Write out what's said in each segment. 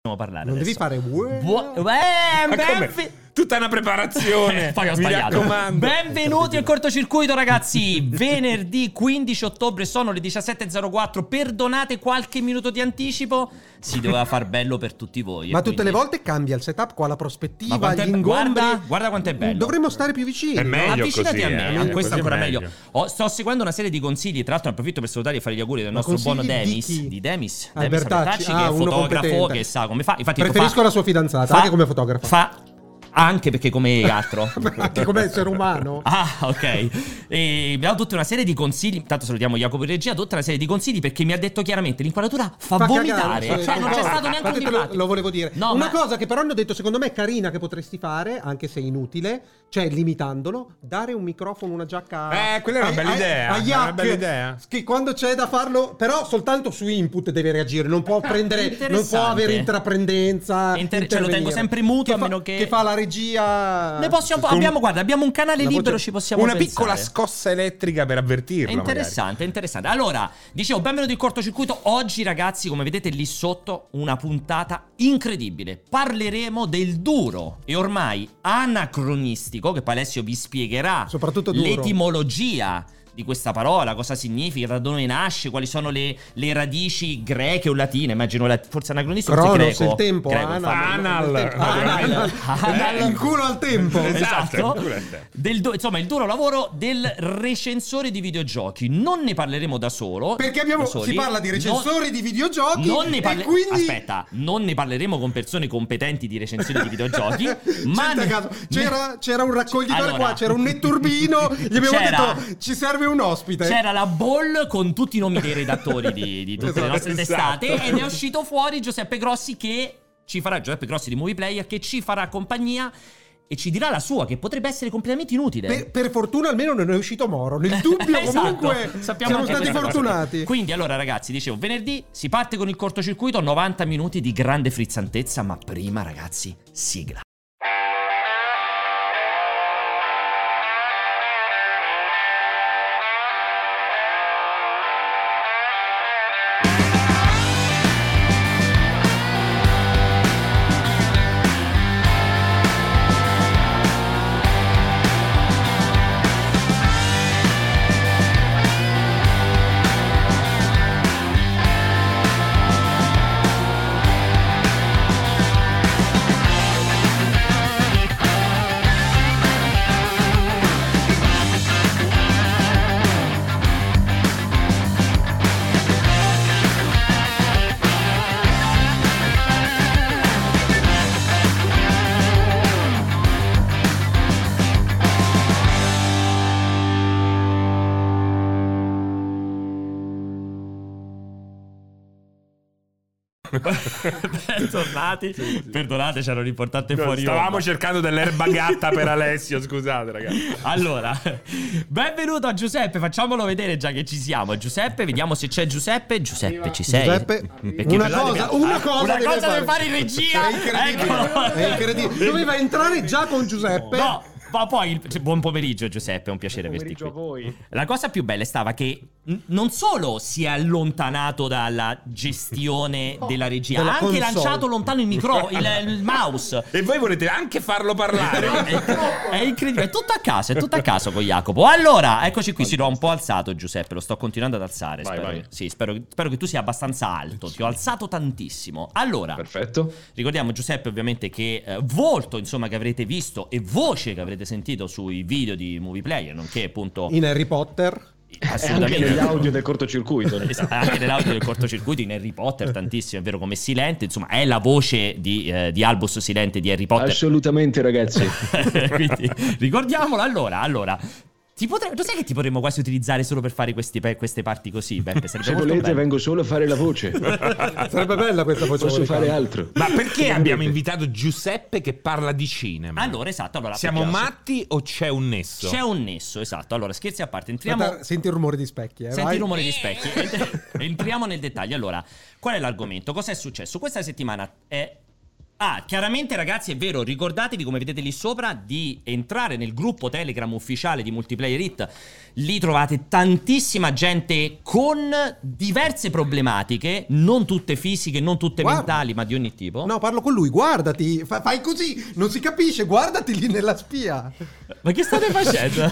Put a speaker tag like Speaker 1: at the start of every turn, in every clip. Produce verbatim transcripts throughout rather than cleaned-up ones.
Speaker 1: parlare
Speaker 2: non
Speaker 1: adesso.
Speaker 2: devi fare
Speaker 1: Bu- eh, benvi-
Speaker 3: tutta una preparazione.
Speaker 1: Poi ho
Speaker 3: Mi
Speaker 1: sbagliato.
Speaker 3: raccomando.
Speaker 1: Benvenuti al cortocircuito, ragazzi. Venerdì quindici ottobre, sono le diciassette e zero quattro. Perdonate qualche minuto di anticipo. Si doveva far bello per tutti voi.
Speaker 2: Ma
Speaker 1: e
Speaker 2: tutte
Speaker 1: quindi...
Speaker 2: le volte cambia il setup qua, la prospettiva,
Speaker 1: Ma quanto è
Speaker 2: gli
Speaker 1: be-
Speaker 2: ingombri.
Speaker 1: guarda, guarda quanto è bello.
Speaker 2: Dovremmo stare più vicini.
Speaker 3: È meglio
Speaker 1: Avvicinati
Speaker 3: così,
Speaker 1: a me,
Speaker 3: eh.
Speaker 1: a questo
Speaker 3: Così
Speaker 1: ancora
Speaker 3: è
Speaker 1: meglio.
Speaker 3: meglio.
Speaker 1: Oh, sto seguendo una serie di consigli. Tra l'altro, ne approfitto per salutare e fare gli auguri del
Speaker 2: Ma
Speaker 1: nostro buono
Speaker 2: consigli di
Speaker 1: Demis.
Speaker 2: chi?
Speaker 1: Di Demis.
Speaker 2: Ah,
Speaker 1: Demis
Speaker 2: Bertacci.
Speaker 1: Bertacci,
Speaker 2: Ah,
Speaker 1: che è
Speaker 2: uno
Speaker 1: fotografo,
Speaker 2: competente.
Speaker 1: che sa come fa. Infatti,
Speaker 2: Preferisco
Speaker 1: fa,
Speaker 2: la sua fidanzata,
Speaker 1: fa-
Speaker 2: anche come fotografa.
Speaker 1: Fa anche perché come altro.
Speaker 2: Anche come essere umano.
Speaker 1: Ah, ok. E abbiamo tutta una serie di consigli. Intanto salutiamo Jacopo in regia. Tutta una serie di consigli perché mi ha detto chiaramente l'inquadratura fa,
Speaker 2: Fa
Speaker 1: vomitare.
Speaker 2: cagare,
Speaker 1: Cioè, non c'è
Speaker 2: concordo.
Speaker 1: stato neanche un
Speaker 2: Infatti te lo,
Speaker 1: dibattito.
Speaker 2: lo volevo dire.
Speaker 1: No,
Speaker 2: Una
Speaker 1: ma-
Speaker 2: cosa che però hanno detto secondo me è carina che potresti fare, anche se inutile, cioè limitandolo, dare un microfono, una giacca a-
Speaker 3: Eh, quella è una
Speaker 2: ai-
Speaker 3: bella
Speaker 2: ai-
Speaker 3: idea,
Speaker 2: agli
Speaker 3: è una
Speaker 2: hack,
Speaker 3: bella idea.
Speaker 2: Che quando c'è da farlo, però soltanto su input deve reagire, non può prendere, non può
Speaker 1: Interessante.
Speaker 2: avere intraprendenza.
Speaker 1: Inter- ce lo tengo
Speaker 2: intervenire.
Speaker 1: sempre muto,
Speaker 2: Che
Speaker 1: a
Speaker 2: fa-
Speaker 1: meno che-
Speaker 2: che fa la regia.
Speaker 1: Ne possiamo,
Speaker 3: Con-
Speaker 1: abbiamo, guarda, abbiamo un canale
Speaker 2: La
Speaker 1: libero,
Speaker 2: voce-
Speaker 1: ci possiamo
Speaker 3: Una
Speaker 1: pensare.
Speaker 3: piccola scossa elettrica per avvertirlo.
Speaker 1: È interessante, è interessante. Allora, dicevo, benvenuti in cortocircuito. Oggi, ragazzi, come vedete lì sotto, una puntata incredibile. Parleremo del duro e ormai anacronistico, che poi Alessio vi spiegherà
Speaker 2: Soprattutto duro.
Speaker 1: l'etimologia di questa parola, cosa significa, da dove nasce, quali sono le, le radici greche o latine. Immagino la, forse anacronistico, forse
Speaker 2: Cronos,
Speaker 1: greco.
Speaker 2: il tempo,
Speaker 1: Greco,
Speaker 2: anal,
Speaker 1: infatti.
Speaker 3: Anal.
Speaker 2: il tempo. Anal.
Speaker 1: Anal.
Speaker 2: Il culo al tempo.
Speaker 1: Esatto.
Speaker 3: Esatto.
Speaker 1: Del du- insomma, il duro lavoro del recensore di videogiochi. Non ne parleremo da solo.
Speaker 2: Perché abbiamo,
Speaker 1: da soli.
Speaker 2: si parla di recensori
Speaker 1: Non-
Speaker 2: di videogiochi
Speaker 1: Non ne parle-
Speaker 2: e quindi
Speaker 1: Aspetta, non ne parleremo con persone competenti di recensione di videogiochi. ma
Speaker 2: Senta
Speaker 1: ne-
Speaker 2: caso, c'era, c'era un raccoglitore
Speaker 1: Allora,
Speaker 2: qua, c'era un netturbino, gli abbiamo
Speaker 1: c'era-
Speaker 2: detto ci serve un ospite.
Speaker 1: C'era la ball con tutti i nomi dei redattori di, di tutte le nostre
Speaker 3: Esatto.
Speaker 1: testate ed è uscito fuori Giuseppe Grossi che ci farà, Giuseppe Grossi di Movie Player, che ci farà compagnia e ci dirà la sua, che potrebbe essere completamente inutile.
Speaker 2: Per, per fortuna almeno non è uscito Moro. Nel dubbio
Speaker 1: Esatto,
Speaker 2: comunque
Speaker 1: sappiamo
Speaker 2: siamo
Speaker 1: anche
Speaker 2: stati
Speaker 1: questa cosa.
Speaker 2: fortunati.
Speaker 1: Quindi allora ragazzi, dicevo, venerdì si parte con il cortocircuito, novanta minuti di grande frizzantezza, ma prima ragazzi, sigla. Bentornati. Perdonate, c'era un importante fuori
Speaker 3: Stavamo
Speaker 1: onda.
Speaker 3: cercando dell'erba gatta per Alessio, scusate ragazzi.
Speaker 1: Allora, benvenuto a Giuseppe, facciamolo vedere già che ci siamo. Giuseppe, vediamo se c'è Giuseppe. Giuseppe, ci sei?
Speaker 2: Giuseppe,
Speaker 1: Perché
Speaker 2: una
Speaker 1: per-
Speaker 2: cosa, una cosa,
Speaker 1: una
Speaker 2: deve
Speaker 1: cosa
Speaker 2: fare.
Speaker 1: deve fare in regia.
Speaker 2: È incredibile,
Speaker 1: Eccolo.
Speaker 2: è incredibile. Doveva entrare già con Giuseppe.
Speaker 1: No, ma poi cioè, buon pomeriggio Giuseppe, è un piacere averti qui.
Speaker 4: voi.
Speaker 1: La cosa più bella stava che n- non solo si è allontanato dalla gestione della regia,
Speaker 2: Della
Speaker 1: ha anche
Speaker 2: console.
Speaker 1: lanciato lontano il micro, il, il mouse.
Speaker 3: E voi volete anche farlo parlare?
Speaker 1: È incredibile, è tutto a caso, è tutto a caso con Jacopo. Allora, eccoci qui, si l'ho un po' alzato Giuseppe, lo sto continuando ad alzare.
Speaker 4: Vai,
Speaker 1: spero,
Speaker 4: vai.
Speaker 1: Sì, spero, spero che tu sia abbastanza alto, ti ho alzato tantissimo. Allora,
Speaker 4: Perfetto.
Speaker 1: ricordiamo Giuseppe ovviamente che eh, volto insomma che avrete visto e voce che avrete sentito sui video di Movie Player, nonché appunto
Speaker 2: In Harry Potter.
Speaker 4: E anche
Speaker 1: assolutamente
Speaker 4: negli audio del cortocircuito.
Speaker 1: Esatto, anche nell'audio del cortocircuito in Harry Potter tantissimo, è vero, come Silente, insomma è la voce di, eh, di Albus Silente di Harry Potter.
Speaker 4: Assolutamente, ragazzi.
Speaker 1: Quindi ricordiamolo. Allora, allora ti potre... lo sai che ti potremmo quasi utilizzare solo per fare questi pe- queste parti così, Beppe? Sarebbe
Speaker 4: Se
Speaker 1: molto
Speaker 4: volete,
Speaker 1: bello.
Speaker 4: vengo solo a fare la voce.
Speaker 2: Sarebbe bella questa voce.
Speaker 4: Posso
Speaker 2: vocale.
Speaker 4: fare altro.
Speaker 3: Ma perché
Speaker 4: Come
Speaker 3: abbiamo
Speaker 4: volete.
Speaker 3: invitato Giuseppe che parla di cinema?
Speaker 1: Allora, esatto, allora
Speaker 3: Siamo
Speaker 1: perché-
Speaker 3: matti o c'è un nesso?
Speaker 1: C'è un nesso, esatto. Allora, scherzi a parte, entriamo.
Speaker 2: Aspetta, senti il rumore di specchi, eh,
Speaker 1: Senti
Speaker 2: vai.
Speaker 1: il rumore di specchi. Ent- Entriamo nel dettaglio. Allora, qual è l'argomento? Cosa è successo? Questa settimana è Ah, chiaramente ragazzi è vero, ricordatevi come vedete lì sopra di entrare nel gruppo Telegram ufficiale di Multiplayer It. Lì trovate tantissima gente con diverse problematiche, non tutte fisiche, non tutte
Speaker 2: Guarda.
Speaker 1: mentali, ma di ogni tipo.
Speaker 2: No, parlo con lui, guardati, fa- fai così, non si capisce, guardati lì nella spia.
Speaker 1: Ma che state facendo?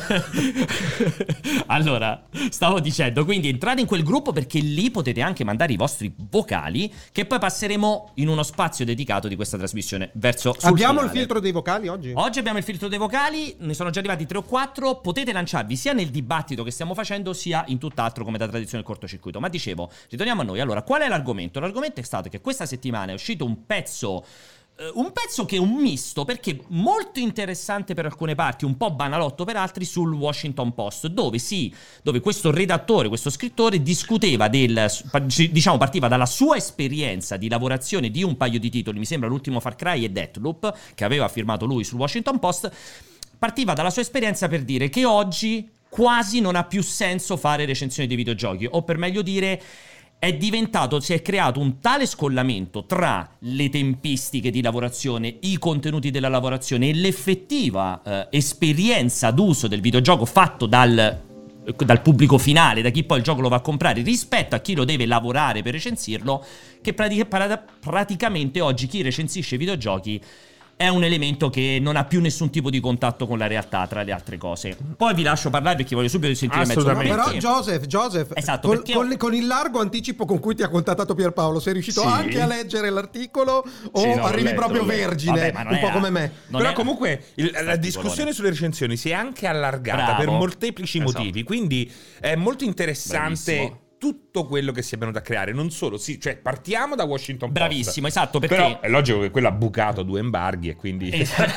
Speaker 1: Allora, stavo dicendo, quindi entrate in quel gruppo perché lì potete anche mandare i vostri vocali che poi passeremo in uno spazio dedicato di questa trasmissione verso sul
Speaker 2: Abbiamo il
Speaker 1: finale.
Speaker 2: filtro dei vocali oggi?
Speaker 1: Oggi abbiamo il filtro dei vocali, ne sono già arrivati tre o quattro, potete lanciarvi sia nel dibattito che stiamo facendo sia in tutt'altro come da tradizione del cortocircuito. Ma dicevo, ritorniamo a noi. Allora, qual è l'argomento? L'argomento è stato che questa settimana è uscito un pezzo eh, un pezzo che è un misto, perché molto interessante per alcune parti, un po' banalotto per altri, sul Washington Post, dove sì, dove questo redattore, questo scrittore discuteva del, diciamo partiva dalla sua esperienza di lavorazione di un paio di titoli, mi sembra l'ultimo Far Cry e Deathloop, che aveva firmato lui sul Washington Post. Partiva dalla sua esperienza per dire che oggi quasi non ha più senso fare recensioni dei videogiochi, o per meglio dire è diventato, si è creato un tale scollamento tra le tempistiche di lavorazione, i contenuti della lavorazione e l'effettiva eh, esperienza d'uso del videogioco fatto dal, dal pubblico finale, da chi poi il gioco lo va a comprare, rispetto a chi lo deve lavorare per recensirlo, che pratic- praticamente oggi chi recensisce i videogiochi è un elemento che non ha più nessun tipo di contatto con la realtà, tra le altre cose. Poi vi lascio parlare perché voglio subito sentire mezzo.
Speaker 3: Assolutamente.
Speaker 2: Però
Speaker 1: perché...
Speaker 2: Joseph, Joseph
Speaker 1: Esatto,
Speaker 2: con,
Speaker 1: perché-
Speaker 2: con- con il largo anticipo con cui ti ha contattato Pierpaolo, sei riuscito
Speaker 3: Sì.
Speaker 2: anche a leggere l'articolo o
Speaker 3: Sì, no, l'ho
Speaker 2: arrivi
Speaker 3: letto,
Speaker 2: proprio
Speaker 3: l'ho letto.
Speaker 2: vergine,
Speaker 1: Vabbè, ma non
Speaker 2: un po'
Speaker 1: era-
Speaker 2: come me?
Speaker 1: non
Speaker 3: Però
Speaker 1: era-
Speaker 3: comunque il- la
Speaker 1: Infatti,
Speaker 3: discussione
Speaker 1: Colone.
Speaker 3: sulle recensioni si è anche allargata
Speaker 1: Bravo.
Speaker 3: per molteplici
Speaker 1: Esatto.
Speaker 3: motivi, quindi è molto interessante
Speaker 1: Bravissimo.
Speaker 3: tutto quello che si è venuto a creare, non solo, sì, cioè partiamo da Washington Post.
Speaker 1: Bravissimo, esatto, perché...
Speaker 3: Però è logico che quello ha bucato due embarghi e quindi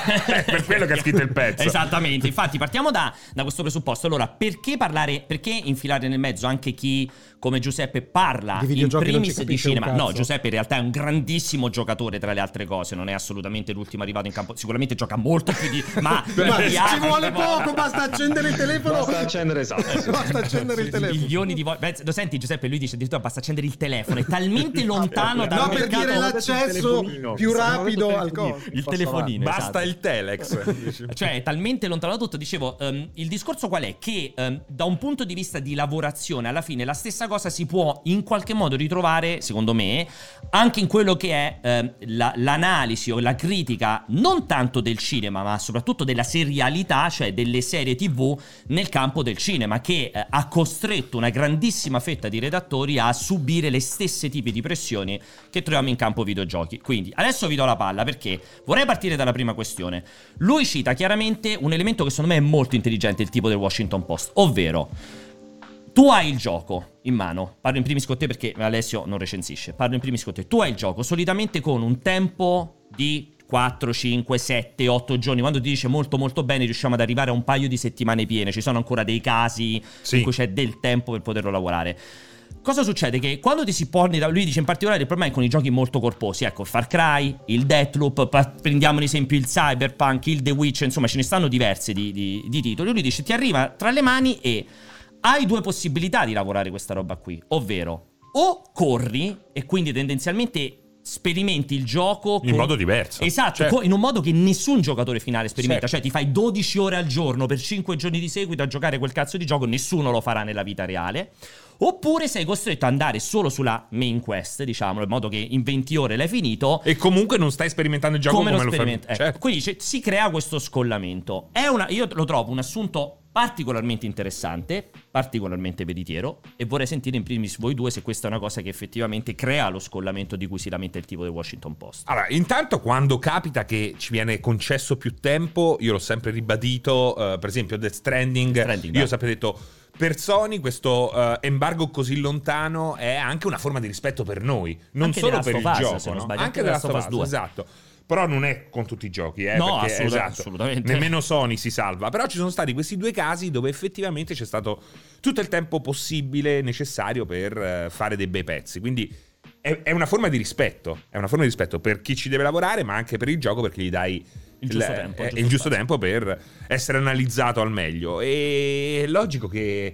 Speaker 3: è per quello che ha scritto il pezzo.
Speaker 1: Esattamente, infatti partiamo da, da questo presupposto. Allora, perché parlare, perché infilare nel mezzo anche chi come Giuseppe parla
Speaker 2: Di
Speaker 1: in
Speaker 2: videogiochi non ci
Speaker 1: primis di
Speaker 2: capisce un
Speaker 1: cinema? No,
Speaker 2: cazzo.
Speaker 1: Giuseppe in realtà è un grandissimo giocatore, tra le altre cose, non è assolutamente l'ultimo arrivato in campo, sicuramente gioca molto più di... Ma,
Speaker 2: Ma
Speaker 1: di
Speaker 2: ci
Speaker 1: altri-
Speaker 2: vuole poco, basta accendere il telefono.
Speaker 4: Basta accendere, esatto, sì.
Speaker 2: Basta accendere il telefono.
Speaker 1: milioni di volte. Lo senti Giuseppe, lui dice addirittura basta accendere il telefono, è talmente lontano dal
Speaker 2: No, per
Speaker 1: mercato-
Speaker 2: dire l'accesso più rapido al coso.
Speaker 1: il telefonino,
Speaker 3: Basta
Speaker 1: esatto.
Speaker 3: il telex.
Speaker 1: Cioè è talmente lontano da tutto. Dicevo, ehm, il discorso qual è? Che ehm, da un punto di vista di lavorazione, alla fine la stessa cosa si può in qualche modo ritrovare, secondo me, anche in quello che è ehm, la- l'analisi o la critica non tanto del cinema, ma soprattutto della serialità, cioè delle serie tivù nel campo del cinema, che eh, ha costretto una grandissima fetta di redattori a subire le stesse tipi di pressioni che troviamo in campo videogiochi. Quindi adesso vi do la palla, perché vorrei partire dalla prima questione. Lui cita chiaramente un elemento che secondo me è molto intelligente, il tipo del Washington Post, ovvero tu hai il gioco in mano, parlo in primis con te perché Alessio non recensisce, parlo in primis con te, tu hai il gioco solitamente con un tempo di quattro, cinque, sette, otto giorni. Quando ti dice molto molto bene riusciamo ad arrivare a un paio di settimane piene, ci sono ancora dei casi
Speaker 3: Sì.
Speaker 1: in cui c'è del tempo per poterlo lavorare. Cosa succede? Che quando ti si pone, lui dice in particolare il problema è con i giochi molto corposi, ecco, il Far Cry, il Deathloop, pa- prendiamo ad esempio il Cyberpunk, il The Witcher, insomma ce ne stanno diversi di, di, di titoli. Lui dice ti arriva tra le mani e hai due possibilità di lavorare questa roba qui, ovvero o corri e quindi tendenzialmente sperimenti il gioco
Speaker 3: In
Speaker 1: con-
Speaker 3: modo diverso.
Speaker 1: Esatto,
Speaker 3: Cioè-
Speaker 1: co- in un modo che nessun giocatore finale sperimenta.
Speaker 3: Certo.
Speaker 1: Cioè ti fai dodici ore al giorno per cinque giorni di seguito a giocare quel cazzo di gioco, nessuno lo farà nella vita reale. Oppure sei costretto ad andare solo sulla main quest, diciamo, in modo che in venti ore l'hai finito.
Speaker 3: E comunque non stai sperimentando il gioco
Speaker 1: come,
Speaker 3: come,
Speaker 1: lo
Speaker 3: lo fai.
Speaker 1: sperimenta. Ecco,
Speaker 3: Certo.
Speaker 1: quindi c'è- si crea questo scollamento. È una, io lo trovo un assunto particolarmente interessante, particolarmente veritiero, e vorrei sentire in primis voi due se questa è una cosa che effettivamente crea lo scollamento di cui si lamenta il tipo del Washington Post.
Speaker 3: Allora, intanto quando capita che ci viene concesso più tempo, io l'ho sempre ribadito, eh, per esempio Death Stranding,
Speaker 1: Stranding,
Speaker 3: io ho
Speaker 1: dai.
Speaker 3: sempre detto, per Sony questo eh, embargo così lontano è anche una forma di rispetto per noi, non
Speaker 1: Anche
Speaker 3: solo
Speaker 1: The
Speaker 3: per il
Speaker 1: Last of Us,
Speaker 3: gioco,
Speaker 1: se non
Speaker 3: no?
Speaker 1: sbaglio,
Speaker 3: anche
Speaker 1: anche
Speaker 3: della
Speaker 1: The Last of Us
Speaker 3: Last of Us,
Speaker 1: due.
Speaker 3: esatto. Però non è con tutti i giochi, eh,
Speaker 1: No,
Speaker 3: perché,
Speaker 1: assoluta-
Speaker 3: esatto,
Speaker 1: assolutamente.
Speaker 3: nemmeno Sony si salva. Però ci sono stati questi due casi dove effettivamente c'è stato tutto il tempo possibile necessario per eh, fare dei bei pezzi. Quindi è, è una forma di rispetto, è una forma di rispetto per chi ci deve lavorare, ma anche per il gioco, perché gli dai
Speaker 1: Il giusto tempo, il
Speaker 3: eh,
Speaker 1: giusto
Speaker 3: il giusto
Speaker 1: spazio.
Speaker 3: tempo per essere analizzato al meglio. E è logico che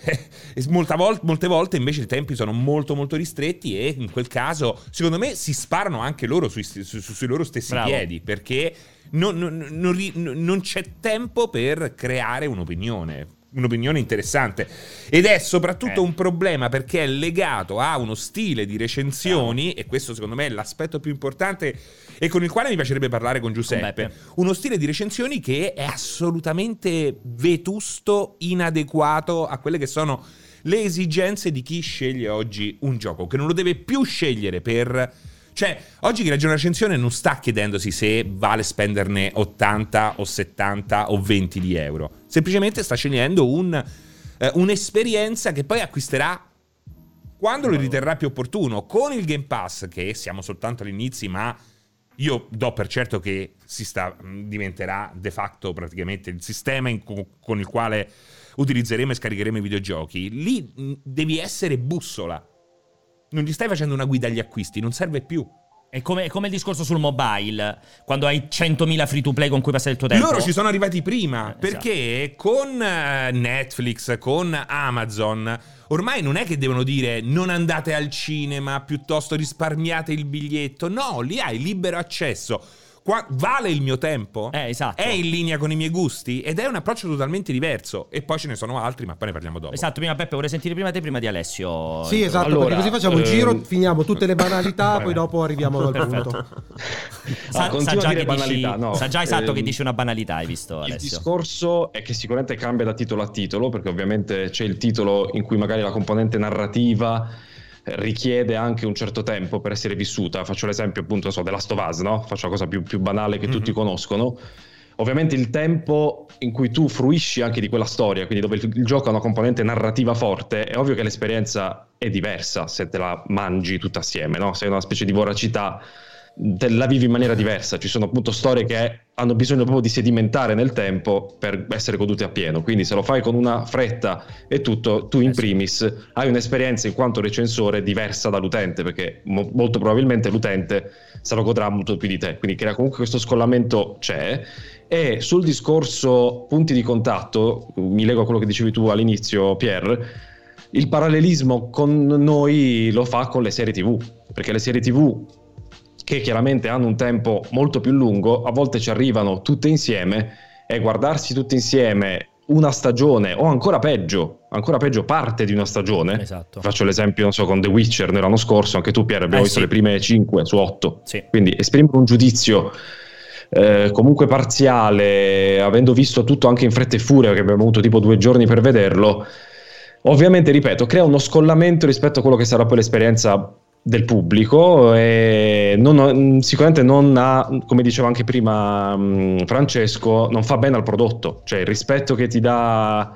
Speaker 3: Molta vol- molte volte invece i tempi sono molto molto ristretti e in quel caso secondo me si sparano anche loro sui, su, su, sui loro stessi
Speaker 1: Bravo. piedi,
Speaker 3: perché non, non, non, non c'è tempo per creare un'opinione un'opinione interessante, ed è soprattutto
Speaker 1: eh.
Speaker 3: un problema perché è legato a uno stile di recensioni, Bravo. E questo secondo me è l'aspetto più importante e con il quale mi piacerebbe parlare con Giuseppe, con uno stile di recensioni che è assolutamente vetusto, inadeguato a quelle che sono le esigenze di chi sceglie oggi un gioco, che non lo deve più scegliere per... Cioè, oggi chi legge una recensione non sta chiedendosi se vale spenderne ottanta o settanta o venti di euro. Semplicemente sta scegliendo un, eh, un'esperienza che poi acquisterà quando lo riterrà più opportuno. Con il Game Pass, che siamo soltanto all'inizio, ma io do per certo che si sta, diventerà de facto praticamente il sistema in co- con il quale utilizzeremo e scaricheremo i videogiochi, lì mh, devi essere bussola. Non gli stai facendo una guida agli acquisti, non serve più.
Speaker 1: È come, è come il discorso sul mobile, quando hai centomila free to play con cui passare il tuo tempo.
Speaker 3: Loro ci sono arrivati prima,
Speaker 1: eh,
Speaker 3: perché
Speaker 1: esatto.
Speaker 3: con Netflix, con Amazon, ormai non è che devono dire non andate al cinema, piuttosto risparmiate il biglietto. No, lì hai libero accesso. Qua, vale il mio tempo?
Speaker 1: Eh, esatto.
Speaker 3: È in linea con i miei gusti? Ed è un approccio totalmente diverso. E poi ce ne sono altri, ma poi ne parliamo dopo.
Speaker 1: Esatto, prima Peppe vorrei sentire prima te, prima di Alessio.
Speaker 2: Sì, esatto,
Speaker 4: allora,
Speaker 2: perché così facciamo il
Speaker 4: ehm...
Speaker 2: giro, finiamo tutte le banalità, poi dopo arriviamo al
Speaker 1: Perfetto.
Speaker 2: punto.
Speaker 1: Sa,
Speaker 4: Ah,
Speaker 1: sa già
Speaker 4: a dire
Speaker 1: che
Speaker 4: banalità,
Speaker 1: dici,
Speaker 4: no.
Speaker 1: sa già esatto
Speaker 4: Ehm,
Speaker 1: che dici una banalità, hai visto
Speaker 4: Il
Speaker 1: Alessio?
Speaker 4: discorso è che sicuramente cambia da titolo a titolo, perché ovviamente c'è il titolo in cui magari la componente narrativa richiede anche un certo tempo per essere vissuta. Faccio l'esempio appunto so, della The Last of Us, no? Faccio la cosa più, più banale che mm-hmm. tutti conoscono. Ovviamente il tempo in cui tu fruisci anche di quella storia, quindi dove il, il gioco ha una componente narrativa forte, è ovvio che l'esperienza è diversa se te la mangi tutta assieme, no? Se è una specie di voracità, te la vivi in maniera diversa. Ci sono appunto storie che hanno bisogno proprio di sedimentare nel tempo per essere godute appieno, quindi se lo fai con una fretta e tutto, tu in primis hai un'esperienza in quanto recensore diversa dall'utente, perché mo- molto probabilmente l'utente se lo godrà molto più di te, quindi crea comunque questo scollamento c'è. E sul discorso punti di contatto, mi lego a quello che dicevi tu all'inizio, Pier, il parallelismo con noi lo fa con le serie tivù, perché le serie tivù che chiaramente hanno un tempo molto più lungo, a volte ci arrivano tutte insieme, e guardarsi tutte insieme una stagione, o ancora peggio, ancora peggio parte di una stagione.
Speaker 1: Esatto.
Speaker 4: Faccio l'esempio, non so, con The Witcher l'anno scorso, anche tu Pier abbiamo
Speaker 1: eh,
Speaker 4: visto
Speaker 1: sì.
Speaker 4: le prime cinque su otto,
Speaker 1: sì.
Speaker 4: Quindi esprimere un giudizio eh, comunque parziale, avendo visto tutto anche in fretta e furia, che abbiamo avuto tipo due giorni per vederlo, ovviamente, ripeto, crea uno scollamento rispetto a quello che sarà poi l'esperienza del pubblico, e non, sicuramente non ha, come diceva anche prima mh, Francesco, non fa bene al prodotto, cioè il rispetto che ti dà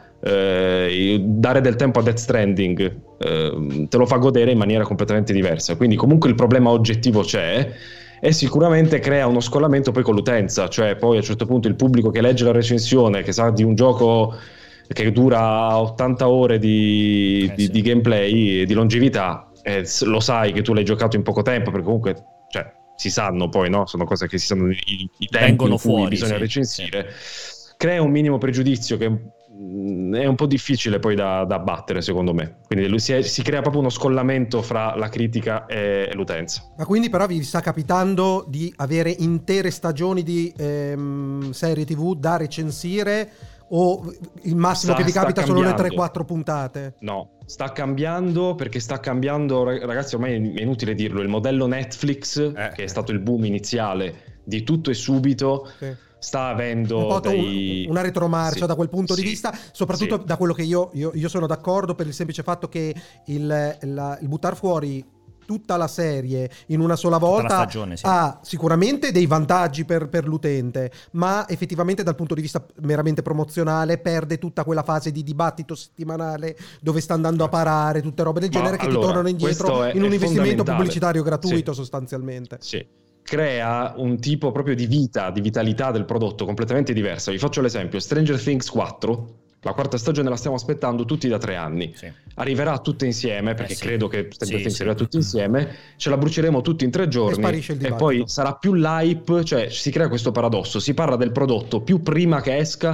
Speaker 4: eh, dare del tempo a Death Stranding eh, te lo fa godere in maniera completamente diversa, quindi comunque il problema oggettivo c'è e sicuramente crea uno scollamento poi con l'utenza, cioè poi a un certo punto il pubblico che legge la recensione, che sa di un gioco che dura ottanta ore di,
Speaker 1: eh,
Speaker 4: di,
Speaker 1: sì.
Speaker 4: di gameplay e di longevità, Eh, lo sai che tu l'hai giocato in poco tempo, perché comunque cioè, si sanno poi, no? Sono cose che si sanno i, i tempi
Speaker 1: vengono
Speaker 4: in cui
Speaker 1: fuori,
Speaker 4: bisogna
Speaker 1: sì,
Speaker 4: recensire, sì. Crea un minimo pregiudizio che mh, è un po' difficile poi da, da abbattere, secondo me. Quindi si, è, si crea proprio uno scollamento fra la critica e l'utenza.
Speaker 2: Ma quindi però vi sta capitando di avere intere stagioni di ehm, serie tivù da recensire, o il massimo
Speaker 4: Sta-
Speaker 2: che vi capita sono le
Speaker 4: cambiando.
Speaker 2: tre quattro puntate?
Speaker 4: No, sta cambiando, perché sta cambiando, ragazzi, ormai è inutile dirlo, il modello Netflix,
Speaker 3: eh.
Speaker 4: che è stato il boom iniziale di tutto e subito,
Speaker 2: Sì.
Speaker 4: sta avendo
Speaker 2: Un po'
Speaker 4: dei...
Speaker 2: un- una retromarcia
Speaker 4: Sì.
Speaker 2: da quel punto
Speaker 4: Sì.
Speaker 2: di vista, soprattutto
Speaker 4: Sì.
Speaker 2: da quello che io, io, io sono d'accordo, per il semplice fatto che il, la, il buttar fuori tutta la serie in una sola volta
Speaker 1: stagione, sì.
Speaker 2: ha sicuramente dei vantaggi per, per l'utente, ma effettivamente dal punto di vista meramente promozionale perde tutta quella fase di dibattito settimanale dove sta andando a parare tutte robe del
Speaker 4: Ma
Speaker 2: genere, che
Speaker 4: allora,
Speaker 2: ti tornano indietro
Speaker 4: questo è-
Speaker 2: in un
Speaker 4: è
Speaker 2: investimento
Speaker 4: fondamentale.
Speaker 2: pubblicitario gratuito,
Speaker 4: Sì.
Speaker 2: sostanzialmente.
Speaker 4: Sì. Crea un tipo proprio di vita, di vitalità del prodotto completamente diversa. Vi faccio l'esempio: Stranger Things quattro, la quarta stagione la stiamo aspettando tutti da tre anni.
Speaker 1: Sì.
Speaker 4: Arriverà tutte insieme, perché
Speaker 1: Eh sì.
Speaker 4: credo che Stranger
Speaker 1: Sì,
Speaker 4: Things
Speaker 1: sì.
Speaker 4: arriverà tutti insieme, ce la bruceremo tutti in tre giorni
Speaker 2: sparisce il
Speaker 4: e
Speaker 2: dibattito.
Speaker 4: poi sarà più l'hype, cioè si crea questo paradosso, si parla del prodotto più prima che esca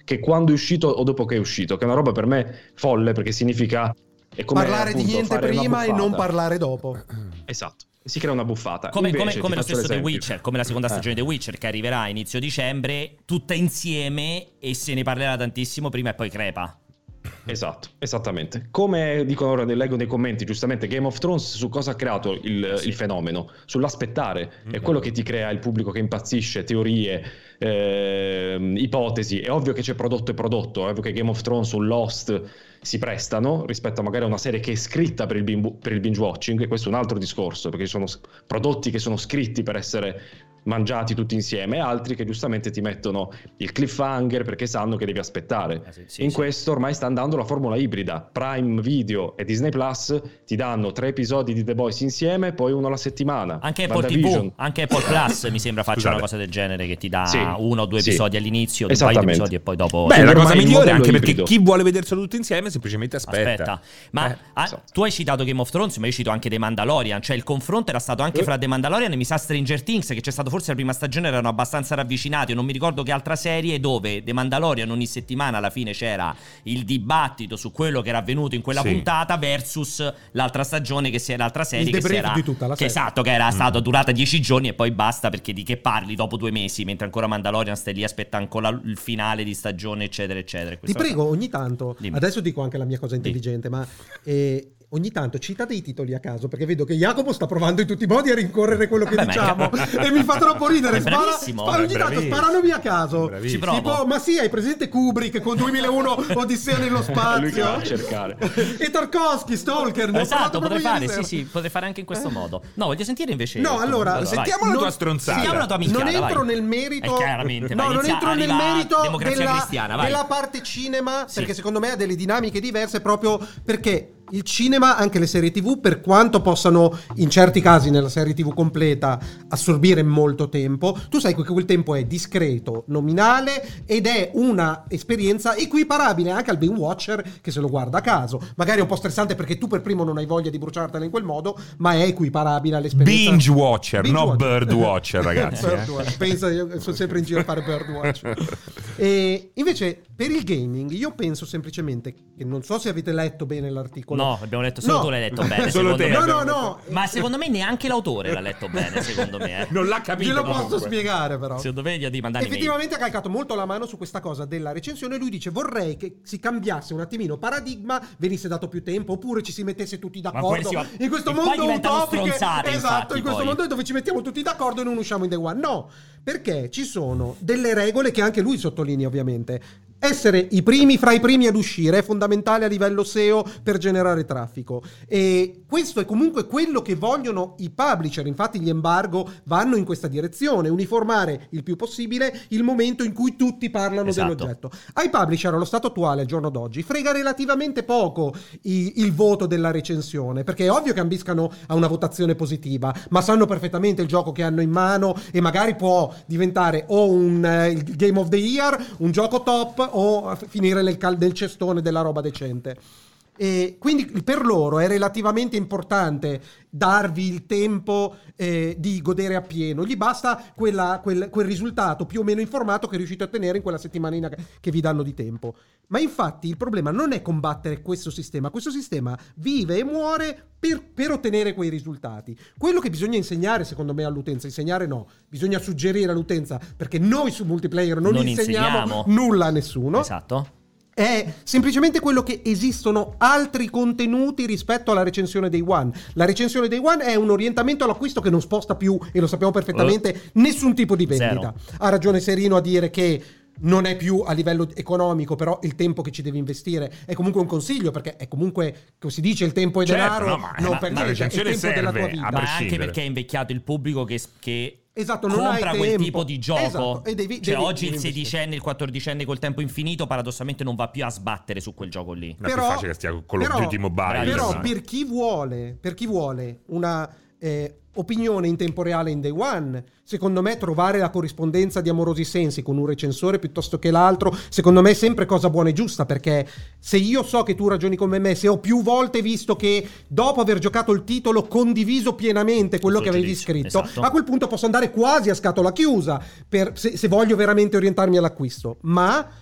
Speaker 4: che quando è uscito o dopo che è uscito, che è una roba per me folle, perché significa è come,
Speaker 2: parlare
Speaker 4: appunto,
Speaker 2: di niente prima e non parlare dopo.
Speaker 4: Esatto. Si crea una buffata.
Speaker 1: Come,
Speaker 4: Invece,
Speaker 1: come, come lo stesso The
Speaker 4: l'esempio.
Speaker 1: Witcher, come la seconda stagione di
Speaker 4: eh.
Speaker 1: The Witcher che arriverà a inizio dicembre, tutta insieme, e se ne parlerà tantissimo prima e poi crepa.
Speaker 4: Esatto, esattamente. Come dicono ora, leggo nei commenti, giustamente, Game of Thrones su cosa ha creato il,
Speaker 1: sì.
Speaker 4: il fenomeno? Sull'aspettare.
Speaker 1: Mm-hmm.
Speaker 4: È quello che ti crea il pubblico che impazzisce, teorie, eh, ipotesi. È ovvio che c'è prodotto e prodotto, è ovvio che Game of Thrones o Lost si prestano rispetto a magari a una serie che è scritta per il, binge, per il binge watching, e questo è un altro discorso, perché ci sono prodotti che sono scritti per essere mangiati tutti insieme, e altri che giustamente ti mettono il cliffhanger perché sanno che devi aspettare.
Speaker 1: Eh sì, sì,
Speaker 4: in
Speaker 1: sì.
Speaker 4: questo ormai sta andando la formula ibrida. Prime Video e Disney Plus ti danno tre episodi di The Boys insieme, poi uno alla settimana.
Speaker 1: Anche Apple
Speaker 4: WandaVision.
Speaker 1: tivù, anche Apple Plus mi sembra faccia
Speaker 3: Scusate.
Speaker 1: una cosa del genere, che ti dà
Speaker 4: Sì,
Speaker 1: uno o due
Speaker 4: sì.
Speaker 1: episodi all'inizio, un paio di
Speaker 4: Esattamente.
Speaker 1: episodi e poi dopo...
Speaker 3: Beh, è
Speaker 4: Sì,
Speaker 3: la
Speaker 4: ormai
Speaker 3: cosa
Speaker 4: il
Speaker 3: migliore,
Speaker 4: modello
Speaker 3: anche perché
Speaker 4: ibrido.
Speaker 3: chi vuole vederselo tutto insieme semplicemente aspetta.
Speaker 1: Aspetta, ma
Speaker 4: Eh,
Speaker 1: ah,
Speaker 4: esatto.
Speaker 1: tu hai citato Game of Thrones, ma io cito anche The Mandalorian, cioè il confronto era stato anche
Speaker 4: Eh.
Speaker 1: fra The Mandalorian e mi sa Stranger Things, che c'è stato forse la prima stagione, erano abbastanza ravvicinati, io non mi ricordo che altra serie, dove The Mandalorian ogni settimana alla fine c'era il dibattito su quello che era avvenuto in quella
Speaker 3: Sì.
Speaker 1: puntata versus l'altra stagione, che si era l'altra serie
Speaker 2: Il
Speaker 1: che si
Speaker 2: debrief
Speaker 1: era
Speaker 2: di tutta la
Speaker 1: che
Speaker 2: serie.
Speaker 1: esatto, che era stata durata dieci giorni e poi basta, perché di che parli dopo due mesi mentre ancora Mandalorian stai lì aspetta ancora il finale di stagione eccetera eccetera.
Speaker 2: Ti
Speaker 1: Questa
Speaker 2: prego,
Speaker 1: cosa-
Speaker 2: ogni tanto,
Speaker 1: Dimmi.
Speaker 2: adesso dico anche la mia cosa intelligente, ma eh, ogni tanto cita dei titoli a caso, perché vedo che Jacopo sta provando in tutti i modi a rincorrere quello che
Speaker 1: Vabbè,
Speaker 2: diciamo
Speaker 1: ma-
Speaker 2: e mi fa troppo ridere.
Speaker 1: È
Speaker 2: Spara,
Speaker 1: bravissimo.
Speaker 2: spara- ogni
Speaker 3: È
Speaker 2: tanto
Speaker 3: bravissimo.
Speaker 2: sparano via a caso.
Speaker 3: Bravissimo.
Speaker 1: Ci provo.
Speaker 2: Tipo, ma sì, hai presente Kubrick con duemilauno Odissea nello
Speaker 4: È lui che va a
Speaker 2: spazio?
Speaker 4: cercare.
Speaker 2: E Tarkovsky, Stalker. ne ho
Speaker 1: Esatto,
Speaker 2: parlato
Speaker 1: potrei
Speaker 2: proprio
Speaker 1: fare,
Speaker 2: ieri
Speaker 1: sì,
Speaker 2: sera.
Speaker 1: sì, potrei fare anche in questo modo. No, voglio sentire invece.
Speaker 2: No, allora,
Speaker 1: vai.
Speaker 3: sentiamo la
Speaker 2: non-
Speaker 3: tua stronzata.
Speaker 1: Sentiamo la tua minchiata,
Speaker 2: Non entro
Speaker 1: vai.
Speaker 2: nel merito.
Speaker 1: Eh, chiaramente,
Speaker 2: no,
Speaker 1: vai,
Speaker 2: non
Speaker 1: inizia-
Speaker 2: entro nel
Speaker 1: arriva
Speaker 2: merito
Speaker 1: Democrazia
Speaker 2: della,
Speaker 1: Cristiana, vai.
Speaker 2: della parte cinema,
Speaker 1: Sì.
Speaker 2: perché secondo me ha delle dinamiche diverse, proprio perché il cinema, anche le serie tivù, per quanto possano in certi casi nella serie tivù completa assorbire molto tempo, tu sai che quel tempo è discreto, nominale, ed è una esperienza equiparabile anche al binge watcher che se lo guarda a caso. Magari è un po' stressante perché tu per primo non hai voglia di bruciartela in quel modo, ma è equiparabile all'esperienza
Speaker 3: Binge watcher,
Speaker 2: Binge
Speaker 3: no
Speaker 2: watcher.
Speaker 3: bird watcher, ragazzi.
Speaker 2: Bird
Speaker 3: eh.
Speaker 2: watch. Pensa, io sono sempre in giro a fare birdwatch. E invece per il gaming io penso semplicemente che, non so se avete letto bene l'articolo.
Speaker 1: No, abbiamo letto solo
Speaker 2: No.
Speaker 1: tu l'hai letto bene.
Speaker 3: Solo
Speaker 1: secondo
Speaker 3: te.
Speaker 1: me.
Speaker 2: No,
Speaker 3: abbiamo
Speaker 2: no, no.
Speaker 1: Ma secondo me neanche l'autore l'ha letto bene, secondo me. Eh.
Speaker 3: Non l'ha capito.
Speaker 2: Glielo
Speaker 3: comunque.
Speaker 2: posso spiegare però.
Speaker 1: Secondo me gli ho di mandare
Speaker 2: Effettivamente ha calcato molto la mano su questa cosa della recensione. Lui dice: vorrei che si cambiasse un attimino paradigma, venisse dato più tempo, oppure ci si mettesse tutti d'accordo.
Speaker 1: questi-
Speaker 2: In questo
Speaker 1: e poi
Speaker 2: mondo
Speaker 1: diventano
Speaker 2: utopico,
Speaker 1: stronzate,
Speaker 2: esatto,
Speaker 1: infatti,
Speaker 2: in questo
Speaker 1: poi.
Speaker 2: mondo dove ci mettiamo tutti d'accordo e non usciamo in day one. No, perché ci sono delle regole che anche lui sottolinea, ovviamente. Essere i primi fra i primi ad uscire è fondamentale a livello S E O per generare traffico, e questo è comunque quello che vogliono i publisher. Infatti gli embargo vanno in questa direzione: uniformare il più possibile il momento in cui tutti parlano
Speaker 1: Esatto.
Speaker 2: dell'oggetto. Ai publisher allo stato attuale, al giorno d'oggi, frega relativamente poco i- il voto della recensione, perché è ovvio che ambiscano a una votazione positiva, ma sanno perfettamente il gioco che hanno in mano, e magari può diventare o un eh, il Game of the Year, un gioco top, o a finire nel, cal- nel cestone della roba decente. E quindi per loro è relativamente importante darvi il tempo eh, di godere appieno. Gli basta quella- quel, quel risultato più o meno informato che riuscite a ottenere in quella settimanina che, che vi danno di tempo. Ma infatti il problema non è combattere questo sistema. Questo sistema vive e muore per, per ottenere quei risultati. Quello che bisogna insegnare, secondo me, all'utenza, insegnare no, bisogna suggerire all'utenza, perché noi su multiplayer non,
Speaker 1: Non
Speaker 2: insegniamo
Speaker 1: insegniamo.
Speaker 2: nulla a nessuno.
Speaker 1: Esatto.
Speaker 2: È semplicemente quello che esistono altri contenuti rispetto alla recensione dei One. La recensione dei One è un orientamento all'acquisto che non sposta più, e lo sappiamo perfettamente, nessun tipo di vendita.
Speaker 1: Zero.
Speaker 2: Ha ragione Serino a dire che non è più a livello economico, però il tempo che ci devi investire è comunque un consiglio, perché è comunque, come si dice, il tempo è
Speaker 3: Certo,
Speaker 2: denaro,
Speaker 3: no, ma-
Speaker 2: non
Speaker 3: ma-
Speaker 2: per
Speaker 3: ma la
Speaker 2: niente, è il
Speaker 3: recensione
Speaker 2: tempo della tua
Speaker 3: serve,
Speaker 2: vita.
Speaker 3: a
Speaker 1: Ma anche
Speaker 3: prescindere.
Speaker 1: perché è invecchiato il pubblico che, che
Speaker 2: Esatto, non
Speaker 1: compra
Speaker 2: hai
Speaker 1: quel
Speaker 2: tempo.
Speaker 1: tipo di gioco.
Speaker 2: Esatto, e devi-
Speaker 1: cioè
Speaker 2: devi-
Speaker 1: oggi il
Speaker 2: devi investire.
Speaker 1: sedicenne, il quattordicenne col tempo infinito paradossalmente non va più a sbattere su quel gioco lì.
Speaker 3: Non è più facile che stia con lo
Speaker 2: però-
Speaker 3: Duty Mobile.
Speaker 2: Però
Speaker 3: no?
Speaker 2: per chi vuole, per chi vuole una eh, opinione in tempo reale in day one, secondo me trovare la corrispondenza di amorosi sensi con un recensore piuttosto che l'altro, secondo me è sempre cosa buona e giusta, perché se io so che tu ragioni come me, se ho più volte visto che dopo aver giocato il titolo condiviso pienamente quello
Speaker 1: Il
Speaker 2: che
Speaker 1: tuo
Speaker 2: avevi
Speaker 1: giudizio,
Speaker 2: scritto,
Speaker 1: esatto.
Speaker 2: a quel punto posso andare quasi a scatola chiusa per, se, se voglio veramente orientarmi all'acquisto. Ma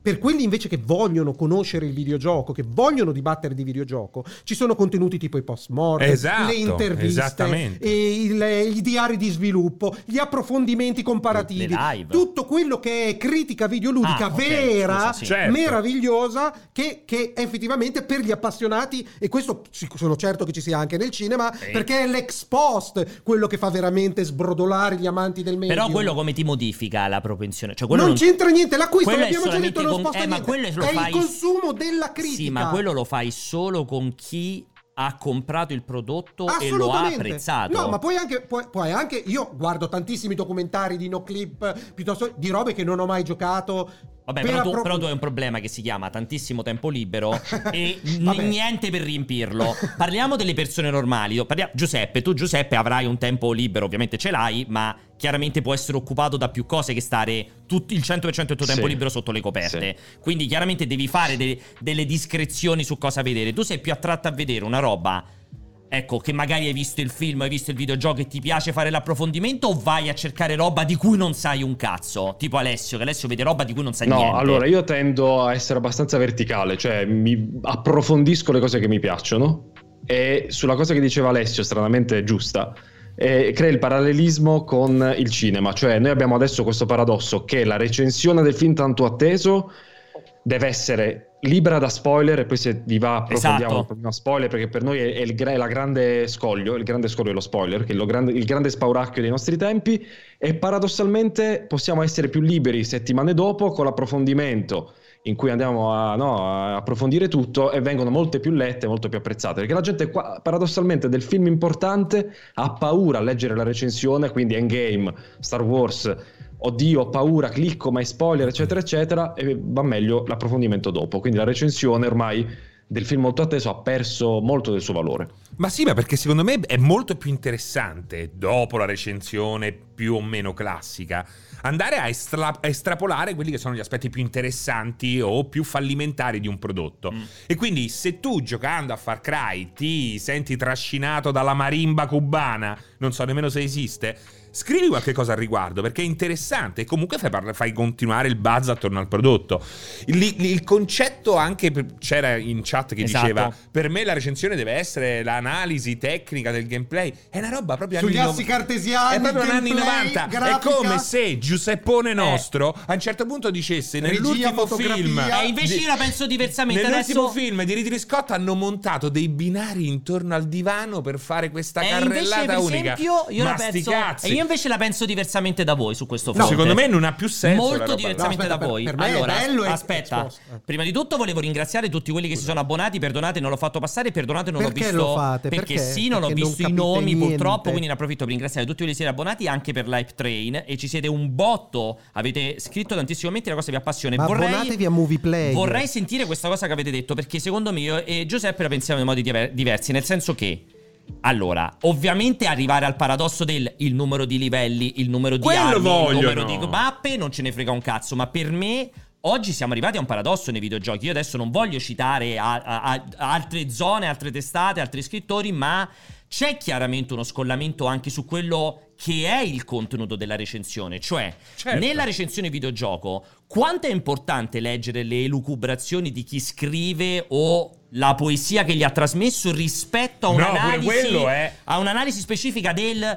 Speaker 2: per quelli invece che vogliono conoscere il videogioco, che vogliono dibattere di videogioco, ci sono contenuti tipo i post mortem,
Speaker 3: Esatto,
Speaker 2: le interviste, e il, i diari di sviluppo, gli approfondimenti comparativi,
Speaker 1: Le live.
Speaker 2: tutto quello che è critica videoludica
Speaker 1: Ah, ok,
Speaker 2: vera,
Speaker 1: scusa, sì.
Speaker 3: Certo.
Speaker 2: meravigliosa, che, che effettivamente per gli appassionati, e questo ci- sono certo che ci sia anche nel cinema,
Speaker 1: Sì.
Speaker 2: perché è l'ex post quello che fa veramente sbrodolare gli amanti del medium.
Speaker 1: Però quello come ti modifica la propensione? Cioè, quello
Speaker 2: non, c'entra niente, l'acquisto
Speaker 1: quello è
Speaker 2: l'abbiamo già
Speaker 1: solamente
Speaker 2: detto, non
Speaker 1: con-
Speaker 2: sposta
Speaker 1: eh, ma
Speaker 2: niente.
Speaker 1: quello lo
Speaker 2: è
Speaker 1: fai-
Speaker 2: il consumo della critica.
Speaker 1: Sì, ma quello lo fai solo con chi ha comprato il prodotto e lo ha
Speaker 2: Assolutamente.
Speaker 1: apprezzato.
Speaker 2: No, ma poi anche, puoi, puoi anche io guardo tantissimi documentari di Noclip, piuttosto di robe che non ho mai giocato.
Speaker 1: Vabbè,
Speaker 2: per
Speaker 1: però tu,
Speaker 2: appro-
Speaker 1: però tu hai un problema che si chiama tantissimo tempo libero e n-
Speaker 2: Vabbè.
Speaker 1: niente per riempirlo. Parliamo delle persone normali. Io- parliamo- Giuseppe, tu Giuseppe avrai un tempo libero, ovviamente ce l'hai, ma chiaramente può essere occupato da più cose che stare tutto il cento per cento del tuo tempo
Speaker 4: Sì.
Speaker 1: libero sotto le coperte. Quindi chiaramente devi fare de- delle discrezioni su cosa vedere. Tu sei più attratto a vedere una roba, ecco, che magari hai visto il film, hai visto il videogioco e ti piace fare l'approfondimento, o vai a cercare roba di cui non sai un cazzo? Tipo Alessio, che Alessio vede roba di cui non sa
Speaker 4: No,
Speaker 1: niente.
Speaker 4: allora io tendo a essere abbastanza verticale, cioè mi approfondisco le cose che mi piacciono, e sulla cosa che diceva Alessio, stranamente giusta, eh, crea il parallelismo con il cinema. Cioè noi abbiamo adesso questo paradosso che la recensione del film tanto atteso deve essere libera da spoiler, e poi se vi va approfondiamo
Speaker 1: Esatto.
Speaker 4: un pochino a spoiler, perché per noi è, è il, gra- la grande scoglio, il grande scoglio è lo spoiler, che è lo grande, il grande spauracchio dei nostri tempi, e paradossalmente possiamo essere più liberi settimane dopo con l'approfondimento, in cui andiamo a, no, a approfondire tutto, e vengono molte più lette, molto più apprezzate, perché la gente qua, paradossalmente del film importante ha paura a leggere la recensione, quindi Endgame, Star Wars, oddio, ho paura, clicco, ma è spoiler, eccetera eccetera, e va meglio l'approfondimento dopo. Quindi la recensione ormai del film molto atteso ha perso molto del suo valore.
Speaker 3: Ma sì, ma perché secondo me è molto più interessante, dopo la recensione più o meno classica, andare a, estra- a estrapolare quelli che sono gli aspetti più interessanti o più fallimentari di un prodotto.
Speaker 1: Mm.
Speaker 3: E quindi se tu, giocando a Far Cry, ti senti trascinato dalla marimba cubana, non so nemmeno se esiste, scrivi qualche cosa al riguardo, perché è interessante e comunque fai, parla- fai continuare il buzz attorno al prodotto. Il, il concetto anche, per- c'era in chat che
Speaker 1: Esatto.
Speaker 3: diceva, per me la recensione deve essere l'analisi tecnica del gameplay. È una roba proprio
Speaker 2: Sugli
Speaker 3: anni
Speaker 2: assi
Speaker 3: no-
Speaker 2: cartesiani,
Speaker 3: è proprio
Speaker 2: gameplay,
Speaker 3: anni novanta.
Speaker 2: grafica.
Speaker 3: È come se Giuseppone nostro a un certo punto dicesse
Speaker 2: Regia,
Speaker 3: nell'ultimo
Speaker 2: fotografia.
Speaker 3: film,
Speaker 1: Eh, invece io la penso diversamente.
Speaker 3: nell'ultimo
Speaker 1: Adesso
Speaker 3: film di Ridley Scott hanno montato dei binari intorno al divano per fare questa
Speaker 1: E invece,
Speaker 3: carrellata
Speaker 1: per
Speaker 3: unica.
Speaker 1: esempio, io la
Speaker 3: Ma sti
Speaker 1: penso.
Speaker 3: cazzi.
Speaker 1: E io invece la penso diversamente da voi su questo
Speaker 2: No,
Speaker 1: fronte.
Speaker 3: Secondo me non ha più senso la
Speaker 1: Molto
Speaker 3: roba.
Speaker 1: diversamente
Speaker 2: No, aspetta,
Speaker 1: da
Speaker 2: per-
Speaker 1: voi.
Speaker 2: per me è
Speaker 1: allora,
Speaker 2: bello e-
Speaker 1: aspetta.
Speaker 2: esposto.
Speaker 1: Prima di tutto volevo ringraziare tutti quelli che si sono abbonati. Perdonate, non l'ho fatto passare. Perdonate, non
Speaker 2: Perché
Speaker 1: l'ho visto.
Speaker 2: lo fate?
Speaker 1: Perché,
Speaker 2: Perché?
Speaker 1: sì, non ho
Speaker 2: Perché non
Speaker 1: visto i
Speaker 2: capite
Speaker 1: nomi
Speaker 2: niente.
Speaker 1: purtroppo. Quindi ne approfitto per ringraziare tutti quelli che si sono abbonati, anche per l'Hype Train. E ci siete un botto. Avete scritto tantissimi commenti. La cosa vi appassiona.
Speaker 2: Ma
Speaker 1: vorrei,
Speaker 2: abbonatevi a Movie Player.
Speaker 1: vorrei sentire questa cosa che avete detto. Perché secondo me io e Giuseppe la pensiamo in modi diver- diversi. Nel senso che. Allora, ovviamente arrivare al paradosso del il numero di livelli, il numero di
Speaker 3: Quello
Speaker 1: armi,
Speaker 3: vogliono.
Speaker 1: il numero di mappe, non ce ne frega un cazzo, ma per me oggi siamo arrivati a un paradosso nei videogiochi. Io adesso non voglio citare a, a- a- altre zone, altre testate, altri scrittori, ma c'è chiaramente uno scollamento anche su quello che è il contenuto della recensione. Cioè,
Speaker 3: Certo.
Speaker 1: nella recensione videogioco, quanto è importante leggere le elucubrazioni di chi scrive o la poesia che gli ha trasmesso rispetto a
Speaker 3: No, pure
Speaker 1: un'analisi,
Speaker 3: quello è-
Speaker 1: a un'analisi specifica del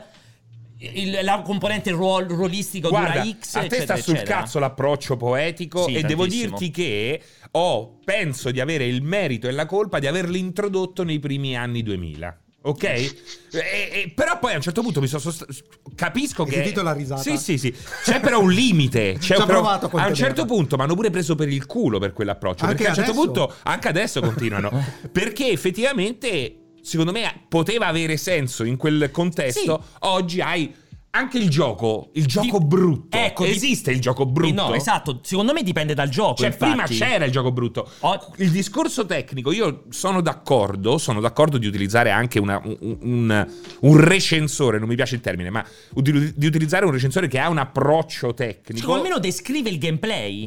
Speaker 1: il- la componente ruol, ruolistica
Speaker 3: Guarda,
Speaker 1: dura X,
Speaker 3: a te
Speaker 1: eccetera,
Speaker 3: sta sul
Speaker 1: eccetera.
Speaker 3: cazzo l'approccio poetico,
Speaker 1: Sì,
Speaker 3: e devo
Speaker 1: tantissimo.
Speaker 3: dirti che ho, penso di avere il merito e la colpa di averlo introdotto nei primi anni duemila. Ok? E- e- però poi a un certo punto mi sono sost- capisco
Speaker 2: Hai
Speaker 3: che
Speaker 2: sentito la risata?
Speaker 3: Sì, sì, sì. C'è però un limite. C'è
Speaker 2: Ci ha
Speaker 3: però-
Speaker 2: provato a
Speaker 3: a un
Speaker 2: contenerla.
Speaker 3: certo punto mi hanno pure preso per il culo per quell'approccio.
Speaker 2: Anche
Speaker 3: perché a un certo
Speaker 2: adesso?
Speaker 3: punto, anche adesso continuano. Perché effettivamente, secondo me, poteva avere senso in quel contesto. Oggi hai anche il gioco, il gioco
Speaker 1: Di-
Speaker 3: brutto.
Speaker 1: ecco, di-
Speaker 3: Esiste il gioco brutto?
Speaker 1: Eh, no, esatto. Secondo me dipende dal gioco.
Speaker 3: Cioè,
Speaker 1: infatti.
Speaker 3: prima c'era il gioco brutto.
Speaker 1: Oh.
Speaker 3: Il discorso tecnico, io sono d'accordo, sono d'accordo di utilizzare anche una- un, un- un recensore, non mi piace il termine, ma di, di utilizzare un recensore che ha un approccio tecnico.
Speaker 1: Cioè, almeno descrive il gameplay.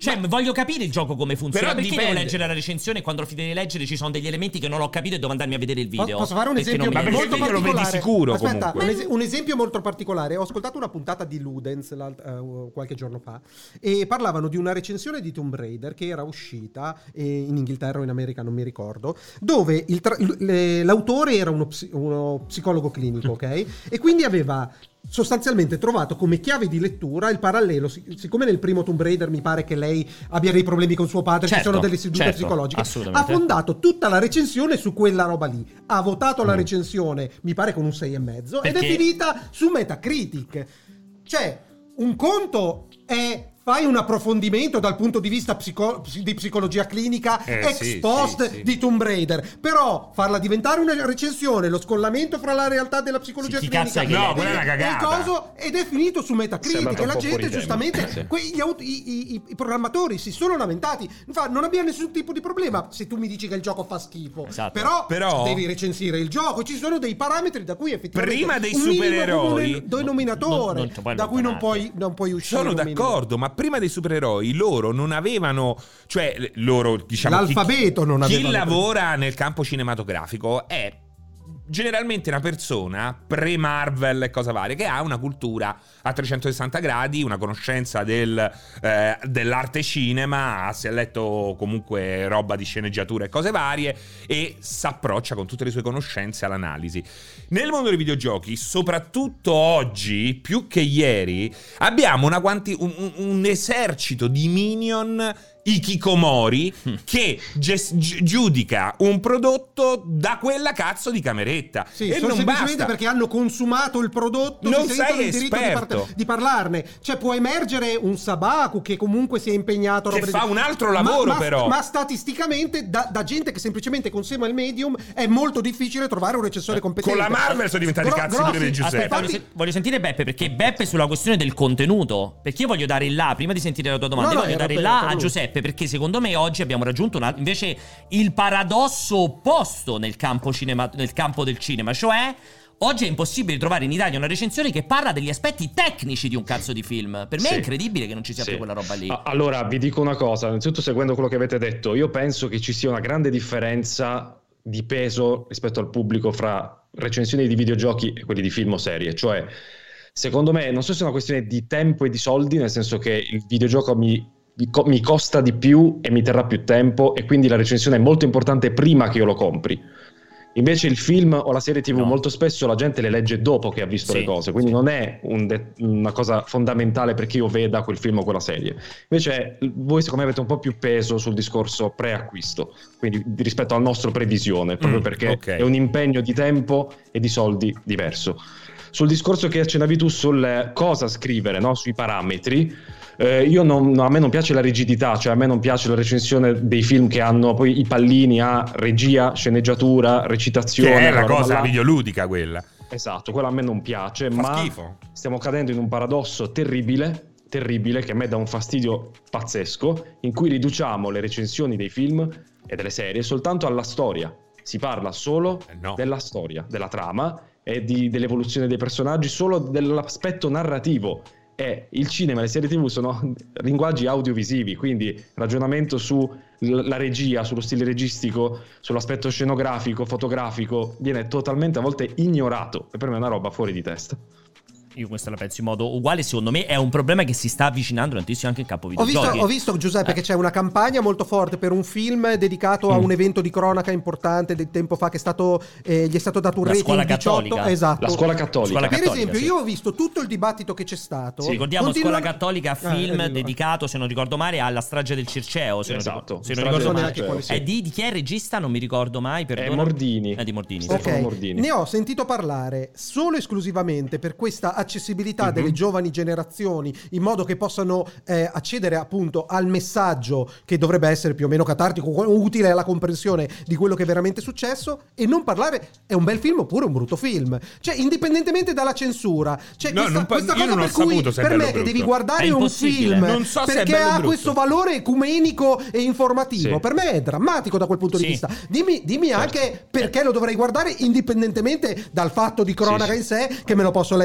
Speaker 1: Cioè, ma... voglio capire il gioco come funziona.
Speaker 3: Però
Speaker 1: perché
Speaker 3: dipende.
Speaker 1: devo leggere la recensione e quando finire di leggere ci sono degli elementi che non ho capito e devo andarmi a vedere il video?
Speaker 2: Posso fare un
Speaker 1: Perché
Speaker 2: esempio
Speaker 1: non mi-
Speaker 3: Ma
Speaker 2: molto
Speaker 3: perché il video lo vedi
Speaker 2: particolare?
Speaker 3: sicuro,
Speaker 2: Aspetta,
Speaker 3: comunque.
Speaker 2: un, es- un esempio molto particolare. Ho ascoltato una puntata di Ludens uh, qualche giorno fa e parlavano di una recensione di Tomb Raider che era uscita eh, in Inghilterra o in America, non mi ricordo, dove il tra- le- l'autore era uno, psi- uno psicologo clinico, ok? E quindi aveva sostanzialmente trovato come chiave di lettura il parallelo, sic- siccome nel primo Tomb Raider mi pare che lei abbia dei problemi con suo padre,
Speaker 1: Certo,
Speaker 2: ci sono delle sedute
Speaker 1: certo,
Speaker 2: psicologiche, ha
Speaker 1: assolutamente.
Speaker 2: fondato tutta la recensione su quella roba lì, ha votato la
Speaker 3: Mm.
Speaker 2: recensione mi pare con un sei e mezzo ed è
Speaker 1: Perché-
Speaker 2: finita su Metacritic. Cioè, un conto è fai un approfondimento dal punto di vista psico- ps- di psicologia clinica
Speaker 3: Eh,
Speaker 2: ex
Speaker 3: sì,
Speaker 2: post
Speaker 3: sì, sì.
Speaker 2: di Tomb Raider, però farla diventare una recensione, lo scollamento fra la realtà della psicologia
Speaker 1: Sì, chi
Speaker 2: clinica
Speaker 1: cazzo è che-
Speaker 3: No,
Speaker 2: e-
Speaker 3: quella è una
Speaker 2: e il
Speaker 3: cagata.
Speaker 2: coso, ed è finito su Metacritic
Speaker 4: Sembra
Speaker 2: e la
Speaker 4: un po'
Speaker 2: gente
Speaker 4: fuori
Speaker 2: giustamente
Speaker 4: tema, sì.
Speaker 2: que- gli aut- i, i- i- i programmatori si sono lamentati. Fa, non abbia nessun tipo di problema se tu mi dici che il gioco fa schifo,
Speaker 1: Esatto.
Speaker 2: però,
Speaker 3: Però-
Speaker 2: devi recensire il gioco, ci sono dei parametri da cui effettivamente
Speaker 3: Prima dei
Speaker 2: un minimo
Speaker 3: supereroi-
Speaker 2: comune denominatore
Speaker 1: Non- non ti puoi
Speaker 2: da cui non
Speaker 1: allontanare.
Speaker 2: puoi, non puoi uscire
Speaker 3: Sono
Speaker 2: un minimo.
Speaker 3: d'accordo, ma prima dei supereroi loro non avevano, cioè loro diciamo chi-
Speaker 2: L'alfabeto non
Speaker 3: chi
Speaker 2: aveva le-
Speaker 3: lavora nel campo cinematografico è generalmente una persona pre-Marvel e cosa varie che ha una cultura a trecentosessanta gradi, una conoscenza del, eh, dell'arte cinema, si è letto comunque roba di sceneggiatura e cose varie e si approccia con tutte le sue conoscenze all'analisi. Nel mondo dei videogiochi, soprattutto oggi, più che ieri, abbiamo una quanti- un, un- un esercito di minion Ikikomori che ges- gi- giudica un prodotto da quella cazzo di cameretta.
Speaker 2: Sì,
Speaker 3: e
Speaker 2: sono
Speaker 3: non
Speaker 2: semplicemente
Speaker 3: basta.
Speaker 2: perché hanno consumato il prodotto,
Speaker 3: Non
Speaker 2: si
Speaker 3: sei
Speaker 2: sentono il diritto di,
Speaker 3: esperto.
Speaker 2: par- di parlarne. Cioè può emergere un Sabaku che comunque si è impegnato a
Speaker 3: Che
Speaker 2: roba
Speaker 3: fa
Speaker 2: del-
Speaker 3: un altro
Speaker 2: Ma-
Speaker 3: lavoro,
Speaker 2: ma,
Speaker 3: però.
Speaker 2: ma statisticamente da, da gente che semplicemente consuma il medium è molto difficile trovare un recensore competente.
Speaker 3: Con la Marvel sono diventati
Speaker 2: Gro-
Speaker 3: cazzi
Speaker 2: grossi-
Speaker 3: pure di Giuseppe.
Speaker 1: Aspetta, voglio,
Speaker 2: Infatti-
Speaker 1: sen- voglio sentire Beppe, perché Beppe sulla questione del contenuto. Perché io voglio dare là, prima di sentire la tua domanda,
Speaker 2: No,
Speaker 1: io
Speaker 2: no,
Speaker 1: voglio
Speaker 2: era
Speaker 1: dare
Speaker 2: per-
Speaker 1: là
Speaker 2: per
Speaker 1: a
Speaker 2: lui.
Speaker 1: Giuseppe, perché secondo me oggi abbiamo raggiunto una- invece il paradosso opposto nel campo, cinema, nel campo del cinema, cioè oggi è impossibile trovare in Italia una recensione che parla degli aspetti tecnici di un cazzo di film. Per me
Speaker 4: Sì.
Speaker 1: è incredibile che non ci sia
Speaker 4: Sì.
Speaker 1: più quella roba lì.
Speaker 4: A- Allora, vi dico una cosa, innanzitutto seguendo quello che avete detto, io penso che ci sia una grande differenza di peso rispetto al pubblico fra recensioni di videogiochi e quelli di film o serie, cioè secondo me non so se è una questione di tempo e di soldi, nel senso che il videogioco mi mi co- mi costa di più e mi terrà più tempo e quindi la recensione è molto importante prima che io lo compri. Invece il film o la serie tivù
Speaker 1: No.
Speaker 4: molto spesso la gente le legge dopo che ha visto
Speaker 1: Sì,
Speaker 4: le cose, quindi
Speaker 1: sì.
Speaker 4: non è un de- una cosa fondamentale perché io veda quel film o quella serie. Invece voi secondo me avete un po' più peso sul discorso preacquisto, quindi di- rispetto al nostro previsione, proprio
Speaker 3: Mm,
Speaker 4: perché
Speaker 3: ok.
Speaker 4: è un impegno di tempo e di soldi diverso. Sul discorso che accennavi tu sul cosa scrivere, no? Sui parametri, eh, io non, no, a me non piace la rigidità, cioè a me non piace la recensione dei film che hanno poi i pallini a regia, sceneggiatura, recitazione.
Speaker 3: Che è la
Speaker 4: quella roba
Speaker 3: cosa
Speaker 4: là.
Speaker 3: videoludica quella.
Speaker 4: Esatto, quello a me non piace,
Speaker 3: Fa
Speaker 4: ma
Speaker 3: schifo.
Speaker 4: stiamo cadendo in un paradosso terribile, terribile, che a me dà un fastidio pazzesco, in cui riduciamo le recensioni dei film e delle serie soltanto alla storia. Si parla solo
Speaker 3: Eh, no.
Speaker 4: della storia, della trama e di- dell'evoluzione dei personaggi, solo dell'aspetto narrativo. E il cinema e le serie tivù sono linguaggi audiovisivi, quindi ragionamento sulla regia, sullo stile registico, sull'aspetto scenografico, fotografico, viene totalmente a volte ignorato e per me è una roba fuori di testa.
Speaker 1: Io questa la penso in modo uguale, secondo me è un problema che si sta avvicinando tantissimo anche in campo
Speaker 2: Ho
Speaker 1: videogiochi.
Speaker 2: visto, ho visto Giuseppe
Speaker 1: Eh.
Speaker 2: che c'è una campagna molto forte per un film dedicato a
Speaker 4: Mm.
Speaker 2: un evento di cronaca importante del tempo fa che è stato, eh, gli è stato dato un
Speaker 1: La
Speaker 2: rating
Speaker 1: scuola
Speaker 2: diciotto.
Speaker 1: cattolica.
Speaker 2: Esatto.
Speaker 4: La scuola cattolica.
Speaker 1: Scuola
Speaker 2: Per
Speaker 1: cattolica,
Speaker 2: esempio,
Speaker 1: sì.
Speaker 2: io ho visto tutto il dibattito che c'è stato.
Speaker 1: Sì, ricordiamo
Speaker 2: Continuano-
Speaker 1: Scuola Cattolica,
Speaker 2: Eh,
Speaker 1: film
Speaker 2: eh,
Speaker 1: dedicato, se non ricordo male, alla strage del Circeo. Se
Speaker 4: Esatto,
Speaker 1: non ricordo, se non
Speaker 4: strage
Speaker 1: ricordo
Speaker 4: del
Speaker 1: male.
Speaker 2: Circeo,
Speaker 1: È
Speaker 2: sì.
Speaker 1: di, di chi è il regista? Non mi ricordo mai. Perdona.
Speaker 4: Mordini.
Speaker 1: È di Mordini. sì.
Speaker 4: Stefano
Speaker 2: Ok,
Speaker 4: Mordini.
Speaker 2: ne ho sentito parlare solo e esclusivamente per questa accessibilità
Speaker 4: Mhm.
Speaker 2: delle giovani generazioni, in modo che possano eh, accedere appunto al messaggio che dovrebbe essere più o meno catartico, utile alla comprensione di quello che è veramente successo, e non parlare è un bel film oppure un brutto film, cioè indipendentemente dalla censura. C'è
Speaker 3: No,
Speaker 2: questa,
Speaker 3: non pa-
Speaker 2: questa
Speaker 3: io
Speaker 2: cosa
Speaker 3: non ho
Speaker 2: per cui
Speaker 3: saputo se è
Speaker 2: per
Speaker 3: bello
Speaker 2: me
Speaker 3: o
Speaker 2: che
Speaker 3: brutto.
Speaker 2: devi guardare
Speaker 1: È
Speaker 2: un
Speaker 1: impossibile.
Speaker 2: film
Speaker 3: Non so se è
Speaker 2: perché
Speaker 3: bello o
Speaker 2: ha
Speaker 3: brutto.
Speaker 2: questo valore ecumenico e informativo,
Speaker 4: Sì.
Speaker 2: per me è drammatico da quel punto
Speaker 1: Sì.
Speaker 2: di vista. Dimmi, dimmi
Speaker 4: Certo.
Speaker 2: anche perché lo dovrei guardare indipendentemente dal fatto di cronaca
Speaker 4: Sì, sì.
Speaker 2: in sé, che me lo posso leggere su
Speaker 4: No,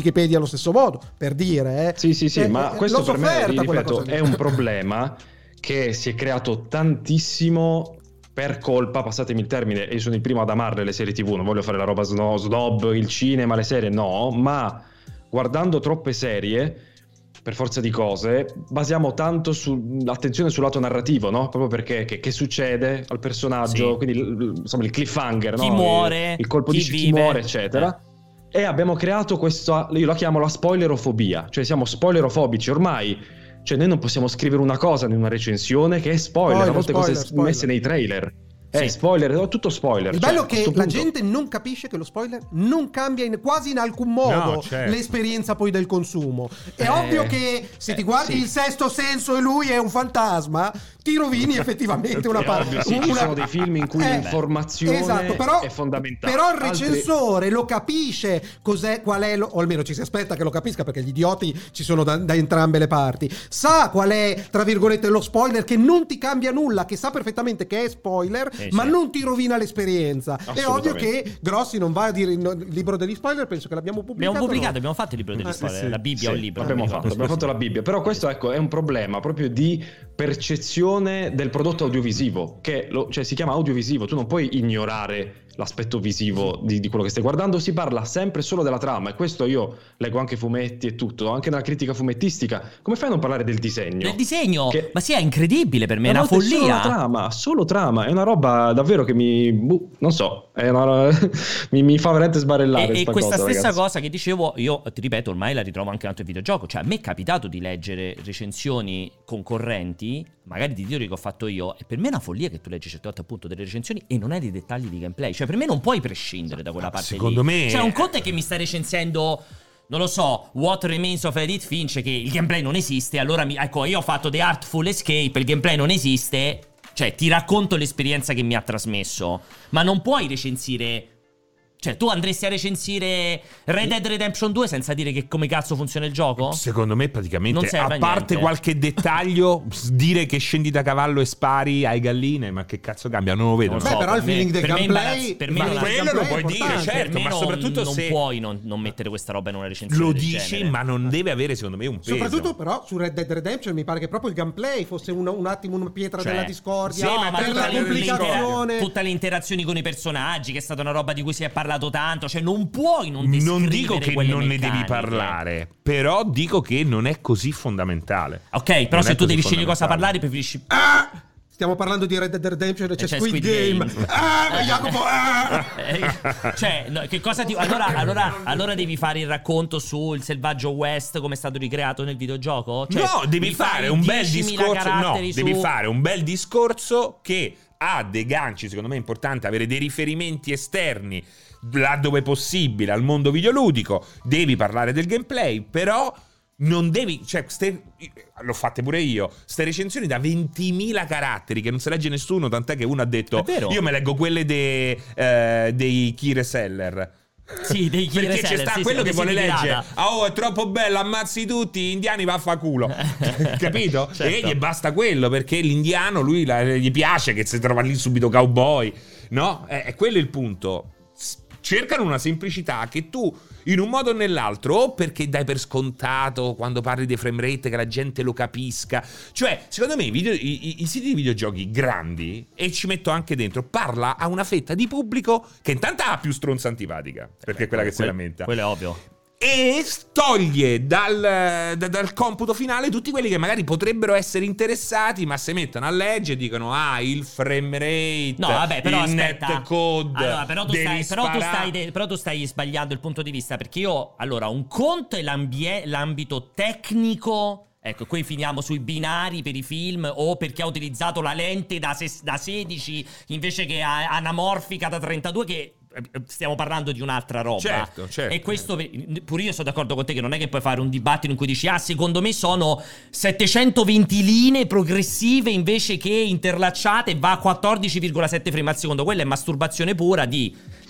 Speaker 2: Wikipedia allo stesso modo, per dire. Eh.
Speaker 4: Sì, sì, sì,
Speaker 2: eh,
Speaker 4: ma
Speaker 2: eh,
Speaker 4: questo per me,
Speaker 2: sofferta quella
Speaker 4: ripeto,
Speaker 2: cosa lì.
Speaker 4: è un problema che si è creato tantissimo per colpa, passatemi il termine, e io sono il primo ad amarle le serie tivù, non voglio fare la roba snob, snob, il cinema, le serie, no, ma guardando troppe serie, per forza di cose, basiamo tanto sull'attenzione sul lato narrativo, no? Proprio perché che, che succede al personaggio,
Speaker 1: Sì.
Speaker 4: quindi il- insomma il cliffhanger,
Speaker 1: Chi
Speaker 4: no?
Speaker 1: muore,
Speaker 4: il, il colpo
Speaker 1: chi
Speaker 4: di chi
Speaker 1: vive.
Speaker 4: muore, eccetera. E abbiamo creato questa, io la chiamo la spoilerofobia, cioè siamo spoilerofobici ormai, cioè noi non possiamo scrivere una cosa in una recensione che è spoiler,
Speaker 2: Spoiler,
Speaker 4: a volte
Speaker 2: spoiler,
Speaker 4: cose
Speaker 2: spoiler.
Speaker 4: messe nei trailer.
Speaker 1: Sì.
Speaker 4: Eh, spoiler, no, tutto spoiler.
Speaker 2: Il
Speaker 4: cioè,
Speaker 2: bello
Speaker 4: a
Speaker 2: è che
Speaker 4: sto
Speaker 2: la
Speaker 4: punto-
Speaker 2: gente non capisce che lo spoiler non cambia in- quasi in alcun modo
Speaker 3: No, certo.
Speaker 2: l'esperienza poi del consumo. È
Speaker 4: Eh,
Speaker 2: ovvio che se ti
Speaker 4: eh,
Speaker 2: guardi
Speaker 4: sì.
Speaker 2: il sesto senso e lui è un fantasma, ti rovini effettivamente una
Speaker 4: È
Speaker 2: parte.
Speaker 4: ovvio, sì, ci sono dei film in cui l'informazione
Speaker 2: esatto, però,
Speaker 4: è fondamentale.
Speaker 2: Però il
Speaker 4: Altri-
Speaker 2: recensore lo capisce cos'è, qual è, lo- o almeno ci si aspetta che lo capisca, perché gli idioti ci sono da, da entrambe le parti. Sa qual è, tra virgolette, lo spoiler che non ti cambia nulla, che sa perfettamente che è spoiler,
Speaker 1: Eh,
Speaker 2: ma
Speaker 1: sì.
Speaker 2: non ti rovina l'esperienza. È ovvio
Speaker 4: Assolutamente.
Speaker 2: che Grossi non va a dire il libro degli spoiler, penso che l'abbiamo pubblicato.
Speaker 1: Abbiamo pubblicato,
Speaker 2: no?
Speaker 1: abbiamo fatto il libro degli
Speaker 2: Eh,
Speaker 1: spoiler,
Speaker 2: sì,
Speaker 1: la Bibbia o
Speaker 4: Sì,
Speaker 1: il libro.
Speaker 4: l'abbiamo
Speaker 1: non mi
Speaker 4: fatto,
Speaker 1: ricordo.
Speaker 4: abbiamo fatto la Bibbia, però questo ecco è un problema proprio di percezione del prodotto audiovisivo, che lo- cioè, si chiama audiovisivo, tu non puoi ignorare l'aspetto visivo di, di quello che stai guardando, si parla sempre solo della trama, e questo io leggo anche fumetti e tutto, anche nella critica fumettistica, come fai a non parlare del disegno?
Speaker 1: Del disegno,
Speaker 4: Che-
Speaker 1: ma sì, è incredibile per me, è
Speaker 4: A
Speaker 1: una
Speaker 4: volte è solo la
Speaker 1: follia.
Speaker 4: trama, solo trama, è una roba davvero che mi, boh, non so, è una, mi, mi fa veramente sbarellare
Speaker 1: E, e
Speaker 4: sta
Speaker 1: questa
Speaker 4: cosa,
Speaker 1: stessa
Speaker 4: ragazzi.
Speaker 1: cosa che dicevo, io ti ripeto, ormai la ritrovo anche in altri videogioco. Cioè, a me è capitato di leggere recensioni concorrenti, magari di titoli che ho fatto io, e per me è una follia che tu leggi certe volte appunto delle recensioni e non hai dei dettagli di gameplay. Cioè, per me non puoi prescindere da quella parte
Speaker 3: Secondo
Speaker 1: lì.
Speaker 3: me-
Speaker 1: Cioè, un conto è che mi stai recensendo, non lo so, What Remains of Edith Finch, che il gameplay non esiste. Allora, mi, ecco, io ho fatto The Artful Escape, il gameplay non esiste. Cioè, ti racconto l'esperienza che mi ha trasmesso. Ma non puoi recensire... Cioè, tu andresti a recensire Red Dead Redemption due senza dire che come cazzo funziona il gioco?
Speaker 3: Secondo me
Speaker 1: Non
Speaker 3: praticamente,
Speaker 1: serve
Speaker 3: a
Speaker 1: a
Speaker 3: parte
Speaker 1: niente.
Speaker 3: qualche dettaglio, s- dire che scendi da cavallo e spari ai galline, ma che cazzo cambia? Non lo vedo.
Speaker 1: Non
Speaker 3: no?
Speaker 2: Beh,
Speaker 1: so,
Speaker 2: però il
Speaker 1: per me-
Speaker 2: feeling del
Speaker 1: per me
Speaker 2: gameplay,
Speaker 1: imbarazz- per me
Speaker 2: ma
Speaker 1: non-
Speaker 3: quello
Speaker 2: il
Speaker 3: lo
Speaker 2: gameplay
Speaker 3: puoi
Speaker 2: è
Speaker 3: dire,
Speaker 2: importante.
Speaker 3: certo,
Speaker 1: per me
Speaker 3: ma
Speaker 1: non,
Speaker 3: soprattutto
Speaker 1: non
Speaker 3: se-
Speaker 1: puoi non, non mettere questa roba in una recensione
Speaker 3: Lo
Speaker 1: del
Speaker 3: dici,
Speaker 1: genere.
Speaker 3: ma non deve avere secondo me un peso.
Speaker 2: Soprattutto però su Red Dead Redemption mi pare che proprio il gameplay fosse un, un attimo una pietra
Speaker 1: Cioè,
Speaker 2: della discordia,
Speaker 1: sì, ma
Speaker 2: per
Speaker 1: tutta
Speaker 2: la
Speaker 1: le-
Speaker 2: complicazione.
Speaker 1: tutte le interazioni con i personaggi, che è stata una roba di cui si è parlato tanto. Cioè, non puoi non
Speaker 3: Non
Speaker 1: descrivere
Speaker 3: dico che
Speaker 1: quelle
Speaker 3: non ne devi
Speaker 1: meccaniche.
Speaker 3: parlare, però dico che non è così fondamentale.
Speaker 1: Ok, però
Speaker 3: Non
Speaker 1: se
Speaker 3: è
Speaker 1: tu
Speaker 3: così
Speaker 1: devi scegliere cosa
Speaker 3: fondamentale.
Speaker 1: parlare, preferisci.
Speaker 2: Ah! Stiamo parlando di Red Dead Redemption e c'è,
Speaker 1: c'è
Speaker 2: Squid,
Speaker 1: Squid
Speaker 2: Game.
Speaker 1: Game.
Speaker 2: Ah, Jacopo, ah!
Speaker 1: Eh, cioè, no, che cosa ti. Allora, allora, allora devi fare il racconto sul Selvaggio West, come è stato ricreato nel videogioco? Cioè,
Speaker 3: no, devi
Speaker 1: mi
Speaker 3: fare
Speaker 1: fai
Speaker 3: un bel
Speaker 1: diecimila
Speaker 3: discorso. No,
Speaker 1: caratteri su-
Speaker 3: devi fare un bel discorso che ha dei ganci. Secondo me è importante avere dei riferimenti esterni laddove possibile al mondo videoludico. Devi parlare del gameplay, però non devi, cioè, ste, l'ho fatte pure io, ste recensioni da ventimila caratteri che non si legge nessuno, tant'è che uno ha detto
Speaker 1: È vero.
Speaker 3: io me leggo quelle de, eh, dei key reseller.
Speaker 1: Sì, dei key
Speaker 3: perché c'è
Speaker 1: reseller,
Speaker 3: sta
Speaker 1: sì,
Speaker 3: quello
Speaker 1: sì,
Speaker 3: che vuole
Speaker 1: sì,
Speaker 3: leggere
Speaker 1: pirata.
Speaker 3: ah, oh è troppo bello, ammazzi tutti gli indiani, vaffanculo. Capito?
Speaker 1: Certo.
Speaker 3: E gli basta quello, perché l'indiano lui la, gli piace che si trova lì subito cowboy, no? È, è quello il punto. S- cercano una semplicità che tu in un modo o nell'altro, o perché dai per scontato quando parli dei frame rate che la gente lo capisca. Cioè, secondo me i, video, i, i- i siti di videogiochi grandi, e ci metto anche dentro, parla a una fetta di pubblico che intanto ha più stronza antipatica, perché è quella che si
Speaker 1: Que-
Speaker 3: lamenta,
Speaker 1: Quello è ovvio.
Speaker 3: e toglie dal, da- dal computo finale tutti quelli che magari potrebbero essere interessati, ma si mettono a leggere e dicono ah, il frame rate,
Speaker 1: No, vabbè, però
Speaker 3: il
Speaker 1: aspetta.
Speaker 3: netcode,
Speaker 1: Allora, però tu,
Speaker 3: devi
Speaker 1: stai, però, tu
Speaker 3: sparare.
Speaker 1: stai, de- però tu stai sbagliando il punto di vista, perché io, allora, un conto è l'ambie- l'ambito tecnico. Ecco, qui finiamo sui binari per i film, o perché ha utilizzato la lente da, ses- da sedici invece che a- anamorfica da trentadue, che eh, stiamo parlando di un'altra roba.
Speaker 3: Certo, certo.
Speaker 1: E questo, pure io sono d'accordo con te, che non è che puoi fare un dibattito in cui dici ah, secondo me sono settecentoventi linee progressive invece che interlacciate e va a quattordici virgola sette frame al secondo. Quella è masturbazione pura di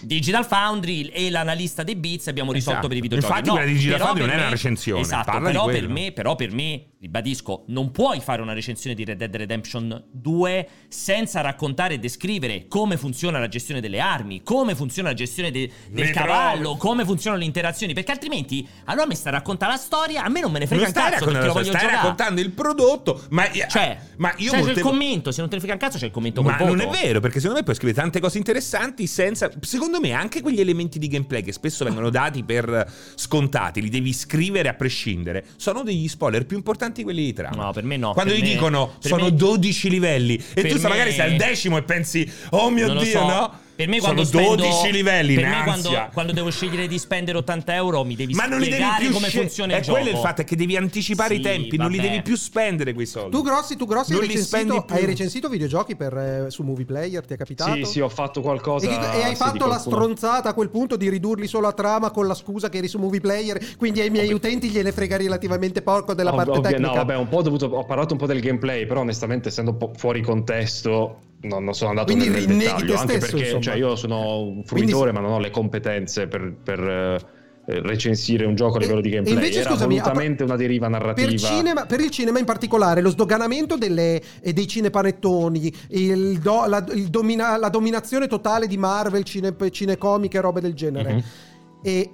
Speaker 1: Digital Foundry e l'analista dei Beats abbiamo risolto
Speaker 3: Esatto.
Speaker 1: per i videogiochi.
Speaker 3: Infatti
Speaker 1: no,
Speaker 3: quella di Digital
Speaker 1: però
Speaker 3: Foundry
Speaker 1: per
Speaker 3: non è una
Speaker 1: me-
Speaker 3: recensione,
Speaker 1: Esatto,
Speaker 3: parla
Speaker 1: però
Speaker 3: di
Speaker 1: per
Speaker 3: quello.
Speaker 1: me, però per me, ribadisco, non puoi fare una recensione di Red Dead Redemption due senza raccontare e descrivere come funziona la gestione delle armi, come funziona la gestione de- del
Speaker 3: Le
Speaker 1: cavallo,
Speaker 3: prove.
Speaker 1: come funzionano le interazioni, perché altrimenti allora mi sta a raccontare la storia, a me non me ne frega
Speaker 3: Non
Speaker 1: un
Speaker 3: stai
Speaker 1: cazzo perché lo
Speaker 3: raccontando,
Speaker 1: voglio
Speaker 3: stai
Speaker 1: giocare.
Speaker 3: raccontando il prodotto, ma,
Speaker 1: Cioè,
Speaker 3: ma io
Speaker 1: c'è
Speaker 3: molte
Speaker 1: il
Speaker 3: vo-
Speaker 1: commento, se non te ne frega un cazzo c'è il commento
Speaker 3: Ma
Speaker 1: col
Speaker 3: non
Speaker 1: voto.
Speaker 3: è vero, perché secondo me puoi scrivere tante cose interessanti senza. Secondo me anche quegli elementi di gameplay che spesso vengono dati per scontati, li devi scrivere a prescindere. Sono degli spoiler più importanti di quelli di trama.
Speaker 1: No, per me no.
Speaker 3: Quando
Speaker 1: per
Speaker 3: gli
Speaker 1: me-
Speaker 3: dicono
Speaker 1: per
Speaker 3: sono
Speaker 1: me-
Speaker 3: dodici livelli e
Speaker 1: per
Speaker 3: tu
Speaker 1: me-
Speaker 3: magari sei al decimo e pensi oh mio
Speaker 1: Non lo
Speaker 3: Dio,
Speaker 1: so.
Speaker 3: no?
Speaker 1: Per me
Speaker 3: sono
Speaker 1: quando spendo,
Speaker 3: dodici livelli
Speaker 1: per
Speaker 3: in
Speaker 1: me quando,
Speaker 3: ansia.
Speaker 1: quando devo scegliere di spendere ottanta euro mi devi
Speaker 3: Ma non li devi
Speaker 1: spiegare
Speaker 3: più
Speaker 1: come
Speaker 3: scel-
Speaker 1: funziona
Speaker 3: è
Speaker 1: il gioco.
Speaker 3: quello il fatto, è che devi anticipare
Speaker 1: Sì,
Speaker 3: i tempi, non li
Speaker 1: vabbè.
Speaker 3: devi più spendere quei soldi.
Speaker 2: Tu Grossi, tu Grossi hai
Speaker 3: Non li
Speaker 2: recensito,
Speaker 3: spendi più.
Speaker 2: hai recensito videogiochi per, eh, su Movie Player? Ti è capitato?
Speaker 4: Sì, sì, ho fatto qualcosa.
Speaker 2: E, e hai
Speaker 4: sì,
Speaker 2: fatto
Speaker 4: di
Speaker 2: la
Speaker 4: qualcuno.
Speaker 2: stronzata a quel punto di ridurli solo a trama con la scusa che eri su Movie Player, quindi ai miei utenti gliene frega relativamente poco della
Speaker 4: Ov-
Speaker 2: parte
Speaker 4: ovvia-
Speaker 2: tecnica.
Speaker 4: No, vabbè, un po' ho dovuto, ho parlato un po' del gameplay, però onestamente essendo un po' fuori contesto non, non sono andato
Speaker 2: Quindi
Speaker 4: nel, nel
Speaker 2: rinneghi
Speaker 4: dettaglio,
Speaker 2: te
Speaker 4: anche
Speaker 2: stesso,
Speaker 4: perché
Speaker 2: insomma.
Speaker 4: cioè, io sono un fruitore
Speaker 2: Quindi-
Speaker 4: ma non ho le competenze per, per eh, recensire un gioco a
Speaker 2: E-
Speaker 4: livello di
Speaker 2: e
Speaker 4: gameplay.
Speaker 2: invece,
Speaker 4: Era
Speaker 2: scusami,
Speaker 4: volutamente una deriva narrativa.
Speaker 2: Per, cinema, per il cinema in particolare, lo sdoganamento delle, e dei cinepanettoni, il do- la, il domina- la dominazione totale di Marvel, cine, cinecomiche e robe del genere.
Speaker 4: Mhm.
Speaker 2: E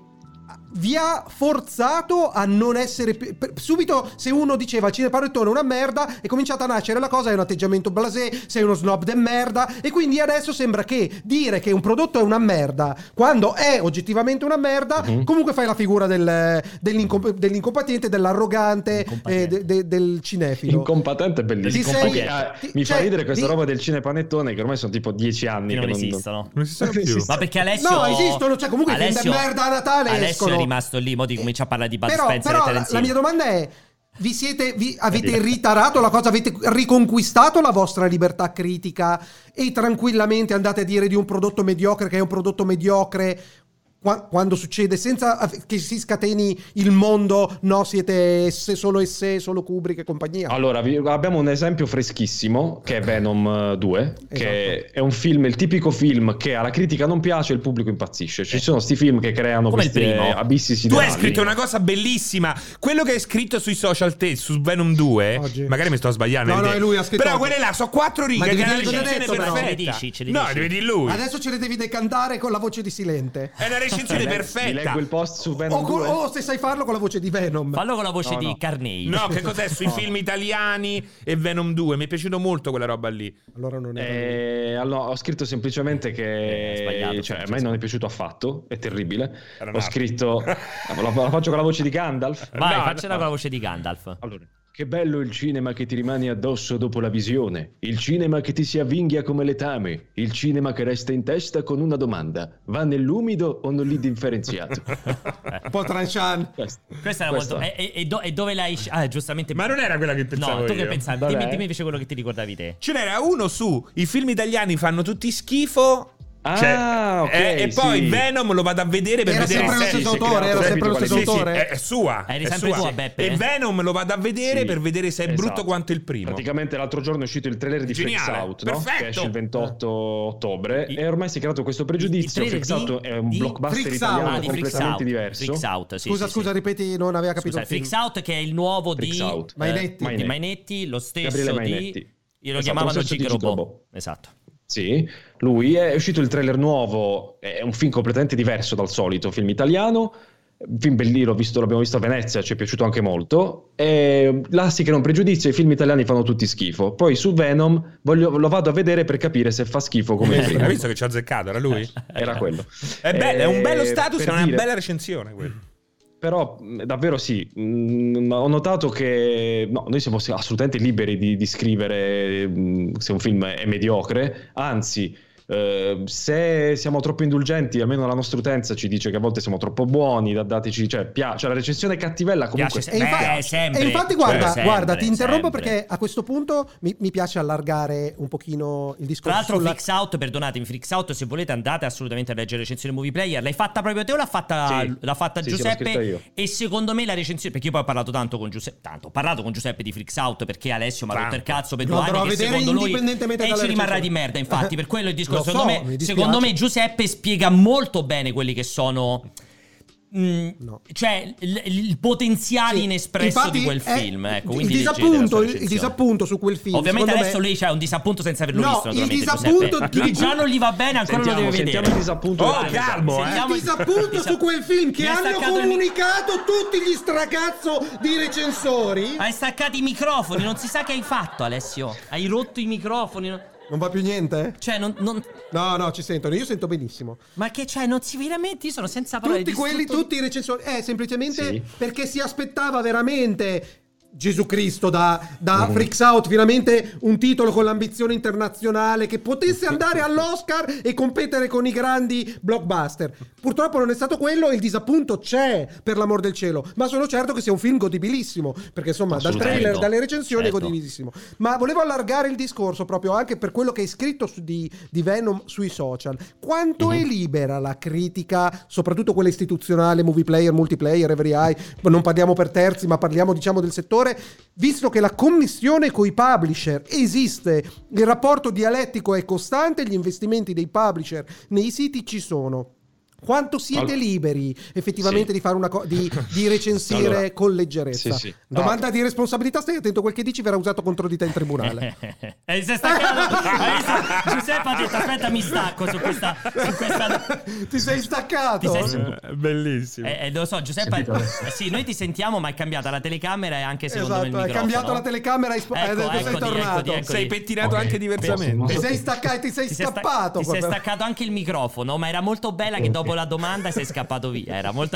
Speaker 2: vi ha forzato a non essere più- per- subito, se uno diceva il cinepanettone è una merda, è cominciata a nascere la cosa, è un atteggiamento blasé, sei uno snob de merda, e quindi adesso sembra che dire che un prodotto è una merda quando è oggettivamente una merda,
Speaker 4: Mhm.
Speaker 2: comunque fai la figura del, dell'incom- dell'incompetente, dell'arrogante,
Speaker 1: Incompatente.
Speaker 2: eh, de- de- del cinefilo.
Speaker 4: Incompatente è bellissimo.
Speaker 2: Ti sei-
Speaker 4: Poi, eh,
Speaker 2: ti-
Speaker 4: mi
Speaker 2: cioè,
Speaker 4: fa ridere questa
Speaker 2: di-
Speaker 4: roba del cinepanettone che ormai sono tipo dieci anni
Speaker 1: Che
Speaker 4: che
Speaker 1: non
Speaker 4: non
Speaker 1: esistono.
Speaker 3: Non esistono
Speaker 4: Non
Speaker 3: più.
Speaker 4: esistono.
Speaker 1: Ma perché Alessio
Speaker 2: No, esistono, cioè comunque i film
Speaker 1: Alessio-
Speaker 2: da merda a Natale
Speaker 1: Alessio
Speaker 2: escono.
Speaker 1: è rimasto lì, mo ti comincia a parlare di Bud
Speaker 2: Però,
Speaker 1: Spencer
Speaker 2: però
Speaker 1: e
Speaker 2: la,
Speaker 1: Terence
Speaker 2: la
Speaker 1: Hill.
Speaker 2: mia domanda è: vi siete, vi, avete ritarato la cosa, avete riconquistato la vostra libertà critica e tranquillamente andate a dire di un prodotto mediocre che è un prodotto mediocre qua- quando succede, senza che si scateni il mondo, no, siete esse, solo esse, solo Kubrick e compagnia?
Speaker 4: Allora, vi- abbiamo un esempio freschissimo che è Venom eh, due, che
Speaker 2: Esatto.
Speaker 4: è un film, il tipico film che alla critica non piace e il pubblico impazzisce. Ci sono sti film che creano
Speaker 1: Come il
Speaker 4: questi
Speaker 1: primo.
Speaker 4: abissi
Speaker 3: Tu
Speaker 4: siderali.
Speaker 3: hai scritto una cosa bellissima. Quello che hai scritto sui social te su Venom due,
Speaker 2: Oggi.
Speaker 3: magari mi sto sbagliando.
Speaker 2: No,
Speaker 3: nel
Speaker 2: no,
Speaker 3: te-
Speaker 2: lui ha scritto
Speaker 3: Però
Speaker 2: oggi.
Speaker 3: quelle là sono quattro righe
Speaker 2: Ma
Speaker 3: che
Speaker 2: devi
Speaker 3: è una
Speaker 2: dire cosa hai
Speaker 3: recensione
Speaker 2: detto, però.
Speaker 3: perfetta.
Speaker 1: Ce li dici, ce li
Speaker 3: no,
Speaker 1: dici.
Speaker 3: devi dire lui.
Speaker 2: Adesso ce le devi decantare con la voce di Silente.
Speaker 3: È una recensione
Speaker 4: Vi
Speaker 3: perfetta.
Speaker 4: leggo il post su
Speaker 2: O,
Speaker 4: Venom
Speaker 2: co-
Speaker 4: due.
Speaker 2: o se sai farlo con la voce di Venom.
Speaker 1: Fallo con la voce
Speaker 4: No,
Speaker 1: di
Speaker 4: no.
Speaker 1: Carney.
Speaker 3: No, che cos'è sui film italiani e Venom due? Mi è piaciuto molto quella roba lì.
Speaker 2: Allora non è.
Speaker 4: Eh, allora, ho scritto semplicemente
Speaker 1: Eh,
Speaker 4: che
Speaker 1: sbagliato,
Speaker 4: cioè, a me
Speaker 1: Francesco.
Speaker 4: non è piaciuto affatto, è terribile.
Speaker 3: Era
Speaker 4: Ho
Speaker 3: nato.
Speaker 4: scritto la, la faccio con la voce di Gandalf.
Speaker 1: Vai,
Speaker 3: No,
Speaker 1: faccela
Speaker 3: no.
Speaker 1: con la voce di Gandalf.
Speaker 4: Allora, che bello il cinema che ti rimane addosso dopo la visione, il cinema che ti si avvinghia come letame, il cinema che resta in testa con una domanda: va nell'umido o nell'indifferenziato?
Speaker 2: Un po' tranciante.
Speaker 4: Questo.
Speaker 1: Questa era
Speaker 4: Questo.
Speaker 1: molto. E, e- e do- e dove l'hai. Ah, giustamente.
Speaker 3: Ma non era quella che pensavo
Speaker 1: No, tu
Speaker 3: io.
Speaker 1: che pensavi?
Speaker 4: Vabbè.
Speaker 1: Dimmi, dimmi invece quello che ti ricordavi te.
Speaker 3: Ce n'era uno su i film italiani fanno tutti schifo.
Speaker 4: Ah,
Speaker 3: Cioè,
Speaker 4: ok,
Speaker 3: eh, e poi
Speaker 4: sì.
Speaker 3: Venom lo vado a vedere per
Speaker 2: Era
Speaker 3: vedere
Speaker 2: sempre lo
Speaker 3: se-
Speaker 2: stesso
Speaker 3: se-
Speaker 2: autore, era
Speaker 3: se-
Speaker 2: sempre lo
Speaker 3: sì,
Speaker 2: stesso
Speaker 3: sì,
Speaker 2: autore?
Speaker 3: è, è sua.
Speaker 1: Eri
Speaker 3: è
Speaker 1: sempre
Speaker 3: sua.
Speaker 1: tu a Beppe?
Speaker 3: E Venom lo vado a vedere
Speaker 4: Sì.
Speaker 3: per vedere se è
Speaker 4: Esatto.
Speaker 3: brutto quanto il primo.
Speaker 4: Praticamente l'altro giorno è uscito il trailer di Freaks
Speaker 3: Geniale,
Speaker 4: Out, no?
Speaker 3: perfetto.
Speaker 4: Che esce il ventotto ottobre
Speaker 1: I-
Speaker 4: e ormai si è creato questo pregiudizio.
Speaker 1: il trailer
Speaker 4: Freaks
Speaker 1: di-
Speaker 4: Out è un
Speaker 1: di
Speaker 4: blockbuster
Speaker 2: Freaks
Speaker 4: italiano
Speaker 2: Out.
Speaker 1: Ah, di Freaks
Speaker 4: completamente
Speaker 1: Out.
Speaker 4: diverso.
Speaker 1: Freaks Out, sì,
Speaker 2: Scusa,
Speaker 1: sì,
Speaker 2: scusa,
Speaker 1: sì.
Speaker 2: ripeti, non aveva capito
Speaker 1: Scusa,
Speaker 2: il film.
Speaker 1: Freaks Out che è il nuovo
Speaker 4: Freaks
Speaker 1: di
Speaker 4: Out.
Speaker 1: eh,
Speaker 2: Mainetti.
Speaker 1: di Mainetti, lo stesso
Speaker 4: Gabriele
Speaker 1: di
Speaker 4: Mainetti.
Speaker 1: Io lo
Speaker 4: Esatto,
Speaker 1: chiamavano
Speaker 4: lo stesso di
Speaker 1: Gigrobò.
Speaker 4: Gigrobò.
Speaker 1: Esatto.
Speaker 4: Sì, lui è uscito il trailer nuovo, è un film completamente diverso dal solito film italiano. Un film bellino, l'ho visto, l'abbiamo visto a Venezia, ci è piaciuto anche molto. E là si crea un pregiudizio, i film italiani fanno tutti schifo. Poi su Venom voglio- lo vado a vedere per capire se fa schifo come il
Speaker 3: Hai
Speaker 4: primo.
Speaker 3: visto che ci ha azzeccato? Era lui?
Speaker 4: Era quello.
Speaker 3: È, bello, è un bello
Speaker 4: Eh,
Speaker 3: status,
Speaker 4: per
Speaker 3: è una
Speaker 4: dire-
Speaker 3: bella recensione quello.
Speaker 4: Però mh, davvero sì, mh, ho notato che no, noi siamo assolutamente liberi di, di scrivere mh, se un film è mediocre, anzi eh, se siamo troppo indulgenti, almeno la nostra utenza ci dice che a volte siamo troppo buoni, da- dateci, cioè, piace, la recensione cattivella comunque
Speaker 1: Piace
Speaker 2: E
Speaker 1: Beh,
Speaker 2: infatti,
Speaker 1: sempre.
Speaker 2: e infatti guarda,
Speaker 1: Sempre,
Speaker 2: guarda, ti interrompo
Speaker 1: sempre.
Speaker 2: perché a questo punto mi, mi piace allargare un pochino il discorso.
Speaker 1: Tra l'altro
Speaker 2: sulla-
Speaker 1: Freaks Out, perdonatemi, Freaks Out, se volete andate assolutamente a leggere la recensione Movie Player. L'hai fatta proprio te o l'ha fatta,
Speaker 4: Sì.
Speaker 1: l'ha fatta
Speaker 4: Sì, sì, l'ho
Speaker 1: Giuseppe?
Speaker 4: scritta io.
Speaker 1: E secondo me la recensione, perché io poi ho parlato tanto con Giuseppe, tanto, ho parlato con Giuseppe di Freaks Out perché Alessio mi ha rotto il
Speaker 3: Tanto.
Speaker 1: cazzo per
Speaker 2: Lo
Speaker 1: due
Speaker 2: andrò
Speaker 1: anni
Speaker 2: a
Speaker 1: che
Speaker 2: vedere
Speaker 1: secondo lui
Speaker 2: indipendentemente
Speaker 1: e
Speaker 2: dalla
Speaker 1: ci rimarrà
Speaker 2: recensione.
Speaker 1: di merda, infatti, per quello il discorso
Speaker 2: lo
Speaker 1: secondo,
Speaker 2: so,
Speaker 1: me,
Speaker 2: mi dispiace.
Speaker 1: secondo me Giuseppe spiega molto bene quelli che sono... Mm,
Speaker 2: No.
Speaker 1: cioè il, il potenziale
Speaker 2: Sì,
Speaker 1: inespresso
Speaker 2: infatti
Speaker 1: di quel
Speaker 2: è-
Speaker 1: film, ecco,
Speaker 2: il
Speaker 1: quindi leggete la
Speaker 2: disappunto,
Speaker 1: sua
Speaker 2: il, il
Speaker 1: recensione.
Speaker 2: disappunto su quel film.
Speaker 1: Ovviamente
Speaker 2: secondo
Speaker 1: adesso
Speaker 2: me-
Speaker 1: lui c'ha un disappunto senza averlo
Speaker 2: No,
Speaker 1: visto,
Speaker 2: il
Speaker 1: naturalmente,
Speaker 2: disappunto
Speaker 1: Giuseppe.
Speaker 2: di-
Speaker 1: Già non gli va bene, ancora
Speaker 4: Sentiamo,
Speaker 1: lo deve
Speaker 4: sentiamo
Speaker 1: vedere.
Speaker 4: il disappunto.
Speaker 3: Oh,
Speaker 4: Vai,
Speaker 3: calmo, eh.
Speaker 1: Sentiamo
Speaker 2: Il disappunto
Speaker 1: disa-
Speaker 2: su quel film che
Speaker 1: Mi ha
Speaker 2: hanno
Speaker 1: staccato il mi-
Speaker 2: comunicato tutti gli stracazzo di recensori.
Speaker 1: Hai staccato i microfoni, non si sa che hai fatto, Alessio. Hai rotto i microfoni. non-
Speaker 2: Non va più niente?
Speaker 1: Cioè, non, non-
Speaker 2: No, no, ci sentono, io sento benissimo.
Speaker 1: ma che c'è? Non si veramente. Io sono senza parole.
Speaker 2: Tutti quelli,
Speaker 1: distrutto-
Speaker 2: tutti i recensori. Eh, semplicemente
Speaker 4: Sì.
Speaker 2: perché si aspettava veramente Gesù Cristo da, da
Speaker 4: Mm.
Speaker 2: Freaks Out, finalmente un titolo con l'ambizione internazionale che potesse andare all'Oscar e competere con i grandi blockbuster. Purtroppo non è stato quello e il disappunto c'è, per l'amor del cielo, ma sono certo che sia un film godibilissimo, perché insomma dal
Speaker 4: Assolutamente.
Speaker 2: trailer, dalle recensioni
Speaker 1: Certo.
Speaker 2: è godibilissimo. Ma volevo allargare il discorso proprio anche per quello che hai scritto su di, di Venom sui social. Quanto
Speaker 4: Mhm.
Speaker 2: è libera la critica, soprattutto quella istituzionale, movie player, multiplayer, Every Eye, non parliamo per terzi ma parliamo diciamo del settore, visto che la commissione coi publisher esiste, il rapporto dialettico è costante, gli investimenti dei publisher nei siti ci sono. Quanto siete
Speaker 4: Al-
Speaker 2: liberi effettivamente
Speaker 4: Sì.
Speaker 2: di fare una co- di, di recensire
Speaker 4: Allora,
Speaker 2: con leggerezza?
Speaker 4: sì, sì.
Speaker 2: Domanda di responsabilità, stai attento, quel che dici verrà usato contro di te in tribunale.
Speaker 1: Eh, si è staccato. Hai visto? Giuseppe ha detto aspetta mi stacco su questa, su questa...
Speaker 2: Ti sei staccato?
Speaker 1: Ti sei-
Speaker 3: Eh, Bellissimo.
Speaker 1: Eh, eh, lo so Giuseppe,
Speaker 4: Sentito adesso.
Speaker 1: eh, sì, noi ti sentiamo ma è cambiata la telecamera e anche secondo
Speaker 2: Esatto,
Speaker 1: me il
Speaker 2: hai
Speaker 1: microfono.
Speaker 2: cambiato la telecamera e spo-
Speaker 1: Ecco,
Speaker 2: adesso sei
Speaker 1: eccoti,
Speaker 2: tornato.
Speaker 1: eccoti, eccoti.
Speaker 3: Sei pettinato
Speaker 4: Ok.
Speaker 3: anche diversamente.
Speaker 4: Posso-
Speaker 2: Ti sei staccato, ti sei
Speaker 1: Ti sei sta-
Speaker 2: scappato.
Speaker 1: ti sei
Speaker 2: proprio.
Speaker 1: staccato anche il microfono, ma era molto bella che dopo la domanda sei scappato via. Era molto.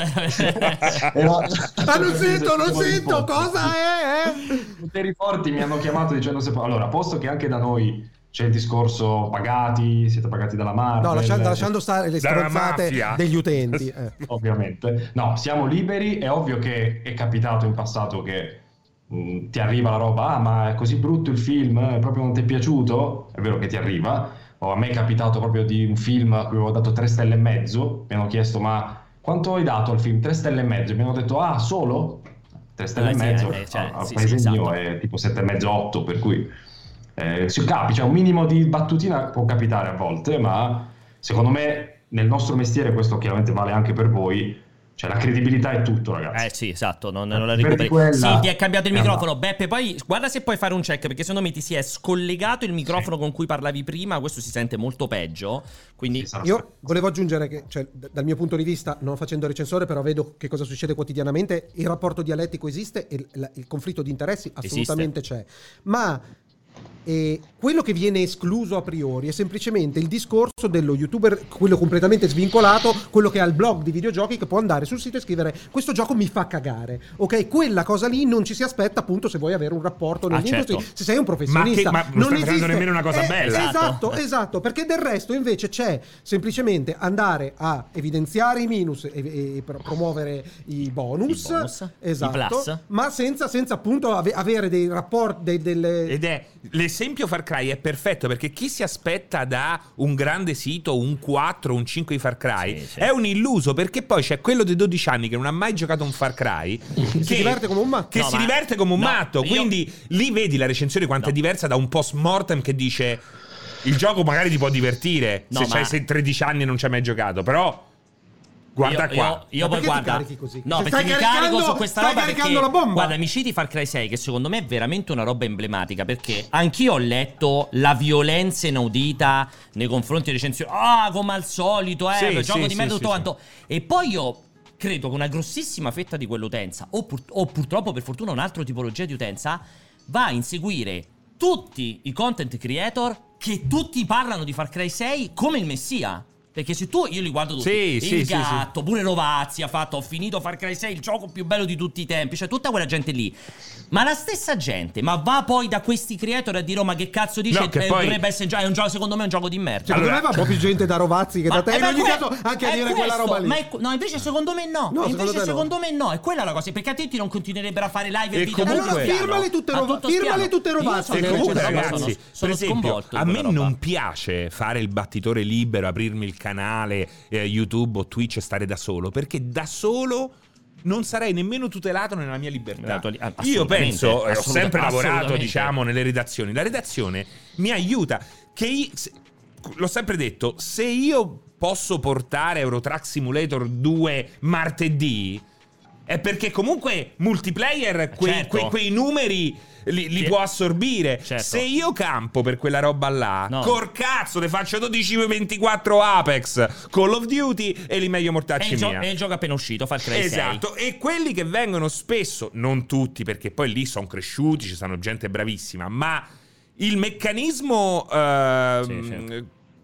Speaker 2: Ah, non sento, non sento, cosa è? eh?
Speaker 4: I poteri forti mi hanno chiamato dicendo se... Allora, posto che anche da noi c'è il discorso pagati, siete pagati dalla Marvel...
Speaker 2: No, lasciando, lasciando stare le
Speaker 3: Dalla
Speaker 2: stronzate
Speaker 3: mafia.
Speaker 2: degli utenti. eh.
Speaker 4: Ovviamente. No, siamo liberi, è ovvio che è capitato in passato che mh, ti arriva la roba, ah ma è così brutto il film, eh, proprio non ti è piaciuto, è vero che ti arriva, o a me è capitato proprio di un film a cui avevo dato tre stelle e mezzo, mi hanno chiesto ma quanto hai dato al film? Tre stelle e mezzo, mi hanno detto ah solo? Tre stelle
Speaker 1: Eh,
Speaker 4: e
Speaker 1: sì,
Speaker 4: mezzo,
Speaker 1: eh, cioè,
Speaker 4: al
Speaker 1: sì,
Speaker 4: paese
Speaker 1: sì,
Speaker 4: mio
Speaker 1: esatto.
Speaker 4: è tipo sette e mezzo, otto, per cui eh, si capi, cioè un minimo di battutina può capitare a volte, ma secondo me nel nostro mestiere, questo chiaramente vale anche per voi, cioè la credibilità è tutto, ragazzi.
Speaker 1: Eh sì, esatto, non, non la
Speaker 4: Per
Speaker 1: recuperi.
Speaker 4: quella-
Speaker 1: Sì, ti è cambiato il
Speaker 4: Eh,
Speaker 1: microfono.
Speaker 4: no.
Speaker 1: Beppe, poi guarda se puoi fare un check, perché secondo me ti si è scollegato il microfono con cui parlavi prima. Questo si sente molto peggio. Quindi
Speaker 4: Sì, sarà
Speaker 2: Io volevo aggiungere che, cioè, d- dal mio punto di vista, non facendo recensore, però vedo che cosa succede quotidianamente. Il rapporto dialettico esiste e il, la- il conflitto di interessi assolutamente c'è. Ma eh, quello che viene escluso a priori è semplicemente il discorso dello youtuber, quello completamente svincolato, quello che ha il blog di videogiochi, che può andare sul sito e scrivere questo gioco mi fa cagare. Ok, quella cosa lì non ci si aspetta, appunto, se vuoi avere un rapporto nell'industria,
Speaker 1: certo.
Speaker 2: se sei un professionista.
Speaker 3: Ma che- ma non stai facendo nemmeno una cosa
Speaker 2: Eh,
Speaker 3: bella.
Speaker 2: Esatto, esatto, perché del resto invece c'è semplicemente andare a evidenziare i minus e, e pro- promuovere i bonus,
Speaker 1: I bonus,
Speaker 2: esatto,
Speaker 1: i plus.
Speaker 2: ma senza, senza appunto ave- avere dei rapporti, dei- delle...
Speaker 3: Ed è l'esempio Far Cry è perfetto, perché chi si aspetta da un grande sito un quattro, un cinque di Far Cry
Speaker 1: Sì, sì.
Speaker 3: è un illuso, perché poi c'è quello dei dodici anni che non ha mai giocato un Far Cry che
Speaker 2: si diverte come un matto.
Speaker 3: che
Speaker 1: No,
Speaker 3: si
Speaker 1: ma-
Speaker 3: diverte come un
Speaker 1: no,
Speaker 3: matto,
Speaker 1: io-
Speaker 3: quindi lì vedi la recensione quanto
Speaker 1: No.
Speaker 3: è diversa da un post mortem che dice il gioco magari ti può divertire
Speaker 1: No,
Speaker 3: se
Speaker 1: ma-
Speaker 3: c'hai se tredici anni e non ci hai mai giocato, però guarda
Speaker 1: io,
Speaker 3: qua
Speaker 1: Io, io
Speaker 2: Ma
Speaker 1: poi
Speaker 2: perché ti
Speaker 1: guarda.
Speaker 2: carichi così?
Speaker 1: No,
Speaker 2: Se
Speaker 1: perché
Speaker 2: stai
Speaker 1: mi
Speaker 2: caricando-
Speaker 1: carico su questa
Speaker 2: stai
Speaker 1: roba
Speaker 2: caricando
Speaker 1: perché
Speaker 2: la bomba.
Speaker 1: guarda, mi citi Far Cry sei, che secondo me è veramente una roba emblematica, perché anch'io ho letto la violenza inaudita nei confronti delle recensioni. Ah, come al solito, eh,
Speaker 3: Sì,
Speaker 1: il gioco
Speaker 3: sì,
Speaker 1: di
Speaker 3: sì,
Speaker 1: merda
Speaker 3: sì,
Speaker 1: tutto
Speaker 3: sì.
Speaker 1: quanto. E poi io credo che una grossissima fetta di quell'utenza, o, pur- o purtroppo per fortuna un'altra tipologia di utenza, va a inseguire tutti i content creator che tutti parlano di Far Cry sei come il messia. Perché se tu, io li guardo tutti,
Speaker 3: Sì,
Speaker 1: il
Speaker 3: sì, sì,
Speaker 1: gatto, pure Rovazzi ha fatto, ho finito Far Cry sei, il gioco più bello di tutti i tempi, cioè tutta quella gente lì. Ma la stessa gente, ma va poi da questi creator a dire, oh, ma che cazzo dice,
Speaker 3: No, che
Speaker 1: eh,
Speaker 3: poi-
Speaker 1: dovrebbe essere già, è un gioco, secondo me è un gioco di merda.
Speaker 2: Secondo
Speaker 3: Allora,
Speaker 2: me va un po' più gente da Rovazzi che
Speaker 1: Ma-
Speaker 2: da te,
Speaker 1: eh,
Speaker 2: in
Speaker 1: ma
Speaker 2: ogni
Speaker 1: que-
Speaker 2: caso anche a
Speaker 1: è
Speaker 2: dire quella
Speaker 1: questo,
Speaker 2: roba lì.
Speaker 1: ma è- no, invece secondo me no,
Speaker 2: No,
Speaker 1: invece
Speaker 2: secondo te no.
Speaker 1: secondo me no, è quella la cosa, perché altrimenti non continuerebbero a fare live e,
Speaker 3: E
Speaker 1: video
Speaker 3: comunque-
Speaker 1: tutto
Speaker 2: Allora
Speaker 1: spiano.
Speaker 2: firmale tutte
Speaker 1: A
Speaker 2: Rova-
Speaker 1: tutto
Speaker 2: firmale
Speaker 1: spiano.
Speaker 2: tutte Rovazzi.
Speaker 1: Io
Speaker 3: E
Speaker 1: sono-
Speaker 3: comunque,
Speaker 1: sono-
Speaker 3: ragazzi,
Speaker 1: sono,
Speaker 3: per
Speaker 1: sono
Speaker 3: esempio,
Speaker 1: sconvolto di
Speaker 3: a me
Speaker 1: quella roba.
Speaker 3: non piace fare il battitore libero, aprirmi il canale eh, YouTube o Twitch e stare da solo, perché da solo non sarei nemmeno tutelato nella mia libertà.
Speaker 1: Nella tua li- ah,
Speaker 3: Io
Speaker 1: assolutamente,
Speaker 3: penso, eh, ho
Speaker 1: assoluta-
Speaker 3: sempre lavorato,
Speaker 1: assolutamente.
Speaker 3: diciamo, nelle redazioni. La redazione mi aiuta che i- se- l'ho sempre detto, se io posso portare Euro Truck Simulator due martedì è perché comunque multiplayer quei,
Speaker 1: certo.
Speaker 3: quei, quei numeri li, li
Speaker 1: Sì.
Speaker 3: può assorbire.
Speaker 1: Certo.
Speaker 3: Se io campo per quella roba là,
Speaker 1: No.
Speaker 3: col cazzo ne faccio dodici ventiquattro Apex, Call of Duty e li meglio
Speaker 1: È
Speaker 3: mortacci
Speaker 1: il, gio-
Speaker 3: mia.
Speaker 1: è il gioco appena uscito, Far Cry
Speaker 3: Esatto, e quelli che vengono spesso, non tutti perché poi lì sono cresciuti, ci stanno gente bravissima, ma il meccanismo ehm,
Speaker 1: Sì,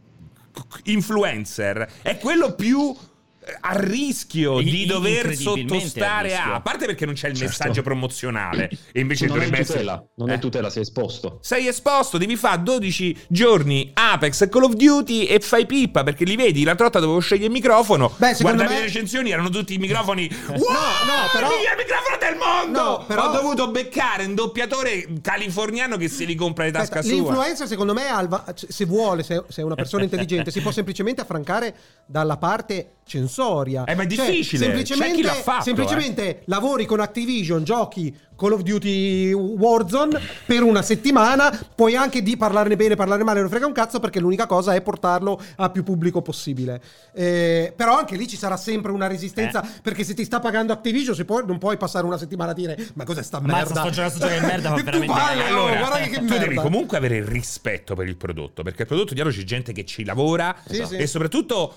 Speaker 3: influencer è quello più a rischio
Speaker 1: I-
Speaker 3: di
Speaker 1: i-
Speaker 3: dover
Speaker 1: incredibilmente
Speaker 3: sottostare
Speaker 1: a rischio.
Speaker 3: a a parte perché non c'è il
Speaker 4: Certo.
Speaker 3: messaggio promozionale e invece
Speaker 4: non è
Speaker 3: dovrebbe
Speaker 4: tutela,
Speaker 3: essere
Speaker 4: non
Speaker 3: eh.
Speaker 4: è tutela, sei esposto.
Speaker 3: Sei esposto, devi fare dodici giorni Apex e Call of Duty e fai pippa perché li vedi, la trotta dovevo scegliere il microfono.
Speaker 2: Beh, secondo
Speaker 3: guardavi
Speaker 2: me-
Speaker 3: le recensioni, erano tutti i microfoni. Wow,
Speaker 2: no, però-
Speaker 3: il miglior microfono del mondo!
Speaker 2: No, però-
Speaker 3: Ho dovuto beccare un doppiatore californiano che se li compra di tasca
Speaker 2: Aspetta,
Speaker 3: sua.
Speaker 2: l'influencer secondo me Alva, se vuole, se se è una persona intelligente, si può semplicemente affrancare dalla parte censoria.
Speaker 3: Eh, ma è
Speaker 2: Cioè,
Speaker 3: difficile.
Speaker 2: semplicemente,
Speaker 3: C'è chi l'ha fatto,
Speaker 2: semplicemente lavori con Activision, giochi Call of Duty Warzone per una settimana, puoi anche di parlarne bene, parlarne male, non frega un cazzo, perché l'unica cosa è portarlo a più pubblico possibile. Eh, però anche lì ci sarà sempre una resistenza, perché se ti sta pagando Activision si può, non puoi passare una settimana a dire ma cos'è sta
Speaker 1: Ammazza,
Speaker 2: merda?
Speaker 1: sto giocando, sto giocando di merda, fa
Speaker 2: Tu
Speaker 1: veramente
Speaker 2: parli,
Speaker 1: male.
Speaker 2: oh,
Speaker 3: Allora,
Speaker 2: guarda che, che
Speaker 3: tu
Speaker 2: merda.
Speaker 3: devi comunque avere rispetto per il prodotto, perché il prodotto dietro c'è gente che ci lavora
Speaker 2: Sì, sì.
Speaker 3: e soprattutto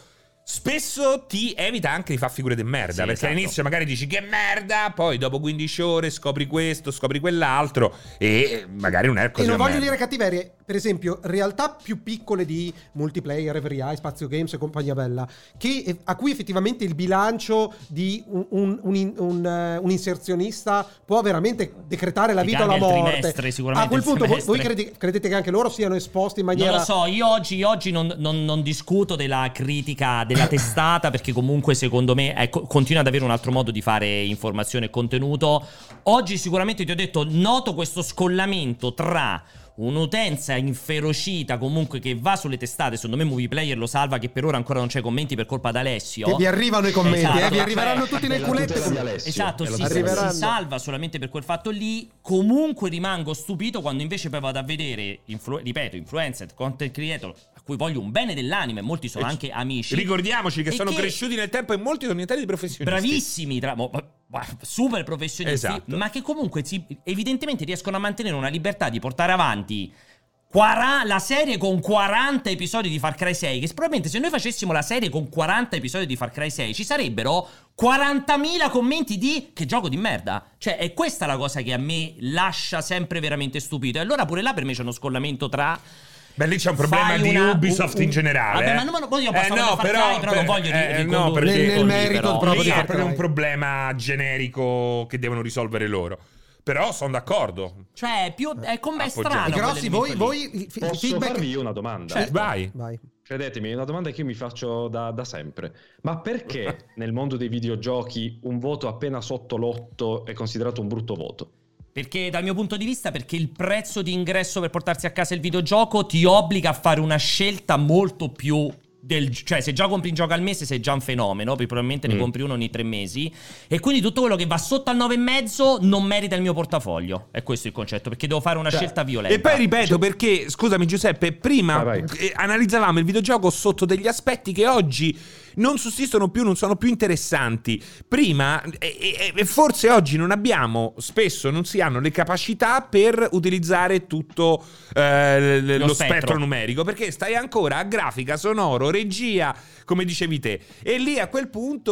Speaker 3: spesso ti evita anche di fare figure di merda,
Speaker 1: Sì,
Speaker 3: perché
Speaker 1: esatto.
Speaker 3: all'inizio magari dici che merda, poi dopo quindici ore scopri questo, scopri quell'altro e magari non è così.
Speaker 2: E non
Speaker 3: una
Speaker 2: voglio
Speaker 3: merda.
Speaker 2: dire cattiverie, per esempio, realtà più piccole di multiplayer, Every Eye, Spazio Games e compagnia bella, che, eh, a cui effettivamente il bilancio di un, un, un, in- un, eh, un inserzionista può veramente decretare la
Speaker 1: Ti
Speaker 2: vita o la
Speaker 1: cambia il
Speaker 2: morte.
Speaker 1: trimestre, sicuramente
Speaker 2: A quel
Speaker 1: il
Speaker 2: punto voi,
Speaker 1: semestre.
Speaker 2: voi credi- credete che anche loro siano esposti in maniera...
Speaker 1: Non lo so, io oggi, io oggi non, non- non discuto della critica della testata perché comunque secondo me ecco, continua ad avere un altro modo di fare informazione e contenuto. Oggi sicuramente ti ho detto, noto questo scollamento tra un'utenza inferocita comunque che va sulle testate, secondo me Movie Player lo salva, che per ora ancora non c'è commenti per colpa d'Alessio.
Speaker 2: Che vi arrivano i commenti,
Speaker 1: Esatto,
Speaker 2: eh, vi
Speaker 1: cioè-
Speaker 2: arriveranno tutti nel
Speaker 4: È la
Speaker 2: culetto.
Speaker 4: tutela di Alessio.
Speaker 1: Esatto,
Speaker 4: È la
Speaker 1: si,
Speaker 4: tutela di
Speaker 2: arriveranno.
Speaker 1: si salva solamente per quel fatto lì. Comunque rimango stupito quando invece poi vado a vedere, influ- ripeto, influencer, content creator a cui voglio un bene dell'anime, molti sono
Speaker 3: E
Speaker 1: anche amici.
Speaker 3: Ricordiamoci che
Speaker 1: E
Speaker 3: sono
Speaker 1: che-
Speaker 3: cresciuti nel tempo e molti sono diventati dei professionisti.
Speaker 1: Bravissimi, tra- mo- ma- super professionisti,
Speaker 3: Esatto.
Speaker 1: ma che comunque si- evidentemente riescono a mantenere una libertà di portare avanti quara- la serie con quaranta episodi di Far Cry sei, che probabilmente se noi facessimo la serie con quaranta episodi di Far Cry sei ci sarebbero quarantamila commenti di che gioco di merda. Cioè è questa la cosa che a me lascia sempre veramente stupito. E allora pure là per me c'è uno scollamento tra...
Speaker 3: Beh, lì c'è un problema
Speaker 1: Fai
Speaker 3: di
Speaker 1: una-
Speaker 3: Ubisoft
Speaker 1: un-
Speaker 3: in generale.
Speaker 1: Vabbè,
Speaker 3: eh.
Speaker 1: ma non- non voglio
Speaker 3: Eh,
Speaker 1: passare
Speaker 3: no,
Speaker 1: da Far Cry, però non voglio ri-
Speaker 3: eh, no,
Speaker 1: ricondurre
Speaker 3: perché
Speaker 2: Nel- nel
Speaker 1: lì,
Speaker 2: merito
Speaker 1: però.
Speaker 2: proprio
Speaker 3: lì
Speaker 2: di
Speaker 3: è
Speaker 2: Far
Speaker 3: proprio
Speaker 2: Cry.
Speaker 3: un problema generico che devono risolvere loro. Però sono d'accordo.
Speaker 1: Cioè, più è come è
Speaker 3: Appoggiato.
Speaker 1: strano.
Speaker 2: Grossi, voi,
Speaker 1: quell'elemento lì.
Speaker 2: voi il fi- il
Speaker 4: Posso
Speaker 2: feedback...
Speaker 4: farvi io una domanda?
Speaker 1: Certo.
Speaker 3: Vai.
Speaker 2: Vai.
Speaker 4: Credetemi, è una domanda che io mi faccio da, da sempre. Ma perché nel mondo dei videogiochi un voto appena sotto l'otto è considerato un brutto voto?
Speaker 1: Perché dal mio punto di vista, perché il prezzo di ingresso per portarsi a casa il videogioco ti obbliga a fare una scelta molto più del, cioè se già compri un gioco al mese sei già un fenomeno, poi probabilmente ne
Speaker 4: Mm.
Speaker 1: compri uno ogni tre mesi e quindi tutto quello che va sotto al nove e mezzo non merita il mio portafoglio. È questo il concetto, perché devo fare una
Speaker 4: Cioè,
Speaker 1: scelta violenta.
Speaker 3: E poi ripeto perché, scusami Giuseppe, prima
Speaker 4: Vai, vai.
Speaker 3: eh, analizzavamo il videogioco sotto degli aspetti che oggi non sussistono più, non sono più interessanti. Prima, e, e- e forse oggi non abbiamo, spesso non si hanno le capacità per utilizzare tutto eh, l-
Speaker 1: Lo
Speaker 3: lo,
Speaker 1: spettro.
Speaker 3: spettro numerico, perché stai ancora a grafica, sonoro, regia, come dicevi te. E lì a quel punto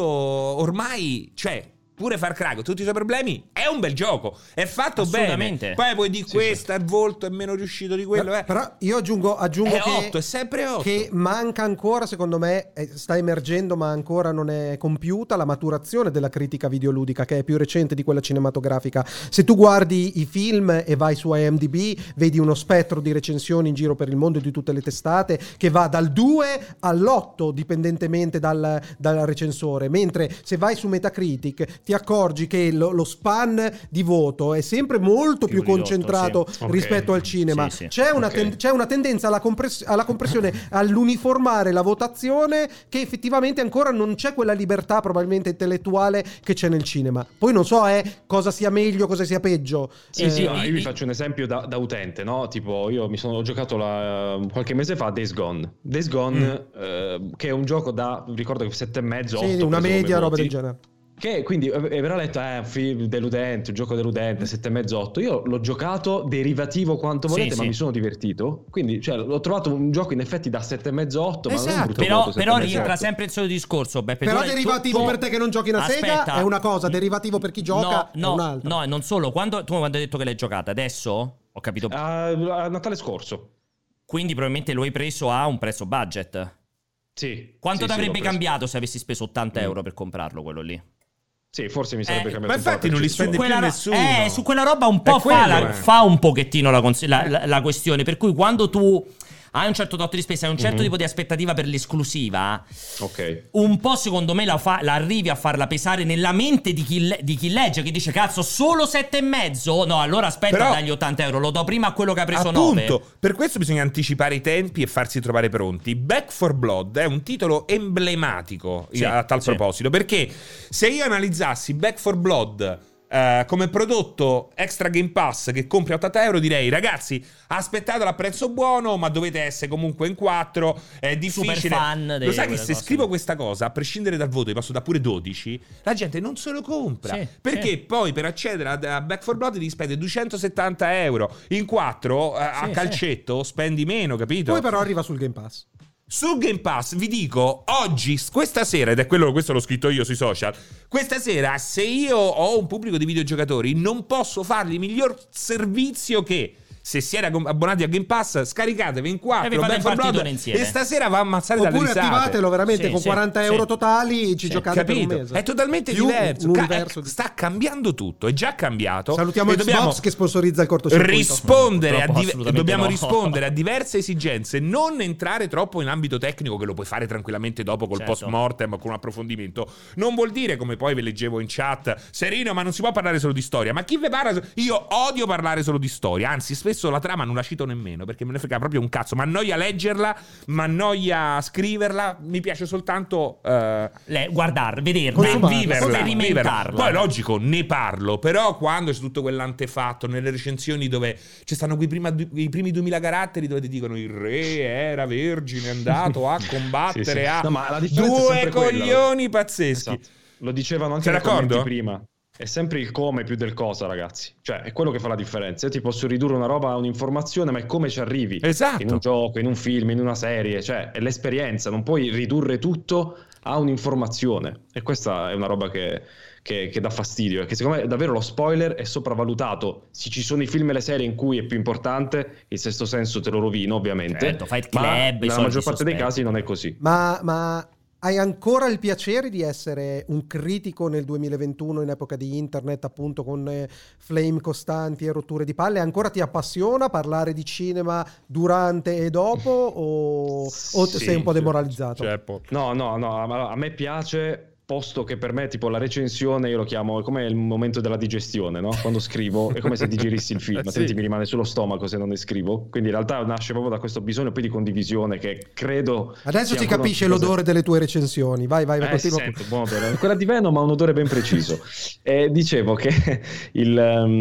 Speaker 3: ormai, cioè... Pure Far Cry con tutti i suoi problemi è un bel gioco, è fatto
Speaker 1: Assolutamente.
Speaker 3: bene. Poi puoi dire
Speaker 4: Sì,
Speaker 3: questo, il volto è meno riuscito di quello,
Speaker 2: Però,
Speaker 3: eh.
Speaker 2: però io aggiungo, aggiungo
Speaker 3: È
Speaker 2: che,
Speaker 3: otto, è sempre otto.
Speaker 2: che manca ancora, secondo me, eh, sta emergendo ma ancora non è compiuta la maturazione della critica videoludica, che è più recente di quella cinematografica. Se tu guardi i film e vai su I M D B, vedi uno spettro di recensioni in giro per il mondo di tutte le testate che va dal due all'otto dipendentemente dal, dal recensore, mentre se vai su Metacritic ti ti accorgi che lo, lo span di voto è sempre molto più,
Speaker 1: più ridotto,
Speaker 2: concentrato
Speaker 1: sì.
Speaker 2: rispetto
Speaker 4: Okay.
Speaker 2: al cinema.
Speaker 1: Sì, sì.
Speaker 2: C'è, una
Speaker 4: Ok.
Speaker 2: ten- c'è una tendenza alla, compress- alla compressione, all'uniformare la votazione, che effettivamente ancora non c'è quella libertà probabilmente intellettuale che c'è nel cinema. Poi non so eh, cosa sia meglio, cosa sia peggio.
Speaker 4: Sì,
Speaker 2: Eh,
Speaker 4: sì, no, io vi
Speaker 1: i-
Speaker 4: faccio un esempio da, da utente, no? Tipo, io mi sono ho giocato la- qualche mese fa Days Gone. Days Gone, eh, che è un gioco da, ricordo che sette e mezzo,
Speaker 2: sì,
Speaker 4: otto,
Speaker 2: una
Speaker 4: preso come
Speaker 2: media, roba
Speaker 4: voti.
Speaker 2: del genere.
Speaker 4: Che quindi eh, verrà letto, eh, un film deludente, un gioco deludente, sette e mezzo, otto. Io l'ho giocato derivativo quanto
Speaker 1: Sì,
Speaker 4: volete, ma
Speaker 1: sì.
Speaker 4: mi sono divertito. Quindi, cioè, l'ho trovato un gioco in effetti da sette e mezzo, otto, ma non è un
Speaker 2: Esatto.
Speaker 4: brutto
Speaker 1: Però,
Speaker 4: voto, sette
Speaker 1: però
Speaker 4: e mezzo,
Speaker 1: rientra
Speaker 4: otto.
Speaker 1: sempre il solito discorso, Beppe.
Speaker 2: Però
Speaker 1: Tu- tu-
Speaker 2: derivativo
Speaker 1: tu-
Speaker 2: per te che non giochi una sega
Speaker 1: Aspetta.
Speaker 2: è una cosa, derivativo per chi gioca
Speaker 1: no,
Speaker 2: è un'altra.
Speaker 1: No, no, e non solo. Quando, tu quando hai detto che l'hai giocata, adesso ho capito.
Speaker 4: Ah, a Natale scorso.
Speaker 1: Quindi probabilmente lo hai preso a un prezzo budget.
Speaker 4: Sì.
Speaker 1: Quanto
Speaker 4: sì,
Speaker 1: ti
Speaker 4: sì,
Speaker 1: avrebbe
Speaker 4: l'ho preso.
Speaker 1: cambiato se avessi speso ottanta
Speaker 4: Mm.
Speaker 1: euro per comprarlo quello lì?
Speaker 4: Sì, forse mi sarebbe
Speaker 1: Eh,
Speaker 4: cambiato
Speaker 3: ma
Speaker 4: un po' la
Speaker 3: infatti non li
Speaker 4: percezione.
Speaker 3: spende più
Speaker 1: Quella ro-
Speaker 3: nessuno.
Speaker 1: Eh, su quella roba un po'
Speaker 3: È
Speaker 1: fa,
Speaker 3: quello,
Speaker 1: la-
Speaker 3: eh.
Speaker 1: fa un pochettino la, cons- la- la- la questione. Per cui quando tu hai un certo tot di spesa, hai un certo
Speaker 4: Mhm.
Speaker 1: tipo di aspettativa per l'esclusiva,
Speaker 4: Ok.
Speaker 1: un po' secondo me la, fa- la arrivi a farla pesare nella mente di chi, le- di chi legge, che dice cazzo solo sette e mezzo? No, allora aspetta
Speaker 3: Però-
Speaker 1: a dargli ottanta euro, lo do prima a quello che ha preso nove.
Speaker 3: Appunto, per questo bisogna anticipare i tempi e farsi trovare pronti. Back four Blood è un titolo emblematico
Speaker 1: Sì,
Speaker 3: a tal
Speaker 1: sì.
Speaker 3: proposito, perché se io analizzassi Back four Blood eh, come prodotto extra Game Pass che compri a ottanta euro, direi ragazzi aspettatelo a prezzo buono, ma dovete essere comunque in quattro, è difficile.
Speaker 1: Super fan dei-
Speaker 3: Lo sai che
Speaker 1: quelle
Speaker 3: se
Speaker 1: cose.
Speaker 3: scrivo questa cosa, a prescindere dal voto, io posso da pure dodici, la gente non se lo compra,
Speaker 1: Sì,
Speaker 3: perché
Speaker 1: sì.
Speaker 3: poi per accedere a, a Back four Blood devi spendere duecentosettanta euro, in quattro a
Speaker 1: Sì, sì.
Speaker 3: calcetto spendi meno, capito?
Speaker 2: Poi però arriva sul Game Pass.
Speaker 3: Su Game Pass vi dico oggi, questa sera, ed è quello, questo l'ho scritto io sui social, questa sera se io ho un pubblico di videogiocatori non posso fargli miglior servizio che, se siete abbonati a Game Pass, scaricatevi in
Speaker 1: E
Speaker 3: quattro
Speaker 1: vi fate
Speaker 3: Back
Speaker 1: un
Speaker 3: four Blood
Speaker 1: partitone insieme.
Speaker 3: e stasera va a ammazzare dalle
Speaker 2: Oppure
Speaker 3: risate.
Speaker 2: attivatelo veramente
Speaker 1: Sì,
Speaker 2: con
Speaker 1: sì,
Speaker 2: quaranta
Speaker 1: sì.
Speaker 2: euro totali, ci
Speaker 1: Sì,
Speaker 2: giocate per
Speaker 3: Capito?
Speaker 2: un mese.
Speaker 3: È totalmente
Speaker 2: Più
Speaker 3: diverso.
Speaker 2: un
Speaker 3: Ca-
Speaker 2: universo di-
Speaker 3: sta cambiando tutto, è già cambiato.
Speaker 2: Salutiamo
Speaker 3: e
Speaker 2: Xbox
Speaker 3: dobbiamo
Speaker 2: che sponsorizza il cortocircuito.
Speaker 3: rispondere a
Speaker 1: Purtroppo
Speaker 3: div-
Speaker 1: assolutamente
Speaker 3: dobbiamo
Speaker 1: no.
Speaker 3: rispondere a diverse esigenze, non entrare troppo in ambito tecnico, che lo puoi fare tranquillamente dopo col
Speaker 1: Certo.
Speaker 3: post mortem, con un approfondimento. Non vuol dire, come poi ve leggevo in chat, Serino, ma non si può parlare solo di storia. Ma chi ve parla? Io odio parlare solo di storia, anzi spesso la trama non la cito nemmeno, perché me ne frega proprio un cazzo. Ma annoia leggerla, ma annoia scriverla. Mi piace soltanto eh,
Speaker 1: Le- guardar, vederla,
Speaker 2: Consumarla,
Speaker 3: viverla, viverla.
Speaker 1: sperimentarla.
Speaker 3: Poi logico, ne parlo, però quando c'è tutto quell'antefatto nelle recensioni dove ci stanno quei, prima, i primi duemila caratteri dove ti dicono il re era vergine, è andato a combattere
Speaker 4: Sì, sì.
Speaker 3: a
Speaker 4: No, ma la differenza è
Speaker 3: due
Speaker 4: sempre quella.
Speaker 3: coglioni pazzeschi.
Speaker 4: Esatto. Lo dicevano anche
Speaker 3: Sei
Speaker 4: nei commenti
Speaker 3: d'accordo?
Speaker 4: prima. È sempre il come più del cosa, ragazzi. Cioè, è quello che fa la differenza. Io ti posso ridurre una roba a un'informazione, ma è come ci arrivi.
Speaker 3: Esatto.
Speaker 4: In un gioco, in un film, in una serie. Cioè, è l'esperienza. Non puoi ridurre tutto a un'informazione. E questa è una roba che, che, che dà fastidio. E che secondo me davvero lo spoiler è sopravvalutato. Se ci sono i film e le serie in cui è più importante, il Sesto Senso te lo rovino, ovviamente.
Speaker 1: Certo, Fight
Speaker 4: ma
Speaker 1: Club, i
Speaker 4: nella
Speaker 1: soliti
Speaker 4: maggior parte dei
Speaker 1: sospetti.
Speaker 4: casi non è così.
Speaker 2: Ma, ma hai ancora il piacere di essere un critico nel duemilaventuno in epoca di internet, appunto con eh, flame costanti e rotture di palle? Ancora ti appassiona parlare di cinema durante e dopo o, o
Speaker 4: Sì,
Speaker 2: sei un po'
Speaker 4: sì,
Speaker 2: demoralizzato?
Speaker 3: Ceppo.
Speaker 4: No, no, no, a a me piace, posto che per me tipo la recensione io lo chiamo come il momento della digestione, no? Quando scrivo è come se digerissi il film,
Speaker 3: Eh, sì.
Speaker 4: altrimenti mi rimane sullo stomaco se non ne scrivo, quindi in realtà nasce proprio da questo bisogno poi di condivisione che credo
Speaker 2: Adesso
Speaker 4: sia
Speaker 2: si
Speaker 4: ancora
Speaker 2: capisce
Speaker 4: una cosa-
Speaker 2: l'odore delle tue recensioni. Vai, vai, vai,
Speaker 4: Eh, si
Speaker 2: continua.
Speaker 4: sente, buon odore. Quella di Venom ha un odore ben preciso. E dicevo che il,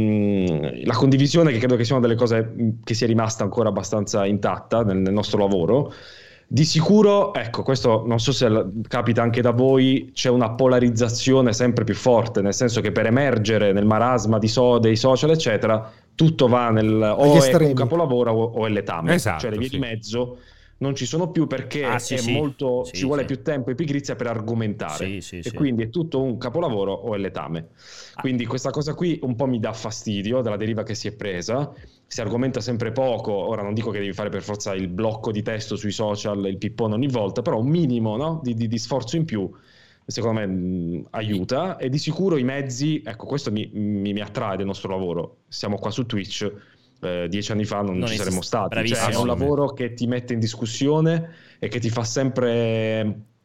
Speaker 4: um, la condivisione, che credo che sia una delle cose mh, che sia rimasta ancora abbastanza intatta nel, nel nostro lavoro, di sicuro, ecco, questo non so se l- capita anche da voi, c'è una polarizzazione sempre più forte, nel senso che per emergere nel marasma di so- dei social, eccetera, tutto va nel o
Speaker 2: Agli
Speaker 4: è
Speaker 2: estremi.
Speaker 4: un capolavoro o, o è letame,
Speaker 3: Esatto,
Speaker 4: cioè le vie
Speaker 3: sì.
Speaker 4: di mezzo non ci sono più perché
Speaker 1: Ah, sì,
Speaker 4: è
Speaker 1: sì.
Speaker 4: molto,
Speaker 1: Sì,
Speaker 4: ci vuole
Speaker 1: sì.
Speaker 4: più tempo e pigrizia per argomentare
Speaker 1: Sì, sì,
Speaker 4: e
Speaker 1: sì.
Speaker 4: quindi è tutto un capolavoro o è letame. Quindi questa cosa qui un po' mi dà fastidio della deriva che si è presa, si argomenta sempre poco. Ora non dico che devi fare per forza il blocco di testo sui social, il pippone ogni volta, però un minimo, no, di, di, di sforzo in più secondo me mh, aiuta, e di sicuro i mezzi, ecco, questo mi, mi, mi attrae del nostro lavoro. Siamo qua su Twitch, eh, dieci anni fa non,
Speaker 1: Non
Speaker 4: ci
Speaker 1: esiste.
Speaker 4: saremmo stati, cioè
Speaker 1: Bravissimo.
Speaker 4: è un lavoro che ti mette in discussione e che ti fa sempre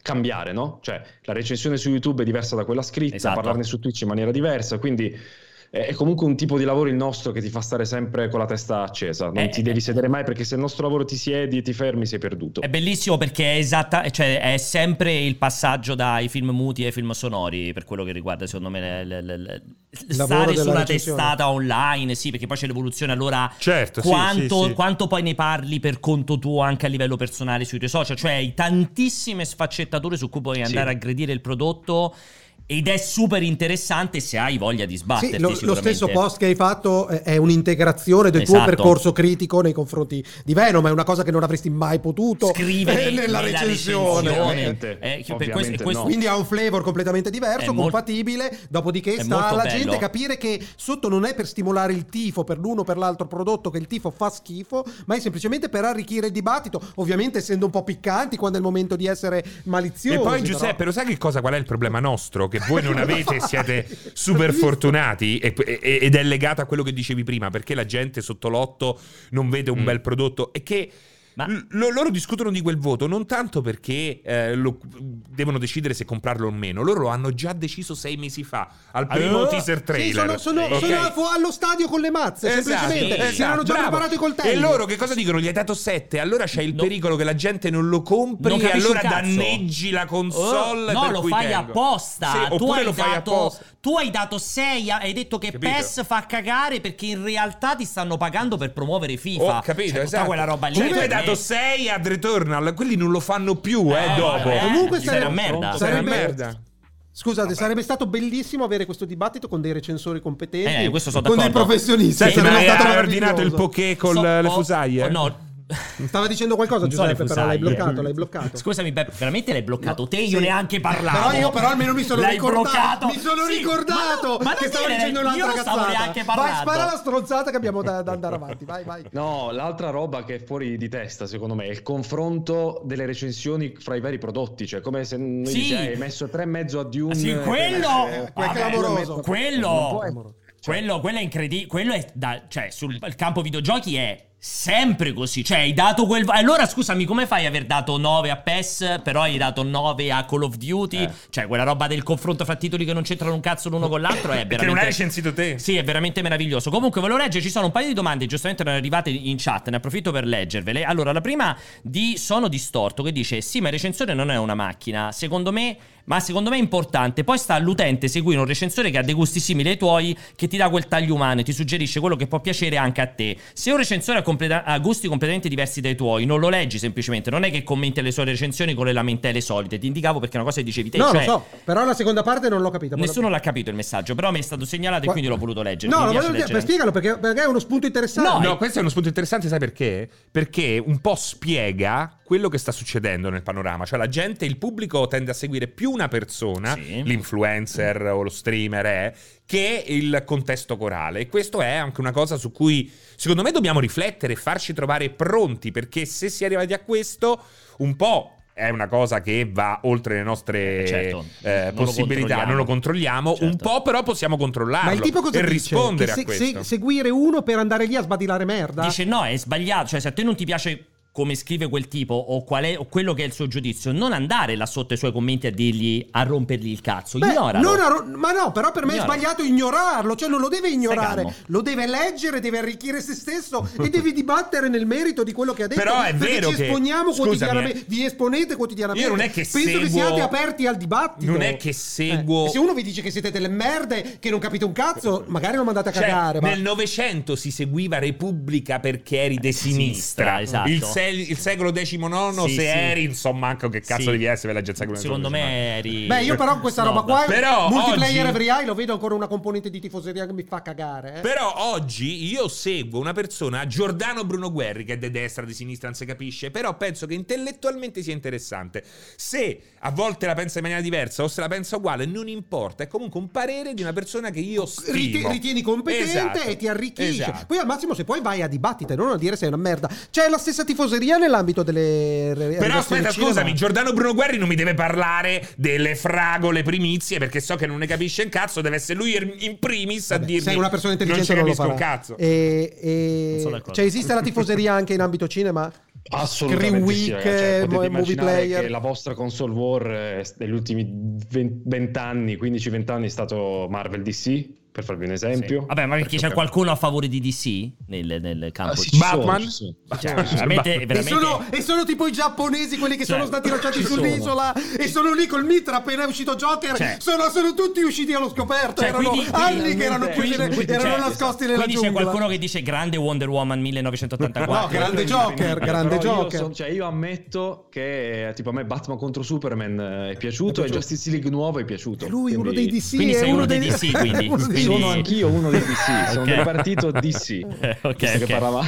Speaker 4: cambiare, no? Cioè la recensione su YouTube è diversa da quella scritta,
Speaker 1: esatto.
Speaker 4: parlarne su Twitch in maniera diversa, quindi è comunque un tipo di lavoro il nostro che ti fa stare sempre con la testa accesa, non
Speaker 1: eh,
Speaker 4: ti devi sedere mai, perché se il nostro lavoro ti siedi e ti fermi sei perduto.
Speaker 1: È bellissimo perché è esatta, cioè è sempre il passaggio dai film muti ai film sonori, per quello che riguarda secondo me le, le, le, stare su una testata online, sì, perché poi c'è l'evoluzione, allora
Speaker 3: certo,
Speaker 1: quanto,
Speaker 3: sì, sì,
Speaker 1: quanto sì. poi ne parli per conto tuo anche a livello personale sui tuoi social, cioè hai tantissime sfaccettature su cui puoi andare sì. a aggredire il prodotto. Ed è super interessante se hai voglia di sbatterti.
Speaker 2: Sì, lo, lo stesso post che hai fatto è un'integrazione del
Speaker 1: esatto.
Speaker 2: tuo percorso critico nei confronti di Venom. È una cosa che non avresti mai potuto
Speaker 1: scrivere
Speaker 2: nella, nella recensione.
Speaker 1: Ovviamente, eh,
Speaker 4: ovviamente
Speaker 1: questo, questo,
Speaker 2: no. Quindi ha un flavor completamente diverso, compatibile. Molto, dopodiché sta alla bello. gente capire che sotto non è per stimolare il tifo per l'uno o per l'altro prodotto, che il tifo fa schifo, ma è semplicemente per arricchire il dibattito. Ovviamente essendo un po' piccanti quando è il momento di essere maliziosi.
Speaker 3: E poi Giuseppe,
Speaker 2: però.
Speaker 3: lo sai che cosa? Qual è il problema nostro? Che voi non avete, siete super fortunati e, e, ed è legato a quello che dicevi prima, perché la gente sotto l'otto non vede un mm. bel prodotto e che Ma... l- loro discutono di quel voto non tanto perché eh, lo, devono decidere se comprarlo o meno, loro lo hanno già deciso sei mesi fa al primo uh, teaser trailer.
Speaker 2: Sì, sono, sono, okay. sono allo stadio con le mazze, esatto, semplicemente esatto, si erano già
Speaker 3: bravo.
Speaker 2: preparati i coltelli.
Speaker 3: E loro che cosa dicono? Gli hai dato sette, allora c'è il no. pericolo che la gente non lo compri
Speaker 1: non
Speaker 3: e allora danneggi la console.
Speaker 1: Oh, no,
Speaker 3: per
Speaker 1: lo
Speaker 3: cui
Speaker 1: fai
Speaker 3: tengo.
Speaker 1: apposta.
Speaker 3: Sì,
Speaker 1: tu, hai
Speaker 3: lo fai
Speaker 1: dato,
Speaker 3: apposta.
Speaker 1: tu hai dato sei, hai detto che
Speaker 3: capito?
Speaker 1: P E S fa cagare perché in realtà ti stanno pagando per promuovere FIFA.
Speaker 3: Ho capito,
Speaker 1: cioè,
Speaker 3: esatto.
Speaker 1: quella roba lì.
Speaker 3: Cioè, tu hai dato sei a Returnal, quelli non lo fanno più, eh, eh dopo.
Speaker 1: Eh,
Speaker 2: Comunque
Speaker 1: sarebbe
Speaker 2: una
Speaker 1: merda.
Speaker 2: Sarebbe
Speaker 3: merda.
Speaker 2: Scusate, Vabbè. sarebbe stato bellissimo avere questo dibattito con dei recensori competenti,
Speaker 1: eh, questo sono
Speaker 2: con dei professionisti.
Speaker 3: Senti, ma hai ordinato il poké con so, le fusaglie?
Speaker 1: Oh, no.
Speaker 2: Stava dicendo qualcosa Giuseppe, però l'hai bloccato, l'hai bloccato.
Speaker 1: Scusami, Beppe, veramente l'hai bloccato
Speaker 2: no,
Speaker 1: te?
Speaker 2: Sì.
Speaker 1: Io neanche parlavo.
Speaker 2: Però io però almeno mi sono
Speaker 1: l'hai
Speaker 2: ricordato.
Speaker 1: Bloccato.
Speaker 2: Mi sono
Speaker 1: sì,
Speaker 2: ricordato
Speaker 1: ma no, ma
Speaker 2: che stavo dicendo un'altra
Speaker 1: io
Speaker 2: cazzata.
Speaker 1: Stavo neanche parlando.
Speaker 2: Vai, spara la stronzata che abbiamo da, da andare avanti. Vai, vai.
Speaker 4: No, l'altra roba che è fuori di testa, secondo me, è il confronto delle recensioni fra i vari prodotti. Cioè, come se noi
Speaker 1: sì.
Speaker 4: dici, hai messo tre e mezzo a Dune.
Speaker 1: Sì, quello
Speaker 2: eh, è clamoroso.
Speaker 1: Quello, quello, quello è incredibile. Quello è da, cioè, sul campo videogiochi è sempre così, cioè hai dato quel... Allora scusami, come fai a aver dato nove a P E S però hai dato nove a Call of Duty? Eh. Cioè quella roba del confronto fra titoli che non c'entrano un cazzo l'uno con l'altro è veramente...
Speaker 3: Perché non hai recensito te.
Speaker 1: Sì, è veramente meraviglioso. Comunque volevo leggere, ci sono un paio di domande, giustamente erano arrivate in chat, ne approfitto per leggervele. Allora, la prima di Sono Distorto che dice: sì, ma il recensore non è una macchina, secondo me... Ma secondo me è importante. Poi sta all'utente seguire un recensore che ha dei gusti simili ai tuoi, che ti dà quel taglio umano e ti suggerisce quello che può piacere anche a te. Se un recensore ha, completa- ha gusti completamente diversi dai tuoi, non lo leggi semplicemente. Non è che commenti le sue recensioni con le lamentele solite. Ti indicavo perché è una cosa che dicevi te.
Speaker 2: No,
Speaker 1: cioè,
Speaker 2: lo so. Però la seconda parte non l'ho capita.
Speaker 1: Nessuno l'ha capito il messaggio, però mi è stato segnalato Qua... e quindi l'ho voluto leggere.
Speaker 2: No, lo voglio dire, per spiegalo perché, perché è uno spunto interessante.
Speaker 3: No, no, questo è uno spunto interessante, sai perché? Perché un po' spiega quello che sta succedendo nel panorama. Cioè la gente, il pubblico tende a seguire più una persona, sì. l'influencer o lo streamer è, che il contesto corale. E questo è anche una cosa su cui secondo me dobbiamo riflettere e farci trovare pronti, perché se si è arrivati a questo, un po' è una cosa che va oltre le nostre
Speaker 1: certo,
Speaker 3: eh,
Speaker 1: non
Speaker 3: possibilità,
Speaker 1: lo
Speaker 3: non lo controlliamo,
Speaker 1: certo.
Speaker 3: un po' però possiamo controllarlo.
Speaker 2: Ma il tipo cosa
Speaker 3: e
Speaker 2: dice?
Speaker 3: rispondere
Speaker 2: che se,
Speaker 3: a questo.
Speaker 2: Se, seguire uno per andare lì a sbadilare merda?
Speaker 1: Dice no, è sbagliato, cioè se a te non ti piace come scrive quel tipo o qual è o quello che è il suo giudizio, non andare là sotto i suoi commenti a dirgli, a rompergli il cazzo.
Speaker 2: Beh,
Speaker 1: ignoralo.
Speaker 2: Non arro- ma no, però per me Ignora. è sbagliato ignorarlo, cioè non lo deve ignorare, lo deve leggere, deve arricchire se stesso e devi dibattere nel merito di quello che ha detto.
Speaker 3: Però è
Speaker 2: perché
Speaker 3: vero
Speaker 2: ci
Speaker 3: che
Speaker 2: esponiamo
Speaker 3: scusami,
Speaker 2: quotidianamente, vi esponete quotidianamente.
Speaker 3: Io non è che
Speaker 2: penso
Speaker 3: seguo...
Speaker 2: che siate aperti al dibattito.
Speaker 3: Non è che seguo
Speaker 2: eh. Se uno vi dice che siete delle merde, che non capite un cazzo, magari lo mandate a
Speaker 3: cioè,
Speaker 2: cagare.
Speaker 3: Nel Novecento si seguiva Repubblica perché eri di sinistra,
Speaker 1: sinistra esatto.
Speaker 3: il, se- il secolo decimonono
Speaker 1: sì,
Speaker 3: se
Speaker 1: sì.
Speaker 3: eri insomma anche che cazzo
Speaker 1: sì.
Speaker 3: devi essere per la gente
Speaker 1: secondo me eri
Speaker 2: beh io però questa
Speaker 1: no,
Speaker 2: roba qua
Speaker 3: però
Speaker 2: multiplayer
Speaker 3: oggi...
Speaker 2: every eye lo vedo ancora una componente di tifoseria che mi fa cagare eh.
Speaker 3: Però oggi io seguo una persona, Giordano Bruno Guerri, che è di destra, di sinistra, non si capisce, però penso che intellettualmente sia interessante. Se a volte la pensa in maniera diversa o se la pensa uguale non importa, è comunque un parere di una persona che io stimo,
Speaker 2: Riti- ritieni competente
Speaker 3: esatto.
Speaker 2: e ti arricchisce
Speaker 3: esatto.
Speaker 2: Poi al massimo se poi vai a dibattite, non a dire sei una merda. C'è la stessa tifoseria nell'ambito delle
Speaker 3: però aspetta, scusami, Giordano Bruno Guerri non mi deve parlare delle fragole primizie perché so che non ne capisce un cazzo, deve essere lui in primis a
Speaker 2: Vabbè,
Speaker 3: dirmi
Speaker 2: sei una persona intelligente,
Speaker 3: non
Speaker 2: non
Speaker 3: ci
Speaker 2: lo
Speaker 3: capisco
Speaker 2: farà.
Speaker 3: un cazzo.
Speaker 2: E, e... Cioè esiste la tifoseria anche in ambito cinema?
Speaker 4: Assolutamente sì,
Speaker 2: Week,
Speaker 4: ragazzi. Cioè, potete
Speaker 2: Movie
Speaker 4: immaginare
Speaker 2: Player.
Speaker 4: che la vostra console war eh, degli ultimi venti anni, quindici venti anni è stato Marvel D C, per farvi un esempio.
Speaker 1: Sì. Vabbè, ma perché c'è
Speaker 4: ok.
Speaker 1: qualcuno a favore di D C nel, nel campo?
Speaker 4: Ah, sì, ci
Speaker 3: Batman?
Speaker 4: sono, ci sono.
Speaker 1: Cioè,
Speaker 4: Ci sono.
Speaker 1: veramente,
Speaker 2: E
Speaker 1: veramente...
Speaker 2: sono, e sono tipo i giapponesi, quelli che
Speaker 1: Cioè,
Speaker 2: sono stati lasciati
Speaker 4: ci sono.
Speaker 2: sull'isola e sono lì col mitra appena è uscito Joker.
Speaker 1: Cioè.
Speaker 2: sono, sono tutti usciti allo scoperto.
Speaker 1: Cioè,
Speaker 2: erano
Speaker 1: quindi-
Speaker 2: anni
Speaker 4: quindi-
Speaker 2: che erano chiusi,
Speaker 4: quindi-
Speaker 2: ne- erano
Speaker 1: cioè,
Speaker 2: nascosti nella
Speaker 1: Quindi c'è
Speaker 2: giungla.
Speaker 1: qualcuno che dice grande Wonder Woman millenovecentottantaquattro.
Speaker 2: No, grande Joker, grande
Speaker 4: Però io
Speaker 2: Joker.
Speaker 4: so- cioè io ammetto che tipo a me Batman contro Superman eh, è piaciuto e Justice League nuovo è piaciuto.
Speaker 2: E lui, uno
Speaker 4: Quindi-
Speaker 2: dei D C.
Speaker 1: Quindi
Speaker 2: è
Speaker 1: sei uno dei D C, quindi.
Speaker 2: uno dei-
Speaker 1: Quindi-
Speaker 4: Sono anch'io uno dei D C, sono
Speaker 1: Ok.
Speaker 4: del partito D C.
Speaker 1: Ok,
Speaker 4: Visto che
Speaker 1: ok.
Speaker 4: parlava-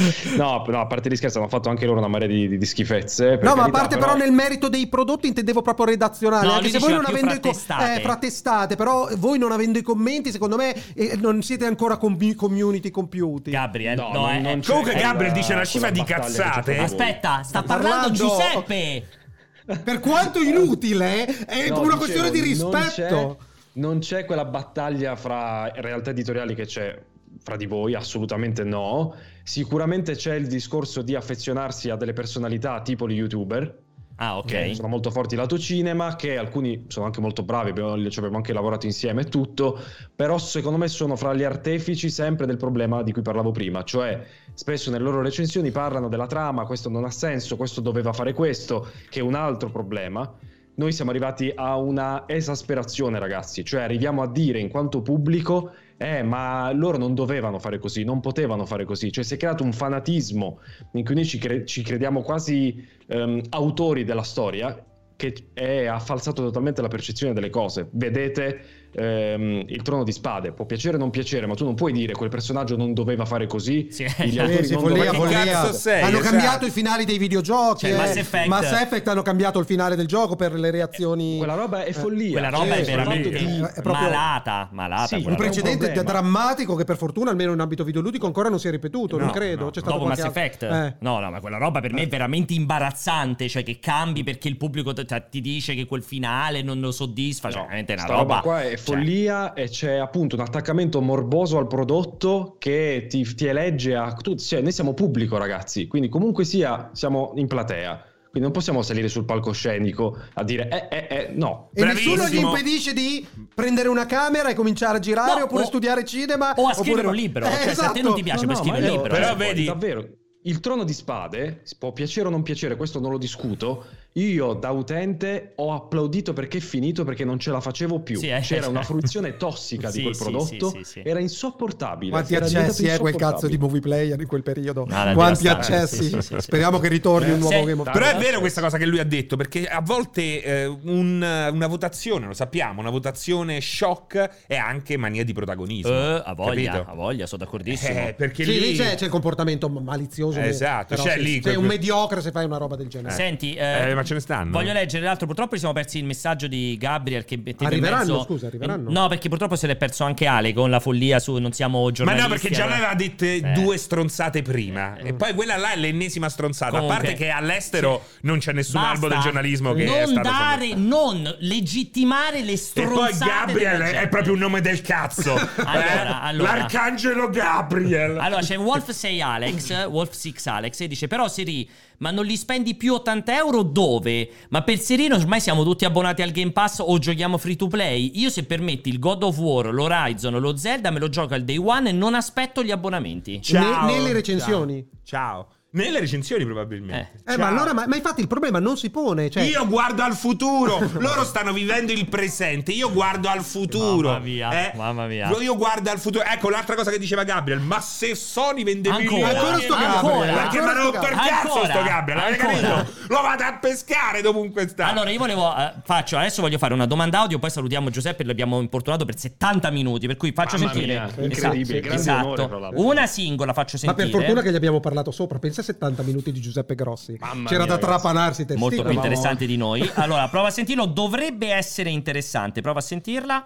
Speaker 4: no, no, a parte gli scherzi, hanno fatto anche loro una marea di, di- di schifezze. per
Speaker 2: No, ma a
Speaker 4: carità,
Speaker 2: parte però nel merito dei prodotti intendevo proprio redazionale,
Speaker 1: No,
Speaker 2: anche
Speaker 1: lui
Speaker 2: se voi
Speaker 1: diceva
Speaker 2: non
Speaker 1: più
Speaker 2: avendo i
Speaker 1: fra testate.
Speaker 2: eh, fra testate, però voi non avendo i commenti, secondo me eh, non siete ancora com- community compiuti.
Speaker 1: Gabriel,
Speaker 4: No,
Speaker 1: no,
Speaker 4: non-
Speaker 1: eh,
Speaker 4: non
Speaker 1: eh.
Speaker 4: c'è
Speaker 3: Comunque
Speaker 4: quella-
Speaker 3: Gabriel dice una cifra
Speaker 4: quella
Speaker 3: di
Speaker 4: battaglia che c'è
Speaker 3: cazzate.
Speaker 4: tra voi.
Speaker 1: Aspetta, sta
Speaker 2: Sto
Speaker 1: parlando
Speaker 2: parlando-
Speaker 1: Giuseppe.
Speaker 2: Per quanto inutile, è
Speaker 4: No,
Speaker 2: una
Speaker 4: dicevo,
Speaker 2: questione di
Speaker 4: non
Speaker 2: rispetto.
Speaker 4: c'è- Non c'è quella battaglia fra realtà editoriali che c'è fra di voi, assolutamente no. Sicuramente c'è il discorso di affezionarsi a delle personalità tipo gli YouTuber.
Speaker 1: Ah, ok.
Speaker 4: Che sono molto forti lato cinema, che alcuni sono anche molto bravi, abbiamo, ci abbiamo anche lavorato insieme e tutto, però secondo me sono fra gli artefici sempre del problema di cui parlavo prima, cioè spesso nelle loro recensioni parlano della trama, questo non ha senso, questo doveva fare questo, che è un altro problema. Noi siamo arrivati a una esasperazione, ragazzi, cioè arriviamo a dire in quanto pubblico eh ma loro non dovevano fare così, non potevano fare così, cioè si è creato un fanatismo in cui noi ci, cre- ci crediamo quasi ehm, autori della storia, che è, ha falsato totalmente la percezione delle cose. Vedete ehm, il Trono di Spade, può piacere o non piacere, ma tu non puoi dire quel personaggio non doveva fare così,
Speaker 1: Sì.
Speaker 4: gli
Speaker 1: Eh,
Speaker 4: autori
Speaker 2: sì,
Speaker 4: non
Speaker 2: follia,
Speaker 4: dovevano-
Speaker 2: follia.
Speaker 3: cazzo sei,
Speaker 2: Hanno
Speaker 3: esatto.
Speaker 2: cambiato i finali dei videogiochi.
Speaker 1: Cioè,
Speaker 2: eh.
Speaker 1: Mass Effect.
Speaker 2: Mass Effect hanno cambiato il finale del gioco per le reazioni.
Speaker 4: Quella roba è follia.
Speaker 1: Quella roba
Speaker 4: Cioè,
Speaker 1: è
Speaker 4: sul fatto
Speaker 1: veramente
Speaker 4: di-
Speaker 2: è proprio-
Speaker 1: malata, malata.
Speaker 4: Sì,
Speaker 1: quella
Speaker 2: un
Speaker 1: roba.
Speaker 2: precedente
Speaker 4: problema.
Speaker 2: drammatico che per fortuna almeno in ambito videoludico ancora non si è ripetuto,
Speaker 3: No,
Speaker 2: non credo.
Speaker 3: no.
Speaker 2: C'è stato
Speaker 1: Dopo Mass
Speaker 2: qualche
Speaker 1: Effect?
Speaker 2: altro- eh.
Speaker 1: No, no, ma quella roba per me è veramente imbarazzante. Cioè, che cambi perché il pubblico t- t- ti dice che quel finale non lo soddisfa. Cioè,
Speaker 4: No,
Speaker 1: veramente è una
Speaker 4: sta
Speaker 1: roba.
Speaker 4: qua è
Speaker 1: cioè,
Speaker 4: follia e c'è appunto un attaccamento morboso al prodotto che ti, ti elegge a tu, cioè, noi siamo pubblico, ragazzi, quindi comunque sia siamo in platea, quindi non possiamo salire sul palcoscenico a dire eh eh eh no.
Speaker 2: E nessuno gli
Speaker 3: Bravissimo.
Speaker 2: impedisce di prendere una camera e cominciare a girare
Speaker 1: No,
Speaker 2: oppure
Speaker 1: o-
Speaker 2: studiare cinema
Speaker 1: o a
Speaker 2: oppure-
Speaker 1: scrivere un libro.
Speaker 2: Eh,
Speaker 1: Cioè, se a te
Speaker 2: esatto.
Speaker 1: non ti piace, puoi
Speaker 4: ma
Speaker 1: scrivere un
Speaker 4: io-
Speaker 1: libro.
Speaker 3: Però
Speaker 4: se vuoi,
Speaker 3: vedi-
Speaker 4: davvero il Trono di Spade può piacere o non piacere, questo non lo discuto. Io da utente ho applaudito perché è finito, perché non ce la facevo più.
Speaker 1: Sì, eh,
Speaker 4: C'era
Speaker 1: cioè.
Speaker 4: una fruizione tossica
Speaker 1: Sì,
Speaker 4: di quel
Speaker 1: sì,
Speaker 4: prodotto,
Speaker 1: sì, sì, sì.
Speaker 4: era insopportabile.
Speaker 2: Quanti
Speaker 4: era
Speaker 2: accessi
Speaker 4: diventato
Speaker 2: è quel cazzo di
Speaker 4: insopportabile.
Speaker 2: movie player in quel periodo?
Speaker 1: No, era
Speaker 2: Quanti
Speaker 1: devastante,
Speaker 2: accessi?
Speaker 1: sì, sì, sì, sì.
Speaker 2: Speriamo che ritorni un nuovo
Speaker 1: Sì.
Speaker 2: Game of
Speaker 3: Però è
Speaker 2: Thrones.
Speaker 3: vero questa cosa che lui ha detto, perché a volte eh, un- una votazione, lo sappiamo, una votazione shock è anche mania di protagonismo.
Speaker 1: Eh, a voglia,
Speaker 3: capito?
Speaker 1: a voglia, sono d'accordissimo.
Speaker 3: Eh, perché
Speaker 2: Sì,
Speaker 3: lì,
Speaker 2: lì c'è, c'è il comportamento malizioso.
Speaker 3: Eh, esatto,
Speaker 2: però
Speaker 3: c'è
Speaker 2: sì,
Speaker 3: lì
Speaker 2: sei
Speaker 3: quel-
Speaker 2: un mediocre se fai una roba del genere.
Speaker 1: Senti, eh,
Speaker 3: Eh, ma ce ne stanno.
Speaker 1: Voglio leggere l'altro. Purtroppo ci siamo persi il messaggio di Gabriel che metteva in
Speaker 2: Arriveranno,
Speaker 1: mezzo-
Speaker 2: scusa, arriveranno.
Speaker 1: No, perché purtroppo se l'è perso anche Ale con la follia su non siamo
Speaker 3: Ma
Speaker 1: giornalisti.
Speaker 3: no, perché già
Speaker 1: eh.
Speaker 3: l'aveva dette
Speaker 1: Eh.
Speaker 3: due stronzate prima. E poi quella là è l'ennesima stronzata.
Speaker 1: Comunque,
Speaker 3: a parte che all'estero non c'è nessun
Speaker 1: Basta.
Speaker 3: albo del giornalismo che è
Speaker 1: non
Speaker 3: stato
Speaker 1: dare, non legittimare le
Speaker 3: E
Speaker 1: stronzate.
Speaker 3: poi Gabriel
Speaker 1: della
Speaker 3: è
Speaker 1: gente.
Speaker 3: proprio un nome del cazzo.
Speaker 1: Allora,
Speaker 3: Eh?
Speaker 1: allora.
Speaker 3: L'arcangelo Gabriel.
Speaker 1: Allora c'è Wolf sei Alex, Wolf sei Alex e dice: però Siri, ma non li spendi più ottanta euro dove? Ma per Serino ormai siamo tutti abbonati al Game Pass o giochiamo free to play? Io se permetti il God of War, l'Horizon, lo Zelda me lo gioco al day one e non aspetto gli abbonamenti.
Speaker 3: Ciao.
Speaker 2: Ne- nelle recensioni.
Speaker 3: Ciao. Ciao. Nelle recensioni probabilmente.
Speaker 2: Eh,
Speaker 3: Ciao.
Speaker 2: ma allora, ma, ma infatti il problema non si pone. Cioè,
Speaker 3: Io guardo al futuro, loro stanno vivendo il presente, io guardo al futuro.
Speaker 1: Mamma mia,
Speaker 3: eh?
Speaker 1: mamma mia.
Speaker 3: Io guardo al futuro. Ecco l'altra cosa che diceva Gabriel, ma se Sony vende
Speaker 1: Ancora?
Speaker 3: milioni
Speaker 2: Ancora sto
Speaker 3: di-
Speaker 2: Gabriel,
Speaker 3: perché mi
Speaker 2: ancora
Speaker 3: ha
Speaker 2: sto
Speaker 3: rotto il
Speaker 1: Gabriel.
Speaker 3: cazzo sto
Speaker 1: Ancora?
Speaker 3: Gabriel, avete
Speaker 1: Ancora?
Speaker 3: capito? Lo vado a pescare dovunque sta.
Speaker 1: Allora io volevo eh, faccio adesso voglio fare una domanda audio, poi salutiamo Giuseppe, l'abbiamo importunato per settanta minuti, per cui faccio
Speaker 4: Mamma
Speaker 1: sentire.
Speaker 4: mia,
Speaker 1: Esatto,
Speaker 4: incredibile, grande
Speaker 1: esatto.
Speaker 4: onore, tra l'altro.
Speaker 1: Una singola faccio
Speaker 2: ma
Speaker 1: sentire.
Speaker 2: per fortuna che gli abbiamo parlato sopra. Pensa a settanta minuti di Giuseppe Grossi.
Speaker 4: Mamma
Speaker 2: C'era
Speaker 4: mia,
Speaker 2: da
Speaker 4: ragazzi.
Speaker 2: trapanarsi i testicoli.
Speaker 1: Molto più
Speaker 2: ma-
Speaker 1: interessante di noi. Allora, prova a sentirlo, dovrebbe essere interessante. Prova a sentirla.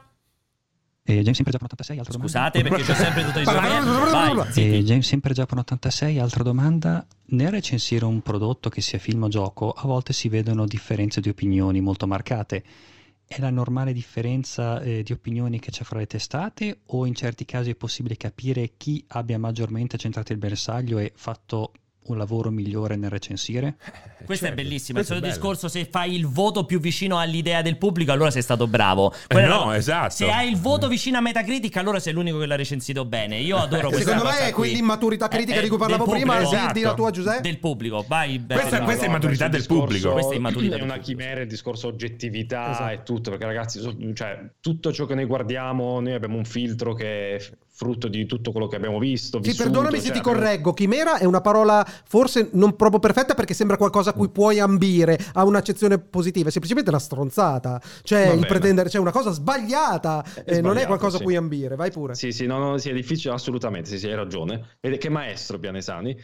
Speaker 5: Eh, James sempre Giappone ottantasei, altra domanda.
Speaker 1: Scusate perché c'ho sempre tutto di Vai,
Speaker 5: Eh,
Speaker 1: zitti.
Speaker 5: James sempre Giappone ottantasei, altra domanda. Nel recensire un prodotto che sia film o gioco, a volte si vedono differenze di opinioni molto marcate. È la normale differenza eh, di opinioni che c'è fra le testate o in certi casi è possibile capire chi abbia maggiormente centrato il bersaglio e fatto un lavoro migliore nel recensire?
Speaker 1: Questo
Speaker 3: certo,
Speaker 1: è bellissimo.
Speaker 3: questo
Speaker 1: È il solito
Speaker 3: è bello.
Speaker 1: discorso: se fai il voto più vicino all'idea del pubblico, allora sei stato bravo.
Speaker 3: Eh no, esatto.
Speaker 1: Se hai il voto vicino a Metacritic, allora sei l'unico che l'ha recensito bene. Io adoro questa
Speaker 2: Secondo
Speaker 1: cosa
Speaker 2: me è
Speaker 1: qui.
Speaker 2: quell'immaturità critica
Speaker 1: È-
Speaker 2: di cui
Speaker 1: è
Speaker 2: parlavo
Speaker 1: del
Speaker 2: prima.
Speaker 1: pubblico.
Speaker 2: Di- di la tua, Giuseppe?
Speaker 1: Del pubblico. Vai, Beppe.
Speaker 3: Questa-
Speaker 1: No,
Speaker 3: questa è
Speaker 1: no.
Speaker 3: immaturità
Speaker 4: sul
Speaker 3: del
Speaker 4: discorso-
Speaker 3: pubblico.
Speaker 1: Questa è immaturità
Speaker 4: è
Speaker 1: del
Speaker 4: una
Speaker 1: pubblico.
Speaker 4: chimera, il discorso oggettività
Speaker 2: Esatto.
Speaker 4: e tutto, perché ragazzi, so- cioè, tutto ciò che noi guardiamo, noi abbiamo un filtro che è frutto di tutto quello che abbiamo visto,
Speaker 2: Sì,
Speaker 4: vissuto,
Speaker 2: perdonami se
Speaker 4: cioè,
Speaker 2: ti
Speaker 4: abbiamo-
Speaker 2: correggo. Chimera è una parola forse non proprio perfetta, perché sembra qualcosa a cui puoi ambire, a un'accezione positiva. È semplicemente una stronzata. Cioè,
Speaker 4: Va
Speaker 2: il
Speaker 4: bene.
Speaker 2: pretendere, cioè una cosa sbagliata,
Speaker 4: È
Speaker 2: eh, non è
Speaker 4: sbagliato,
Speaker 2: qualcosa a
Speaker 4: sì.
Speaker 2: cui ambire. Vai pure.
Speaker 4: Sì, sì, no, no, sì, è difficile, assolutamente, sì, sì, hai ragione. Vede che maestro Pianesani.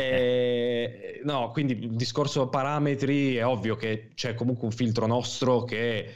Speaker 4: Eh, no, quindi il discorso parametri è ovvio che c'è comunque un filtro nostro che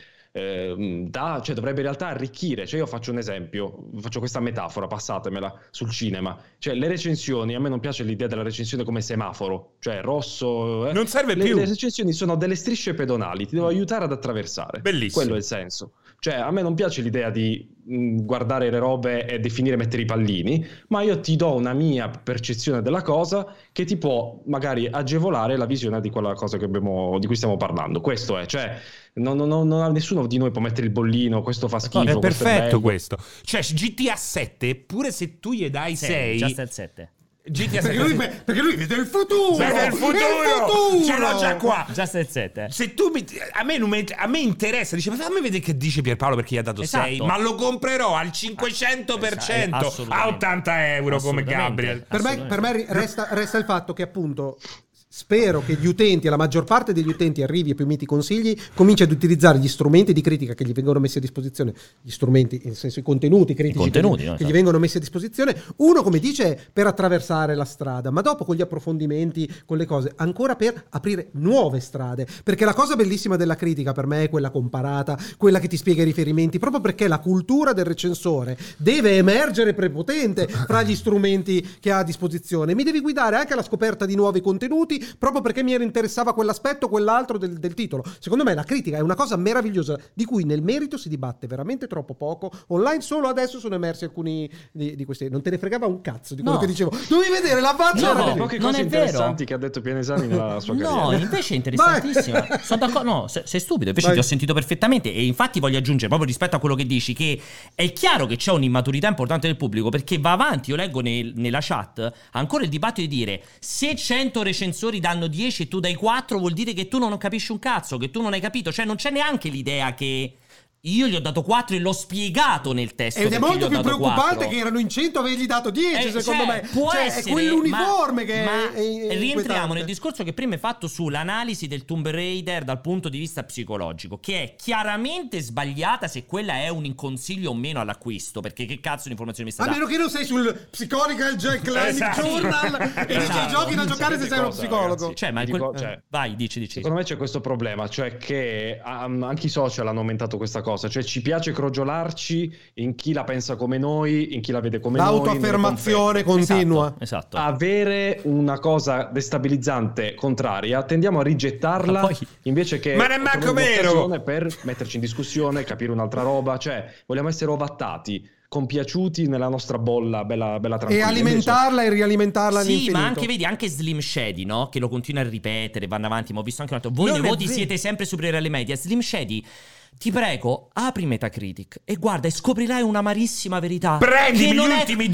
Speaker 4: eh, dà, cioè dovrebbe in realtà arricchire. Cioè io faccio un esempio, faccio questa metafora, passatemela, sul cinema. Cioè le recensioni, a me non piace l'idea della recensione come semaforo, cioè rosso. eh.
Speaker 3: Non serve
Speaker 4: le,
Speaker 3: più.
Speaker 4: Le recensioni sono delle strisce pedonali, ti devo aiutare ad attraversare.
Speaker 3: Bellissimo.
Speaker 4: Quello è il senso. Cioè, a me non piace l'idea di mh, guardare le robe e definire, mettere i pallini, ma io ti do una mia percezione della cosa che ti può magari agevolare la visione di quella cosa che abbiamo, di cui stiamo parlando. Questo è, cioè, non, non, non, non- nessuno di noi può mettere il bollino, questo fa schifo,
Speaker 3: È
Speaker 4: questo è
Speaker 3: perfetto
Speaker 4: bello.
Speaker 3: questo. Cioè, G T A sette, pure se tu gli dai sei,
Speaker 1: Just al sette.
Speaker 3: G T A
Speaker 2: Perché lui,
Speaker 3: sette
Speaker 2: perché lui vede il futuro.
Speaker 3: Vede il futuro!
Speaker 2: futuro!
Speaker 3: Ce l'ho già qua.
Speaker 1: Just al sette.
Speaker 3: Se tu mi, a, me non mi, a me interessa, dice, ma fammi vedere che dice Pierpaolo perché gli ha dato
Speaker 1: Esatto.
Speaker 3: sei, ma lo comprerò al cinquecento per cento
Speaker 1: Eh, assolutamente.
Speaker 3: a ottanta euro come
Speaker 1: Assolutamente.
Speaker 3: Gabriel.
Speaker 2: Per me, per me ri- resta, resta il fatto che appunto spero che gli utenti, la maggior parte degli utenti, arrivi ai primi consigli, cominci ad utilizzare gli strumenti di critica che gli vengono messi a disposizione, gli strumenti, nel senso i contenuti critici
Speaker 1: contenuti,
Speaker 2: che,
Speaker 1: no,
Speaker 2: che
Speaker 1: esatto.
Speaker 2: gli vengono messi a disposizione, uno come dice per attraversare la strada, ma dopo con gli approfondimenti, con le cose, ancora per aprire nuove strade, perché la cosa bellissima della critica per me è quella comparata, quella che ti spiega i riferimenti, proprio perché la cultura del recensore deve emergere prepotente fra gli strumenti che ha a disposizione, mi devi guidare anche alla scoperta di nuovi contenuti, proprio perché mi interessava quell'aspetto o quell'altro del, del titolo. Secondo me la critica è una cosa meravigliosa di cui nel merito si dibatte veramente troppo poco. Online solo adesso sono emersi alcuni di, di questi. Non te ne fregava un cazzo di quello
Speaker 1: No.
Speaker 2: che dicevo. Dovevi vedere la faccia.
Speaker 1: No,
Speaker 2: era
Speaker 4: Le
Speaker 2: bellissima.
Speaker 4: poche
Speaker 1: non
Speaker 4: cose
Speaker 1: è vero.
Speaker 4: interessanti che ha detto Pianesani nella sua
Speaker 1: No,
Speaker 4: carriera.
Speaker 1: invece è interessantissima.
Speaker 2: Vai.
Speaker 1: Sono d'accordo. No, se- sei stupido. Invece
Speaker 2: Vai.
Speaker 1: ti ho sentito perfettamente. E infatti voglio aggiungere, proprio rispetto a quello che dici, che è chiaro che c'è un'immaturità importante del pubblico, perché va avanti. Io leggo nel- nella chat ancora il dibattito di dire: se cento recensori danno dieci e tu dai quattro, vuol dire che tu non capisci un cazzo, che tu non hai capito. Cioè, non c'è neanche l'idea che io gli ho dato quattro e l'ho spiegato nel testo.
Speaker 2: Ed è
Speaker 1: perché
Speaker 2: molto
Speaker 1: gli ho
Speaker 2: più
Speaker 1: dato
Speaker 2: preoccupante
Speaker 1: quattro.
Speaker 2: che erano in cento avergli dato dieci,
Speaker 1: Eh,
Speaker 2: secondo
Speaker 1: cioè,
Speaker 2: me.
Speaker 1: può
Speaker 2: Cioè,
Speaker 1: essere,
Speaker 2: è quell'uniforme
Speaker 1: ma-
Speaker 2: che è-
Speaker 1: ma
Speaker 2: è, è
Speaker 1: rientriamo
Speaker 2: inquietante.
Speaker 1: nel discorso che prima hai fatto sull'analisi del Tomb Raider dal punto di vista psicologico, che è chiaramente sbagliata se quella è un consiglio o meno all'acquisto, perché che cazzo di informazioni mi sta
Speaker 2: A meno
Speaker 1: dando?
Speaker 2: che non sei sul Psychological Clinic
Speaker 3: Esatto.
Speaker 2: Journal e dici
Speaker 1: Esatto.
Speaker 2: giochi da giocare se
Speaker 4: Sapete
Speaker 2: sei uno
Speaker 4: cosa,
Speaker 2: psicologo.
Speaker 4: ragazzi?
Speaker 1: Cioè, ma è
Speaker 4: Dico,
Speaker 1: quel-
Speaker 4: cioè,
Speaker 1: vai, dici, dici.
Speaker 4: Secondo me c'è questo problema, cioè che um, anche i social hanno aumentato questa cosa, cioè ci piace crogiolarci in chi la pensa come noi, in chi la vede come noi.
Speaker 2: L'autoaffermazione
Speaker 4: nelle
Speaker 2: continua.
Speaker 1: Esatto.
Speaker 4: avere una cosa destabilizzante contraria, tendiamo a rigettarla
Speaker 1: Ma poi-
Speaker 4: invece che
Speaker 3: Ma non è manco
Speaker 4: trovare
Speaker 3: vero!
Speaker 4: un'occasione per metterci in discussione, capire un'altra roba, cioè vogliamo essere ovattati, compiaciuti nella nostra bolla bella, bella
Speaker 2: E
Speaker 4: tranquilla.
Speaker 2: alimentarla e rialimentarla
Speaker 1: Sì,
Speaker 2: all'infinito.
Speaker 1: ma anche vedi anche Slim Shady, no? Che lo continua a ripetere, vanno avanti, ma ho visto anche un altro. Voi
Speaker 3: Non
Speaker 1: nei
Speaker 3: è
Speaker 1: voti
Speaker 3: vero.
Speaker 1: siete sempre superiori alle medie. Slim Shady, ti prego, apri Metacritic e guarda e scoprirai un'amarissima verità.
Speaker 3: Prendimi
Speaker 1: che non
Speaker 3: gli
Speaker 1: è-
Speaker 3: ultimi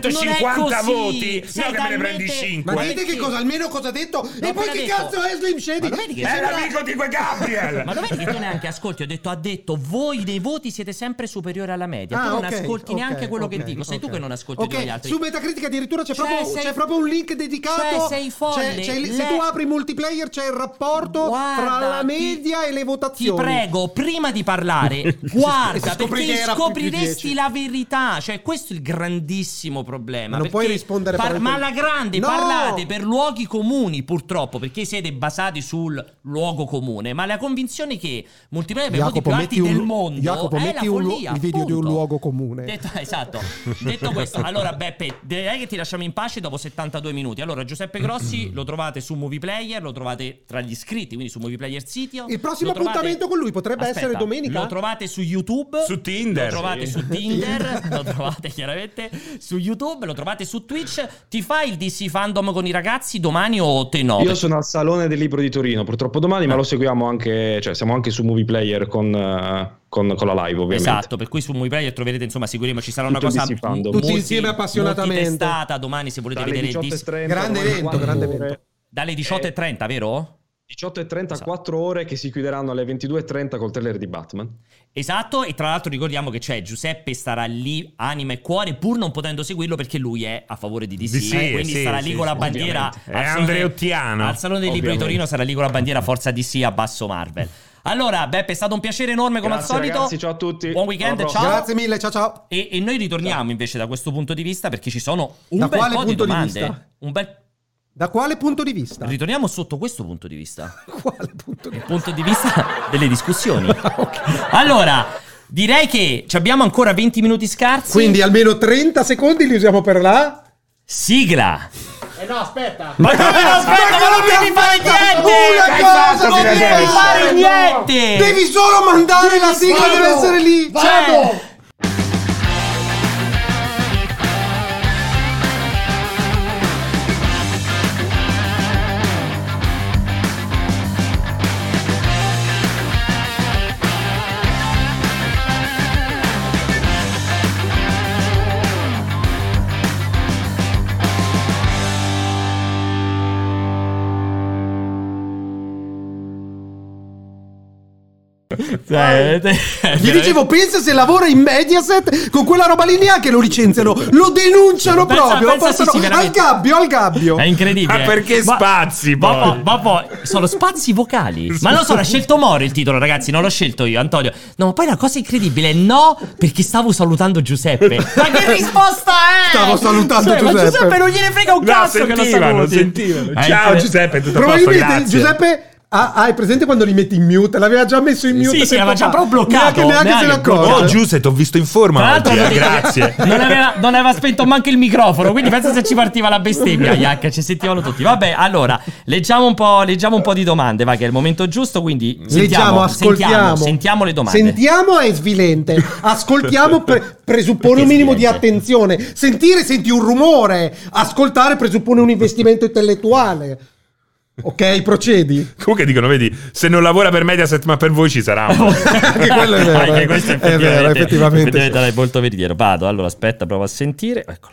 Speaker 1: non
Speaker 3: duecentocinquanta
Speaker 1: è così.
Speaker 3: voti,
Speaker 1: Sei
Speaker 3: no che me ne prendi
Speaker 1: talmente-
Speaker 3: cinque.
Speaker 2: Ma dite che cosa, almeno cosa ha detto? e poi
Speaker 1: appena
Speaker 2: che
Speaker 1: detto-
Speaker 2: cazzo è Slim Shady?
Speaker 1: Ma lo vedi che-
Speaker 3: È
Speaker 1: Sembra-
Speaker 3: l'amico di quel Gabriel.
Speaker 1: Ma lo vedi che tu neanche ascolti? Ho detto, ha detto, voi nei voti siete sempre superiori alla media.
Speaker 2: Ah,
Speaker 1: tu non
Speaker 2: ok,
Speaker 1: ascolti
Speaker 2: ok,
Speaker 1: neanche quello
Speaker 2: ok,
Speaker 1: che dico. Sei tu
Speaker 2: ok.
Speaker 1: che non ascolti
Speaker 2: Ok,
Speaker 1: tutti gli altri.
Speaker 2: su Metacritic addirittura c'è,
Speaker 1: Cioè,
Speaker 2: proprio,
Speaker 1: sei-
Speaker 2: c'è proprio un link dedicato.
Speaker 1: Cioè, sei folle.
Speaker 2: C'è- c'è il- se
Speaker 1: Le-
Speaker 2: tu apri multiplayer c'è il rapporto
Speaker 1: Guarda,
Speaker 2: fra la
Speaker 1: ti-
Speaker 2: media e le
Speaker 1: Ti
Speaker 2: votazioni.
Speaker 1: prego, prima di parlare, guarda,
Speaker 2: Scopri che
Speaker 1: perché
Speaker 2: era più- più
Speaker 1: scopriresti
Speaker 2: dieci.
Speaker 1: la verità. Cioè, questo è il grandissimo problema.
Speaker 2: Ma non
Speaker 1: perché
Speaker 2: puoi rispondere
Speaker 1: par-
Speaker 2: per-
Speaker 1: Ma alla grande
Speaker 2: No!
Speaker 1: parlate per luoghi comuni, purtroppo, perché siete basati sul luogo comune. Ma la convinzione che multiplayer per i voti più
Speaker 2: Jacopo,
Speaker 1: alti
Speaker 2: metti un,
Speaker 1: del mondo
Speaker 2: Jacopo,
Speaker 1: è
Speaker 2: metti
Speaker 1: la
Speaker 2: un lu-
Speaker 1: follia,
Speaker 2: il video di un
Speaker 1: appunto.
Speaker 2: luogo comune.
Speaker 1: Detto, esatto. Detto questo, allora Beppe, direi che ti lasciamo in pace dopo settantadue minuti. Allora, Giuseppe Grossi lo trovate su Movie Player, lo trovate tra gli iscritti, quindi su Movie Player sito.
Speaker 2: Il prossimo
Speaker 1: Lo trovate-
Speaker 2: appuntamento con lui potrebbe
Speaker 1: Aspetta,
Speaker 2: essere domenica?
Speaker 1: Lo trovate su YouTube,
Speaker 3: su Tinder,
Speaker 1: lo trovate
Speaker 3: sì.
Speaker 1: su Tinder, lo trovate chiaramente su YouTube, lo trovate su Twitch. Ti fai il D C Fandom con i ragazzi domani o te no?
Speaker 4: Io sono al Salone del Libro di Torino, purtroppo domani, ma lo seguiamo anche, cioè siamo anche su Movie Player con, uh, con, con la live, ovviamente.
Speaker 1: Esatto, per cui su Movie Player troverete, insomma, sicuramente ci sarà una
Speaker 4: Tutto
Speaker 1: cosa
Speaker 4: D C Fandom.
Speaker 2: Tutti
Speaker 1: multi-
Speaker 2: insieme appassionatamente.
Speaker 1: multitestata domani, se volete
Speaker 4: Dalle
Speaker 1: vedere il
Speaker 4: diciotto
Speaker 1: D C.
Speaker 4: e trenta,
Speaker 2: Grande
Speaker 4: ormai
Speaker 2: evento,
Speaker 4: quattro
Speaker 2: grande
Speaker 4: ore.
Speaker 2: evento.
Speaker 1: Dalle diciotto e trenta, vero?
Speaker 4: diciotto e trenta,
Speaker 1: Esatto.
Speaker 4: quattro ore che si chiuderanno alle ventidue e trenta col trailer di Batman.
Speaker 1: Esatto, e tra l'altro ricordiamo che c'è Giuseppe starà lì anima e cuore, pur non potendo seguirlo perché lui è a favore di D C,
Speaker 3: D C,
Speaker 1: eh, quindi
Speaker 3: sì,
Speaker 1: starà
Speaker 3: sì,
Speaker 1: lì con la
Speaker 3: sì,
Speaker 1: bandiera
Speaker 3: ovviamente.
Speaker 1: al
Speaker 3: È
Speaker 1: salone-
Speaker 3: andreottiano.
Speaker 1: al Salone del Libro di
Speaker 4: Ovviamente.
Speaker 1: Torino sarà lì con la bandiera Forza D C a basso Marvel. Allora Beppe, è stato un piacere enorme come
Speaker 4: Grazie,
Speaker 1: al solito.
Speaker 4: ragazzi, ciao a tutti.
Speaker 1: Buon weekend,
Speaker 4: Alla
Speaker 1: ciao.
Speaker 4: prossima.
Speaker 2: Grazie mille, ciao ciao.
Speaker 1: E, e noi ritorniamo invece da questo punto di vista perché ci sono un
Speaker 2: Da
Speaker 1: bel
Speaker 2: quale
Speaker 1: po'
Speaker 2: punto
Speaker 1: di
Speaker 2: di
Speaker 1: domande.
Speaker 2: vista?
Speaker 1: Un bel...
Speaker 2: Da quale punto di vista?
Speaker 1: Ritorniamo sotto questo punto di vista.
Speaker 2: Quale punto di
Speaker 1: Il punto di vista delle discussioni. Allora, direi che ci abbiamo ancora venti minuti scarsi.
Speaker 2: Quindi almeno trenta secondi li usiamo per la...
Speaker 1: sigla.
Speaker 2: Eh no, aspetta.
Speaker 1: Ma come no, aspetta, ma non devi fare niente!
Speaker 2: Una cosa
Speaker 1: Non
Speaker 2: si
Speaker 1: devi
Speaker 2: deve
Speaker 1: fare
Speaker 2: fare.
Speaker 1: niente!
Speaker 2: Devi solo mandare la sigla,
Speaker 1: Vado.
Speaker 2: deve essere lì.
Speaker 1: Cioè,
Speaker 2: Gli dicevo, pensa se lavora in Mediaset con quella roba lì, neanche lo licenziano, lo denunciano
Speaker 1: Pensa-
Speaker 2: proprio.
Speaker 1: pensa,
Speaker 2: lo portano
Speaker 1: sì, sì, veramente.
Speaker 2: al gabbio, al gabbio.
Speaker 1: È incredibile.
Speaker 3: Ma perché spazi,
Speaker 1: ma,
Speaker 3: poi?
Speaker 1: ma, ma poi sono spazi vocali. Ma non so, l'ha scelto Moro il titolo, ragazzi. Non l'ho scelto io, Antonio. No, ma poi la cosa incredibile è no, perché stavo salutando Giuseppe. Ma che risposta è?
Speaker 2: Stavo salutando
Speaker 1: Cioè, ma
Speaker 2: Giuseppe.
Speaker 1: Giuseppe non gliene frega un
Speaker 3: No,
Speaker 1: cazzo che lo
Speaker 3: sentivano,
Speaker 1: saluti.
Speaker 3: sentivano.
Speaker 1: Eh,
Speaker 3: Ciao
Speaker 1: incre-
Speaker 3: Giuseppe, tutto a posto,
Speaker 2: Probabilmente
Speaker 3: grazie.
Speaker 2: Giuseppe ah, ah, hai presente quando li metti in mute? L'aveva già messo in mute.
Speaker 1: Sì, sì,
Speaker 2: tempo
Speaker 1: l'aveva già
Speaker 2: fa.
Speaker 1: proprio bloccato,
Speaker 2: Neanche, neanche se ne
Speaker 1: neanche
Speaker 2: accorge.
Speaker 3: Oh Giuseppe, t'ho visto in
Speaker 1: Tra
Speaker 3: forma
Speaker 1: l'altro
Speaker 3: oggi,
Speaker 1: hanno
Speaker 3: eh,
Speaker 1: detto che
Speaker 3: grazie.
Speaker 1: non aveva, non aveva spento manco il microfono, quindi pensa se ci partiva la bestemmia, Iac, ci sentivano tutti. Vabbè, allora, leggiamo un po', leggiamo un po' di domande, va, che è il momento giusto, quindi sentiamo,
Speaker 2: Leggiamo, ascoltiamo.
Speaker 1: sentiamo, sentiamo le domande.
Speaker 2: Sentiamo è svilente. Ascoltiamo pre- presuppone un minimo di
Speaker 1: svilente.
Speaker 2: attenzione. Sentire senti un rumore. Ascoltare presuppone un investimento intellettuale. Ok, procedi.
Speaker 3: Comunque dicono, vedi, se non lavora per Mediaset ma per voi ci sarà.
Speaker 2: Anche quello è vero.
Speaker 1: Anche
Speaker 2: eh.
Speaker 1: questo è
Speaker 2: È vero,
Speaker 1: effettivamente,
Speaker 2: effettivamente.
Speaker 1: effettivamente è molto veritiero. Vado, allora aspetta, provo a sentire. Eccolo.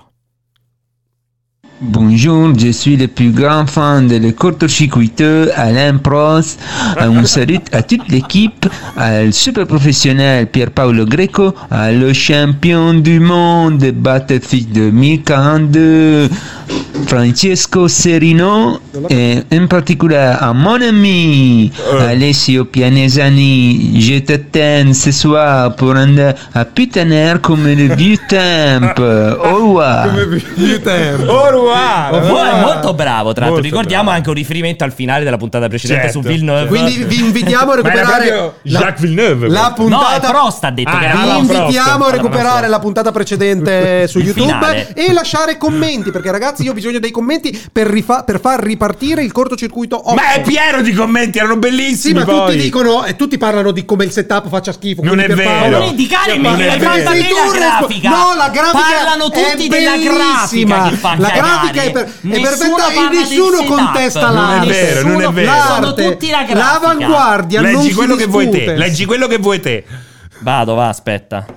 Speaker 6: Bonjour, je suis le plus grand fan de le court-circuiteux Alain Prost. Un salut à toute l'équipe, al super professionnel Pierpaolo Greco, allo champion du monde de Battlefield duemilaquarantadue Francesco Serino et en particulier à mon ami Alessio Pianesani. Je t'attends ce soir pour andare a putaner come le vieux tempo. Au revoir.
Speaker 2: Come più tempo.
Speaker 3: Oh, wow.
Speaker 1: Oh, è molto bravo, tra l'altro.
Speaker 3: Molto
Speaker 1: Ricordiamo
Speaker 3: bravo.
Speaker 1: anche un riferimento al finale della puntata precedente
Speaker 3: Certo,
Speaker 1: su Villeneuve.
Speaker 2: Quindi vi invitiamo a
Speaker 3: Ma era
Speaker 2: recuperare
Speaker 3: proprio
Speaker 2: la,
Speaker 3: Jacques Villeneuve.
Speaker 2: la
Speaker 3: questo.
Speaker 1: No, è
Speaker 2: puntata.
Speaker 1: Prost ha detto
Speaker 3: Ah,
Speaker 1: che
Speaker 3: era
Speaker 1: era
Speaker 2: Vi
Speaker 3: Alan
Speaker 1: Prost.
Speaker 3: Prost.
Speaker 2: invitiamo a
Speaker 1: Alan
Speaker 2: recuperare
Speaker 1: Prost.
Speaker 2: la puntata precedente su
Speaker 1: Il
Speaker 2: YouTube
Speaker 1: finale.
Speaker 2: e lasciare commenti, perché ragazzi io ho bisogno dei commenti per, rifa- per far ripartire il cortocircuito otto.
Speaker 3: Ma è pieno di commenti, erano
Speaker 2: Sì,
Speaker 3: bellissimi
Speaker 2: ma
Speaker 3: poi.
Speaker 2: tutti dicono e tutti parlano di come il setup faccia schifo.
Speaker 3: Non
Speaker 2: quindi
Speaker 3: è
Speaker 2: per
Speaker 3: vero.
Speaker 2: Paolo-
Speaker 1: Ma non indicare
Speaker 3: Non
Speaker 1: me,
Speaker 3: è
Speaker 1: l'hai
Speaker 3: vero.
Speaker 1: fatta
Speaker 2: Sei
Speaker 1: te
Speaker 2: tu
Speaker 1: la
Speaker 2: il respo-
Speaker 1: grafica.
Speaker 2: No, la grafica
Speaker 1: Parlano tutti
Speaker 2: è
Speaker 1: della
Speaker 2: bellissima.
Speaker 1: grafica che fa
Speaker 2: La
Speaker 1: cagare.
Speaker 2: grafica è, per- è
Speaker 1: Nessuno
Speaker 2: perfetta
Speaker 1: parla
Speaker 2: e
Speaker 1: del
Speaker 2: nessuno
Speaker 1: setup.
Speaker 2: contesta
Speaker 1: Non è
Speaker 2: l'arte.
Speaker 3: vero, non è vero.
Speaker 1: Sono
Speaker 2: L'arte,
Speaker 1: tutti la grafica.
Speaker 2: l'avanguardia, non
Speaker 3: Leggi
Speaker 2: si
Speaker 3: quello che vuoi te.
Speaker 2: discute.
Speaker 3: Leggi quello che vuoi te.
Speaker 1: Vado, va, aspetta.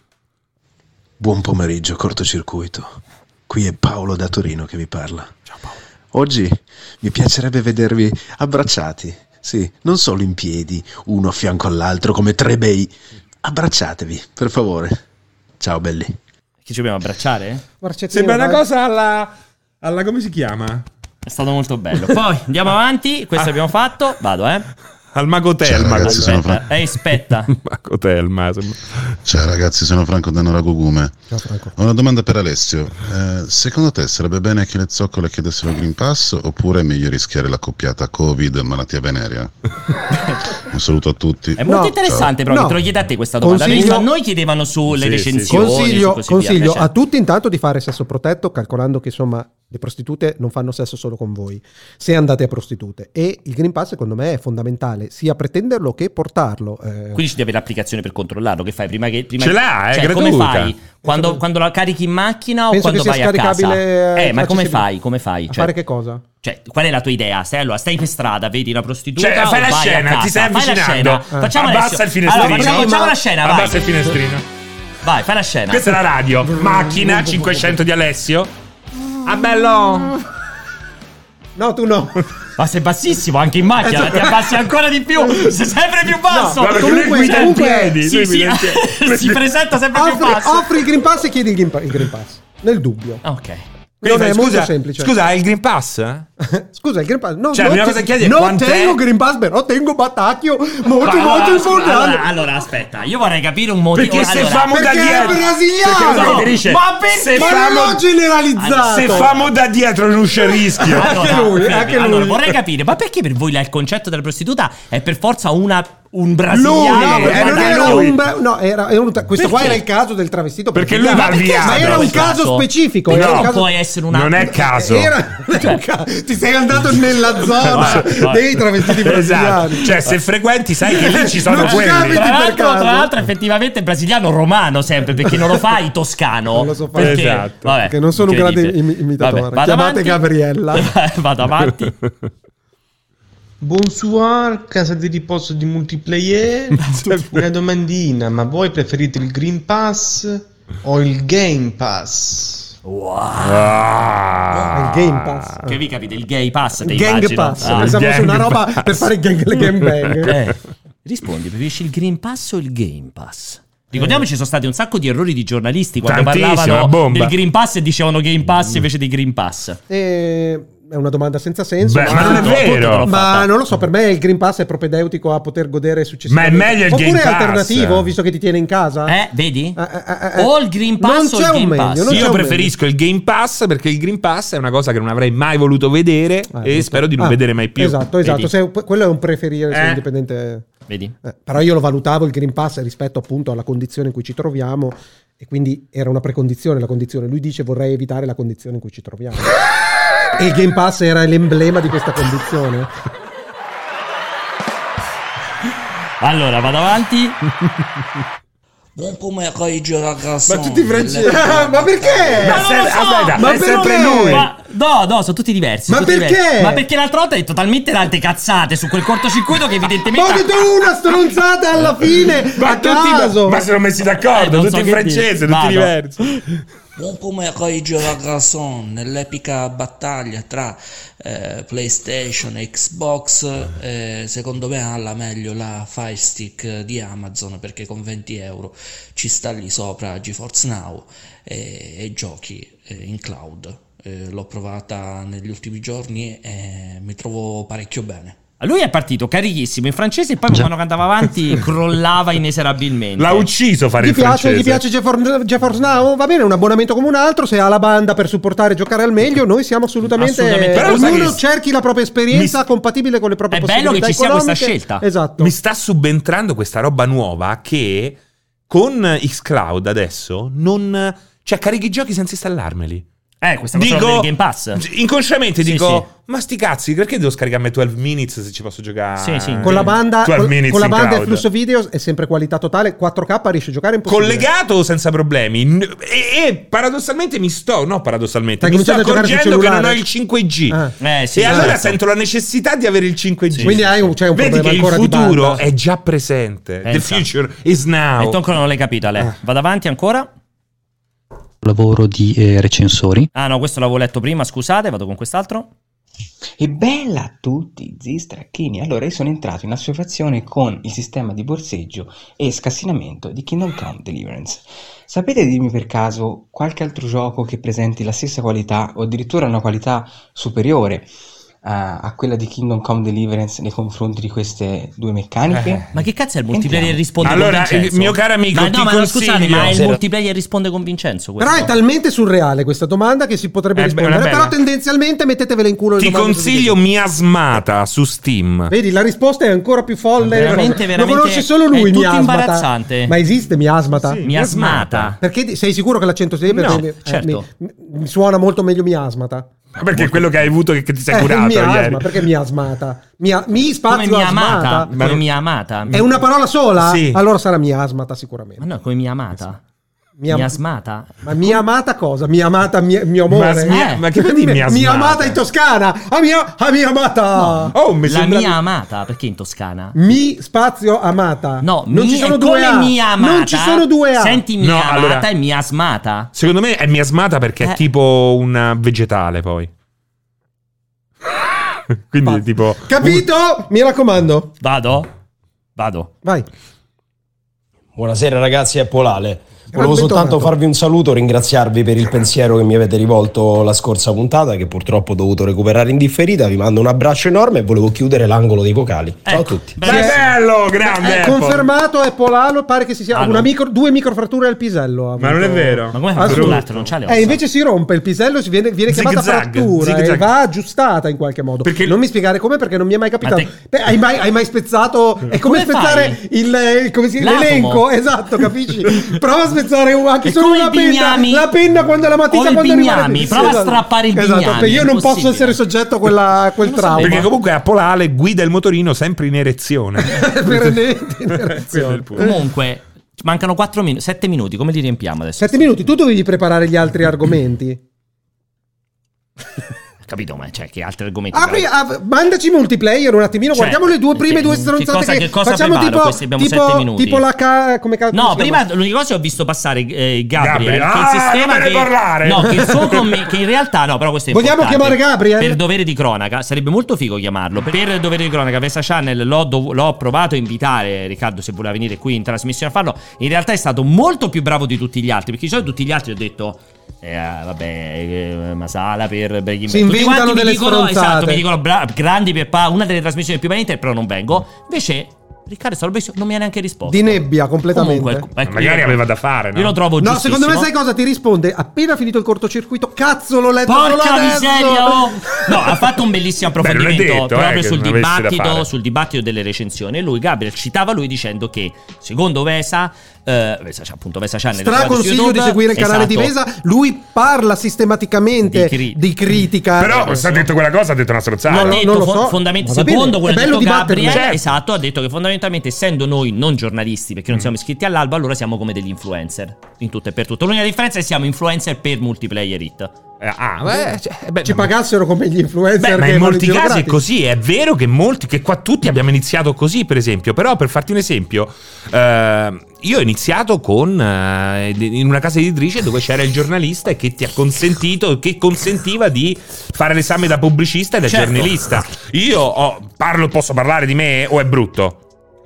Speaker 7: Buon pomeriggio, cortocircuito. Qui è Paolo da Torino che vi parla. Ciao Paolo. Oggi mi piacerebbe vedervi abbracciati. Sì, non solo in piedi, uno a fianco all'altro come tre bei. Abbracciatevi, per favore. Ciao belli.
Speaker 1: Chi ci dobbiamo abbracciare?
Speaker 2: Marcettino,
Speaker 3: Sembra una
Speaker 2: vai.
Speaker 3: cosa alla... alla come si chiama?
Speaker 1: È stato molto bello. Poi andiamo avanti. Questo abbiamo fatto. Vado, eh.
Speaker 3: Al Magotel.
Speaker 8: Ciao,
Speaker 3: Mago-
Speaker 8: ragazzi, sono
Speaker 1: Aspetta. Ehi, aspetta.
Speaker 3: Magotel, ma sembra-
Speaker 8: Ciao ragazzi, sono Franco da Noragugume.
Speaker 2: Ciao, Franco.
Speaker 8: Ho una domanda per Alessio. Eh, secondo te sarebbe bene che le zoccole chiedessero il Green Pass oppure è meglio rischiare la coppiata Covid-malattia venerea? Un saluto a tutti.
Speaker 1: È molto
Speaker 2: No,
Speaker 1: interessante,
Speaker 2: ciao.
Speaker 1: però,
Speaker 2: No.
Speaker 1: che te lo chiede a te questa domanda.
Speaker 2: Consiglio-
Speaker 1: Perché a noi chiedevano sulle
Speaker 3: Sì, sì, sì.
Speaker 1: recensioni.
Speaker 2: Consiglio,
Speaker 1: su così via,
Speaker 2: consiglio
Speaker 1: invece-
Speaker 2: a tutti intanto di fare sesso protetto, calcolando che insomma Le prostitute non fanno sesso solo con voi, se andate a prostitute. E il Green Pass secondo me è fondamentale, sia pretenderlo che portarlo. Eh.
Speaker 1: Quindi ci devi avere l'applicazione per controllarlo. Che fai prima che prima
Speaker 3: Ce l'ha,
Speaker 1: cioè,
Speaker 3: è
Speaker 1: come
Speaker 3: gratuita.
Speaker 1: fai? Quando, quando la carichi in macchina o
Speaker 2: Penso
Speaker 1: quando
Speaker 2: che sia
Speaker 1: vai a casa?
Speaker 2: scaricabile,
Speaker 1: Eh, ma come
Speaker 2: accessibile.
Speaker 1: fai? Come fai?
Speaker 2: A
Speaker 1: Cioè,
Speaker 2: fare che cosa?
Speaker 1: Cioè, qual è la tua idea? Stai, allora, stai per strada, vedi una prostituta,
Speaker 3: Cioè,
Speaker 1: o
Speaker 3: fai la
Speaker 1: vai a
Speaker 3: scena,
Speaker 1: casa?
Speaker 3: ti stai
Speaker 1: Fai la
Speaker 3: avvicinando.
Speaker 1: scena. Facciamo
Speaker 3: Abbassa
Speaker 1: adesso-
Speaker 3: il finestrino.
Speaker 1: Allora, facciamo, facciamo la scena, vai.
Speaker 3: Abbassa il finestrino.
Speaker 1: Vai, fai la scena.
Speaker 3: Questa è la radio. Macchina cinquecento di Alessio. Ah, bello.
Speaker 2: No, tu no.
Speaker 1: Ma sei bassissimo anche in macchina, ti abbassi ancora di più, sei sempre più basso.
Speaker 2: No,
Speaker 3: Guarda,
Speaker 2: comunque-
Speaker 3: che lui guida in
Speaker 2: comunque-
Speaker 3: piedi.
Speaker 1: Sì,
Speaker 3: lui
Speaker 1: sì,
Speaker 3: guida in piedi.
Speaker 1: si presenta sempre più
Speaker 2: Offri,
Speaker 1: basso.
Speaker 2: offri il Green Pass e chiedi il Green, Pa- il Green Pass. Nel dubbio.
Speaker 1: Ok.
Speaker 3: Quindi
Speaker 2: Non è
Speaker 3: fai,
Speaker 2: molto
Speaker 3: scusa,
Speaker 2: semplice.
Speaker 3: Scusa, hai il Green Pass?
Speaker 2: Scusa, il Green Pass. No,
Speaker 3: Cioè,
Speaker 2: non
Speaker 3: la prima
Speaker 2: te-
Speaker 3: cosa che chiedi è
Speaker 2: non
Speaker 3: quant'è?
Speaker 2: tengo Green Pass, però tengo Battacchio molto,
Speaker 1: Ma
Speaker 2: molto
Speaker 1: allora,
Speaker 2: importante.
Speaker 1: allora, allora, aspetta, io vorrei capire un motivo.
Speaker 3: Perché se
Speaker 1: allora,
Speaker 3: famo da
Speaker 2: Perché è
Speaker 3: dietro
Speaker 2: brasiliano.
Speaker 3: Perché cosa dice?
Speaker 1: Ma perché?
Speaker 3: Se
Speaker 2: Ma
Speaker 3: famo,
Speaker 2: non l'ho generalizzato.
Speaker 3: se famo da dietro non c'è rischio.
Speaker 2: Anche lui,
Speaker 1: fermi,
Speaker 2: anche
Speaker 1: allora,
Speaker 2: lui.
Speaker 1: vorrei capire, ma perché per voi la- il concetto della prostituta è per forza una, un
Speaker 2: Lui,
Speaker 1: brasiliano?
Speaker 2: no,
Speaker 1: che
Speaker 2: eh, non
Speaker 1: guarda
Speaker 2: era
Speaker 1: lui?
Speaker 2: un, bra- no, era, era un- questo qua
Speaker 1: Perché?
Speaker 2: era il caso del travestito
Speaker 3: Perché
Speaker 2: brasiliano.
Speaker 3: lui va
Speaker 2: Ma perché?
Speaker 3: via.
Speaker 2: Ma era
Speaker 1: No,
Speaker 2: un
Speaker 1: il
Speaker 2: caso
Speaker 1: caso.
Speaker 2: specifico.
Speaker 1: Perché
Speaker 2: Era un
Speaker 1: non
Speaker 2: caso...
Speaker 1: può essere una.
Speaker 3: Non è caso.
Speaker 2: Era un ca- ti sei andato nella zona
Speaker 1: Vai, vai.
Speaker 2: dei travestiti brasiliani.
Speaker 3: Esatto. Cioè, se frequenti, sai che lì ci sono
Speaker 2: Non ci
Speaker 3: quelli.
Speaker 2: capiti
Speaker 1: Tra
Speaker 2: per
Speaker 1: l'altro,
Speaker 2: caso.
Speaker 1: tra l'altro, effettivamente brasiliano romano sempre, perché non lo fai toscano.
Speaker 2: Non lo so fare.
Speaker 1: Perché,
Speaker 3: Esatto.
Speaker 1: vabbè,
Speaker 2: Che non sono un grande
Speaker 1: incredibile.
Speaker 2: im- imitatore.
Speaker 1: Vabbè, vado
Speaker 2: Chiamate
Speaker 1: avanti.
Speaker 2: Gabriella.
Speaker 1: Vado avanti.
Speaker 9: Bonsoir, casa di riposo di multiplayer. Una domandina, ma voi preferite il Green Pass o il Game Pass?
Speaker 3: Ah.
Speaker 2: Il Game Pass.
Speaker 1: Che vi capite? Il gay pass, te
Speaker 2: Gang
Speaker 1: immagino?
Speaker 2: Pass.
Speaker 1: Ah.
Speaker 2: Pensavo
Speaker 3: gang
Speaker 2: su una roba
Speaker 3: pass.
Speaker 2: per fare gang, le gang bang.
Speaker 1: Eh. Rispondi, preferisci il Green Pass o il Game Pass? Ricordiamoci, ci sono stati un sacco di errori di giornalisti quando
Speaker 3: Tantissimo,
Speaker 1: parlavano
Speaker 3: bomba.
Speaker 1: del Green Pass e dicevano Game Pass invece di Green Pass.
Speaker 2: E- È una domanda senza senso.
Speaker 3: Beh, ma non è
Speaker 1: no,
Speaker 3: vero.
Speaker 1: appunto, te l'ho
Speaker 2: Ma
Speaker 1: fatta.
Speaker 2: non lo so, per me il Green Pass è propedeutico a poter godere successivamente.
Speaker 3: Ma è meglio il
Speaker 2: Oppure
Speaker 3: Game
Speaker 2: è
Speaker 3: Pass.
Speaker 2: alternativo, visto che ti tiene in casa.
Speaker 1: Eh, vedi?
Speaker 2: Eh, eh, eh, eh.
Speaker 1: O il Green Pass
Speaker 2: Non
Speaker 1: o
Speaker 2: c'è
Speaker 1: il
Speaker 2: un
Speaker 1: Game
Speaker 2: meglio,
Speaker 1: Pass.
Speaker 2: non c'è
Speaker 3: Io
Speaker 2: un
Speaker 3: preferisco il Game Pass perché il Green Pass è una cosa che non avrei mai voluto vedere
Speaker 2: meglio.
Speaker 3: e
Speaker 2: Eh,
Speaker 3: spero di non
Speaker 2: ah,
Speaker 3: vedere mai più.
Speaker 2: Esatto, esatto.
Speaker 1: Vedi?
Speaker 2: Se- quello è un preferire, se
Speaker 3: Eh.
Speaker 2: indipendente.
Speaker 1: Vedi?
Speaker 2: Eh, però io lo valutavo il Green Pass rispetto appunto alla condizione in cui ci troviamo e quindi era una precondizione la condizione. Lui dice vorrei evitare la condizione in cui ci troviamo. E il Game Pass era l'emblema di questa condizione.
Speaker 1: Allora, vado avanti.
Speaker 10: Buon pomeriggio ragazzi.
Speaker 2: Ma tutti francesi. Ma perché?
Speaker 3: Ma
Speaker 1: non
Speaker 3: se-
Speaker 1: lo so.
Speaker 3: aspetta,
Speaker 2: Ma
Speaker 3: è sempre
Speaker 2: perché?
Speaker 3: lui.
Speaker 1: Ma, no, no, sono tutti diversi.
Speaker 2: Ma
Speaker 1: sono tutti
Speaker 2: perché?
Speaker 1: diversi. Ma perché l'altra volta hai detto talmente tante cazzate su quel cortocircuito che
Speaker 2: Ma
Speaker 1: evidentemente.
Speaker 2: ho detto una stronzata alla fine
Speaker 3: Ma
Speaker 2: a
Speaker 3: tutti,
Speaker 2: caso.
Speaker 3: ma si sono messi d'accordo,
Speaker 1: Eh, non
Speaker 3: tutti
Speaker 1: so
Speaker 3: in
Speaker 1: che
Speaker 3: francese,
Speaker 1: dire.
Speaker 3: tutti
Speaker 1: Vado.
Speaker 3: diversi.
Speaker 10: Buon pomeriggio ragazzi. Nell'epica battaglia tra eh, PlayStation e Xbox, eh, secondo me ha la meglio la Fire Stick di Amazon, perché con venti euro ci sta lì sopra GeForce Now e, e giochi eh, in cloud. Eh, l'ho provata negli ultimi giorni e mi trovo parecchio bene.
Speaker 1: Lui è partito carichissimo in francese e poi man mano che andava avanti crollava inesorabilmente.
Speaker 3: L'ha ucciso fare
Speaker 2: Gli
Speaker 3: il
Speaker 2: piace,
Speaker 3: francese.
Speaker 2: gli piace GeForce, GeForce Now? Va bene, un abbonamento come un altro. Se ha la banda per supportare e giocare al meglio, noi siamo assolutamente.
Speaker 1: Assolutamente.
Speaker 3: Però sai
Speaker 2: ognuno
Speaker 3: che-
Speaker 2: cerchi la propria esperienza
Speaker 3: mi-
Speaker 2: compatibile con le proprie
Speaker 1: È bello
Speaker 2: possibilità
Speaker 1: che ci sia questa
Speaker 2: economiche.
Speaker 1: scelta.
Speaker 2: Esatto.
Speaker 3: Mi sta subentrando questa roba nuova che con xCloud adesso non... Cioè, carichi i giochi senza installarmeli.
Speaker 1: Eh, questa cosa del Game Pass.
Speaker 3: Inconsciamente
Speaker 1: Sì,
Speaker 3: dico, ma sti cazzi, perché devo scaricarmi dodici minutes se ci posso giocare?
Speaker 1: Sì, sì.
Speaker 2: Con la banda,
Speaker 3: dodici
Speaker 2: con,
Speaker 3: minutes
Speaker 2: con la
Speaker 3: in
Speaker 2: banda e il
Speaker 3: cloud.
Speaker 2: flusso video è sempre qualità totale. quattro K riesce a giocare in possibile.
Speaker 3: Collegato senza problemi. N- E, e paradossalmente mi sto, no paradossalmente,
Speaker 2: Stai
Speaker 3: mi sto
Speaker 2: cominciando a giocare sul
Speaker 3: accorgendo che non ho
Speaker 2: cellulare?
Speaker 3: il cinque G.
Speaker 2: Ah.
Speaker 1: Eh, sì,
Speaker 3: e allora
Speaker 1: esatto.
Speaker 3: sento la necessità di avere il cinque G.
Speaker 2: Quindi hai un, c'è un
Speaker 3: Vedi
Speaker 2: problema
Speaker 3: che il
Speaker 2: ancora di
Speaker 3: futuro
Speaker 2: banda.
Speaker 3: è già presente. The
Speaker 1: Esatto.
Speaker 3: future is now.
Speaker 1: E tu ancora non l'hai capito, Ale. Vado avanti ancora.
Speaker 5: Lavoro di eh, recensori.
Speaker 1: Ah no, questo l'avevo letto prima, scusate, vado con quest'altro.
Speaker 11: E bella a tutti, zi stracchini. Allora io sono entrato in assuefazione con il sistema di borseggio e scassinamento di Kingdom Come Deliverance. Sapete dirmi per caso qualche altro gioco che presenti la stessa qualità o addirittura una qualità superiore a, a quella di Kingdom Come Deliverance nei confronti di queste due meccaniche?
Speaker 1: Ma che cazzo è il multiplayer
Speaker 11: Entriamo.
Speaker 1: risponde
Speaker 3: Allora,
Speaker 1: con Vincenzo?
Speaker 3: il mio caro amico,
Speaker 1: ma
Speaker 3: ti
Speaker 1: no, ma no, scusate,
Speaker 3: consiglio-
Speaker 1: ma è il
Speaker 11: Zero.
Speaker 1: multiplayer risponde con Vincenzo questo?
Speaker 2: Però è talmente surreale questa domanda che si potrebbe
Speaker 3: Eh,
Speaker 2: rispondere.
Speaker 3: beh,
Speaker 2: Però
Speaker 3: bella.
Speaker 2: tendenzialmente mettetevele in culo le
Speaker 3: Ti
Speaker 2: domande su
Speaker 3: consiglio
Speaker 2: video.
Speaker 3: Miasmata su Steam.
Speaker 2: Vedi, la risposta è ancora più folle.
Speaker 1: Veramente,
Speaker 2: Lo
Speaker 1: veramente,
Speaker 2: conosci solo
Speaker 1: è
Speaker 2: lui,
Speaker 1: tutto
Speaker 2: Miasmata.
Speaker 1: imbarazzante.
Speaker 2: Ma esiste Miasmata?
Speaker 3: Sì.
Speaker 1: Miasmata.
Speaker 2: Perché di- sei sicuro che l'accento si deve?
Speaker 3: No,
Speaker 2: perché, eh,
Speaker 1: certo.
Speaker 2: mi, mi suona molto meglio Miasmata.
Speaker 3: Perché è quello che hai avuto che, che ti sei
Speaker 2: Eh,
Speaker 3: curato
Speaker 2: mi
Speaker 3: ieri.
Speaker 2: asma, perché mi asmata? Mi, mi spazio
Speaker 1: Come mi
Speaker 2: asmata.
Speaker 1: amata?
Speaker 3: Ma
Speaker 1: Come
Speaker 3: non-
Speaker 1: mi amata?
Speaker 2: È una parola sola?
Speaker 3: Sì.
Speaker 2: Allora sarà miasmata sicuramente.
Speaker 1: Ma no, come mi amata?
Speaker 2: Mia-
Speaker 1: Miasmata?
Speaker 2: Ma mia amata cosa? Mia amata mia- mio amore?
Speaker 3: Ma, mia-
Speaker 1: Eh.
Speaker 3: ma che vuol dire
Speaker 2: Mia,
Speaker 3: miasmata?
Speaker 2: amata in Toscana. A mia, a mia amata.
Speaker 3: Oh, mi
Speaker 1: La
Speaker 3: sembra...
Speaker 1: mia amata, perché in Toscana?
Speaker 2: Mi spazio amata.
Speaker 1: No,
Speaker 2: non
Speaker 1: mi,
Speaker 2: ci sono
Speaker 1: è
Speaker 2: due
Speaker 1: come
Speaker 2: A.
Speaker 1: mia amata.
Speaker 2: Non ci sono due A.
Speaker 1: Senti mia
Speaker 3: No,
Speaker 1: amata
Speaker 3: allora-
Speaker 1: e miasmata.
Speaker 3: Secondo me è miasmata perché
Speaker 1: Eh.
Speaker 3: è tipo un vegetale poi. Quindi
Speaker 2: Va.
Speaker 3: tipo...
Speaker 2: Capito? Mi raccomando.
Speaker 1: Vado? Vado.
Speaker 2: Vai.
Speaker 12: Buonasera ragazzi, è Polale. Volevo
Speaker 2: bentornato.
Speaker 12: soltanto farvi un saluto, ringraziarvi per il pensiero che mi avete rivolto la scorsa puntata, che purtroppo ho dovuto recuperare in differita. Vi mando un abbraccio enorme e volevo chiudere l'angolo dei vocali. Ciao
Speaker 1: Ecco,
Speaker 12: a tutti.
Speaker 3: Che bello, grande
Speaker 2: È
Speaker 3: Apple.
Speaker 2: confermato, è Polalo. Pare che si sia
Speaker 1: Ah,
Speaker 2: una
Speaker 1: no.
Speaker 2: micro, due microfratture al pisello. ha
Speaker 3: Ma non è
Speaker 2: avuto.
Speaker 3: vero.
Speaker 1: Ma come
Speaker 2: Ah,
Speaker 1: fa
Speaker 2: scusa.
Speaker 1: l'altro? Non c'ha le ossa.
Speaker 2: Eh, invece si rompe il pisello, si viene, viene chiamata
Speaker 3: Zig-zag,
Speaker 2: frattura
Speaker 3: zig-zag.
Speaker 2: e va aggiustata in qualche modo.
Speaker 3: Perché-
Speaker 2: Non mi spiegare come, perché non mi è mai capitato.
Speaker 1: Ma te-
Speaker 2: Beh, hai, mai, hai mai spezzato? È come,
Speaker 1: Come
Speaker 2: spezzare
Speaker 1: fai?
Speaker 2: il, il- come si chiama?
Speaker 1: L'atomo.
Speaker 2: L'elenco, esatto, capisci? Prova a spezzare un- anche
Speaker 1: È
Speaker 2: solo
Speaker 1: come
Speaker 2: una
Speaker 1: i
Speaker 2: penna.
Speaker 1: bignami.
Speaker 2: La penna quando la matita
Speaker 1: O i
Speaker 2: quando
Speaker 1: bignami,
Speaker 2: rimane-
Speaker 1: prova a
Speaker 2: Esatto.
Speaker 1: strappare i
Speaker 2: Esatto,
Speaker 1: bignami,
Speaker 2: perché io
Speaker 1: è
Speaker 2: non posso
Speaker 1: impossibile.
Speaker 2: essere soggetto a quella, a quel
Speaker 1: Non lo
Speaker 2: trauma.
Speaker 3: Perché comunque a Polale guida il motorino sempre in erezione.
Speaker 2: Perennemente in
Speaker 3: Quello è
Speaker 2: erezione.
Speaker 3: il punto.
Speaker 1: Comunque, mancano quattro minuti, sette minuti, come li riempiamo adesso?
Speaker 2: Sette minuti, tu dovevi preparare gli altri argomenti.
Speaker 1: Capito, ma cioè, che altri argomenti?
Speaker 2: Apri, ah, mandaci multiplayer un attimino,
Speaker 1: Cioè,
Speaker 2: guardiamo le due prime
Speaker 1: che-
Speaker 2: due
Speaker 1: che
Speaker 2: stronzate
Speaker 1: cosa-
Speaker 2: che,
Speaker 1: che cosa
Speaker 2: facciamo
Speaker 1: preparo?
Speaker 2: tipo,
Speaker 1: Questi abbiamo
Speaker 2: tipo,
Speaker 1: sette minuti.
Speaker 2: tipo la ca- come cazzo
Speaker 1: No,
Speaker 2: si
Speaker 1: prima
Speaker 2: chiama?
Speaker 1: l'unica cosa ho visto passare eh, Gabriel,
Speaker 3: Gabriel.
Speaker 1: che il
Speaker 3: Ah,
Speaker 1: sistema
Speaker 3: non me ne
Speaker 1: che,
Speaker 3: parlare!
Speaker 1: no, che il suo commi- che in realtà no, però questo è
Speaker 2: Vogliamo
Speaker 1: importante.
Speaker 2: chiamare Gabriel?
Speaker 1: Per dovere di cronaca, sarebbe molto figo chiamarlo. Per dovere di cronaca, Vesa Channel l'ho, dov- l'ho provato a invitare Riccardo se voleva venire qui in trasmissione a farlo. In realtà è stato molto più bravo di tutti gli altri, perché di solito tutti gli altri ho detto eh, vabbè, eh, Masala per, per gli
Speaker 2: Si
Speaker 1: tutti
Speaker 2: inventano
Speaker 1: quanti mi
Speaker 2: delle
Speaker 1: dicono,
Speaker 2: stronzate.
Speaker 1: esatto, mi dicono bra- grandi per pa- una delle trasmissioni più belle, però non vengo. Invece Riccardo Salvesio non mi ha neanche risposto.
Speaker 2: Di nebbia completamente.
Speaker 1: Comunque, ecco,
Speaker 3: Magari
Speaker 1: io-
Speaker 3: aveva da fare, no?
Speaker 1: Io lo trovo
Speaker 2: No,
Speaker 1: giustissimo.
Speaker 2: secondo me sai cosa ti risponde? Appena finito il cortocircuito, cazzo l'ho letto solo
Speaker 1: Porca
Speaker 2: adesso.
Speaker 1: miseria! Oh! No, ha fatto un bellissimo
Speaker 3: Beh, non è
Speaker 1: approfondimento
Speaker 3: detto, eh,
Speaker 1: proprio
Speaker 3: che
Speaker 1: sul
Speaker 3: non avessi da
Speaker 1: dibattito,
Speaker 3: fare.
Speaker 1: sul dibattito delle recensioni. E lui, Gabriel, citava lui dicendo che secondo Vesa, eh, Vesa cioè, appunto Vesa Channel,
Speaker 2: Stra consiglio di seguire il canale di
Speaker 1: esatto,
Speaker 2: Vesa. Lui parla sistematicamente
Speaker 1: Di cri-
Speaker 2: di critica.
Speaker 3: Però se ha detto quella cosa ha detto una stronzata.
Speaker 2: No,
Speaker 1: ha
Speaker 2: no,
Speaker 1: detto
Speaker 2: non lo
Speaker 1: fo-
Speaker 2: so.
Speaker 1: fondament-
Speaker 2: Ma va bene,
Speaker 1: secondo
Speaker 2: è
Speaker 1: quello che ha
Speaker 2: bello
Speaker 1: detto
Speaker 2: dibatterne.
Speaker 1: Gabriel,
Speaker 2: Certo.
Speaker 1: esatto, ha detto che fondamentalmente essendo noi non giornalisti, perché non siamo iscritti all'albo, allora siamo come degli influencer in tutto e per tutto. L'unica differenza è che siamo influencer per multiplayer hit.
Speaker 3: Eh, ah, beh, cioè, beh,
Speaker 2: Ci pagassero come gli influencer.
Speaker 3: Beh, ma
Speaker 2: che
Speaker 3: in
Speaker 2: vanno
Speaker 3: molti
Speaker 2: giro
Speaker 3: casi è
Speaker 2: gratis.
Speaker 3: così, è vero che molti, che qua tutti abbiamo iniziato così, per esempio, però per farti un esempio, eh, io ho iniziato con eh, in una casa editrice dove c'era il giornalista che ti ha consentito, che consentiva di fare l'esame da pubblicista e da
Speaker 1: Certo.
Speaker 3: giornalista. Io ho, parlo, posso parlare di me o è brutto?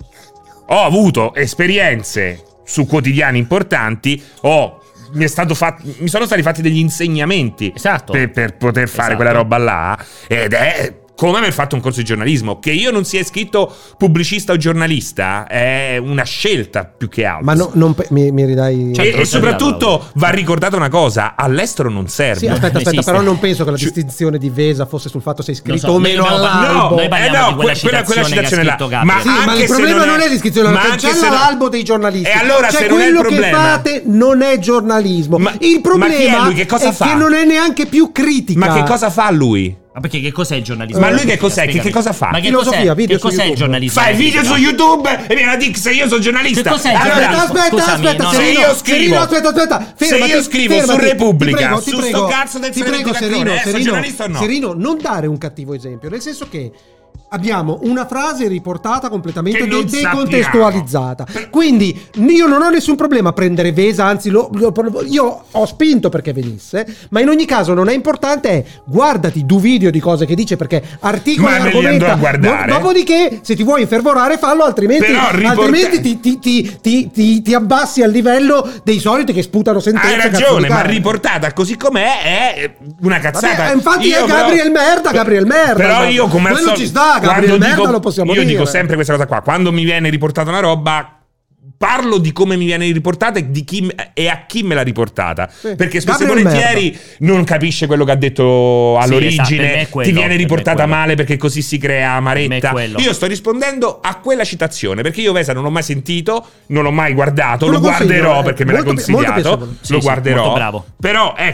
Speaker 3: Ho avuto esperienze su quotidiani importanti, ho mi, è stato fatto, mi sono stati fatti degli insegnamenti
Speaker 1: Esatto.
Speaker 3: per, per poter fare
Speaker 1: Esatto.
Speaker 3: quella roba là, ed è come aver fatto un corso di giornalismo. Che io non sia iscritto pubblicista o giornalista è una scelta più che altro.
Speaker 2: Ma no, non pe- mi, mi ridai.
Speaker 3: e,
Speaker 1: Certo,
Speaker 3: e
Speaker 1: non
Speaker 3: soprattutto va ricordata una cosa: all'estero non serve.
Speaker 2: Sì, aspetta, aspetta,
Speaker 1: esiste.
Speaker 2: però non penso che la
Speaker 3: Ci-
Speaker 2: distinzione di Vesa fosse sul fatto se sei iscritto
Speaker 1: Lo so,
Speaker 2: o
Speaker 1: noi
Speaker 2: meno
Speaker 1: dobbiamo parlare-
Speaker 2: all'albo.
Speaker 1: no, noi parliamo
Speaker 3: eh no,
Speaker 1: di quella
Speaker 3: que- quella, quella
Speaker 1: citazione che ha
Speaker 3: citazione là.
Speaker 1: scritto Gabriel.
Speaker 3: Ma,
Speaker 2: Sì, ma
Speaker 3: anche
Speaker 2: il
Speaker 3: se
Speaker 2: problema non è l'iscrizione,
Speaker 3: ma
Speaker 2: la
Speaker 3: anche se
Speaker 2: cancella
Speaker 3: non-
Speaker 2: l'albo dei giornalisti.
Speaker 3: E allora
Speaker 2: cioè,
Speaker 3: se non è il
Speaker 2: quello che
Speaker 3: problema,
Speaker 2: fate non è giornalismo.
Speaker 3: Ma-
Speaker 2: il problema
Speaker 3: ma chi è lui? Che cosa
Speaker 2: è
Speaker 3: fa?
Speaker 2: che non è neanche più critica.
Speaker 3: ma che cosa fa lui?
Speaker 1: Ma perché che cos'è il giornalismo?
Speaker 3: Ma lui che cos'è?
Speaker 1: Spiegami.
Speaker 3: Che- che cosa fa?
Speaker 1: Ma che
Speaker 2: Filosofia,
Speaker 1: cos'è,
Speaker 2: video
Speaker 1: che
Speaker 2: su
Speaker 1: cos'è il
Speaker 2: YouTube.
Speaker 1: giornalismo?
Speaker 3: Fai video su YouTube e vieni a dire che se io sono giornalista.
Speaker 1: Che cos'è il
Speaker 3: Allora,
Speaker 1: giornalismo?
Speaker 2: Aspetta, aspetta,
Speaker 1: Scusami,
Speaker 2: aspetta,
Speaker 1: no,
Speaker 3: se
Speaker 2: Serino,
Speaker 3: io scrivo-
Speaker 2: Serino, aspetta, aspetta,
Speaker 3: se
Speaker 2: fermati,
Speaker 3: io scrivo su
Speaker 2: fermati,
Speaker 3: Repubblica,
Speaker 2: ti prego, ti
Speaker 3: su sto
Speaker 2: prego,
Speaker 3: cazzo del
Speaker 2: ti prego,
Speaker 3: Serino,
Speaker 2: Serino,
Speaker 3: eh, sono
Speaker 2: Serino,
Speaker 3: giornalista o no?
Speaker 2: Serino, non dare un cattivo esempio, nel senso che abbiamo una frase riportata completamente
Speaker 3: Che
Speaker 2: de-
Speaker 3: non
Speaker 2: decontestualizzata. Quindi io non ho nessun problema a prendere Vesa, anzi lo- lo- io ho spinto perché venisse, ma in ogni caso non è importante, è guardati due video di cose che dice, perché articoli
Speaker 3: Ma me li
Speaker 2: argomenta.
Speaker 3: andrò a guardare.
Speaker 2: No, dopodiché se ti vuoi infervorare fallo, altrimenti,
Speaker 3: Però riporta-
Speaker 2: altrimenti ti, ti, ti, ti, ti, ti abbassi al livello dei soliti che sputano sentenze.
Speaker 3: Hai
Speaker 2: cazzo
Speaker 3: ragione,
Speaker 2: di
Speaker 3: ma
Speaker 2: cane.
Speaker 3: riportata così com'è è una cazzata.
Speaker 2: Vabbè, infatti
Speaker 3: Io
Speaker 2: è
Speaker 3: però-
Speaker 2: Gabriel Merda, Gabriel Merda.
Speaker 3: Però io come al
Speaker 2: quello
Speaker 3: solito-
Speaker 2: ci sta, Gabriel
Speaker 3: quando
Speaker 2: Merda
Speaker 3: dico-
Speaker 2: lo possiamo
Speaker 3: io
Speaker 2: dire.
Speaker 3: dico sempre questa cosa qua: quando mi viene riportata una roba, parlo di come mi viene riportata e di chi e a chi me l'ha riportata.
Speaker 2: Sì.
Speaker 3: Perché spesso e
Speaker 2: Gabriel
Speaker 3: volentieri non capisce quello che ha detto all'origine,
Speaker 1: esatto, per me è quello,
Speaker 3: ti viene
Speaker 1: per me è
Speaker 3: riportata
Speaker 1: quello.
Speaker 3: male perché così si crea
Speaker 1: Per me è
Speaker 3: amaretta.
Speaker 1: quello.
Speaker 3: Io sto rispondendo a quella citazione perché io Vesa non l'ho mai sentito, non l'ho mai guardato,
Speaker 2: Te lo
Speaker 3: lo guarderò
Speaker 2: consiglio, eh.
Speaker 3: perché me l'ha
Speaker 2: Molto pi- molto
Speaker 3: consigliato,
Speaker 2: piacevole.
Speaker 1: Sì,
Speaker 3: lo
Speaker 1: sì,
Speaker 3: guarderò.
Speaker 1: molto bravo.
Speaker 3: Però ecco,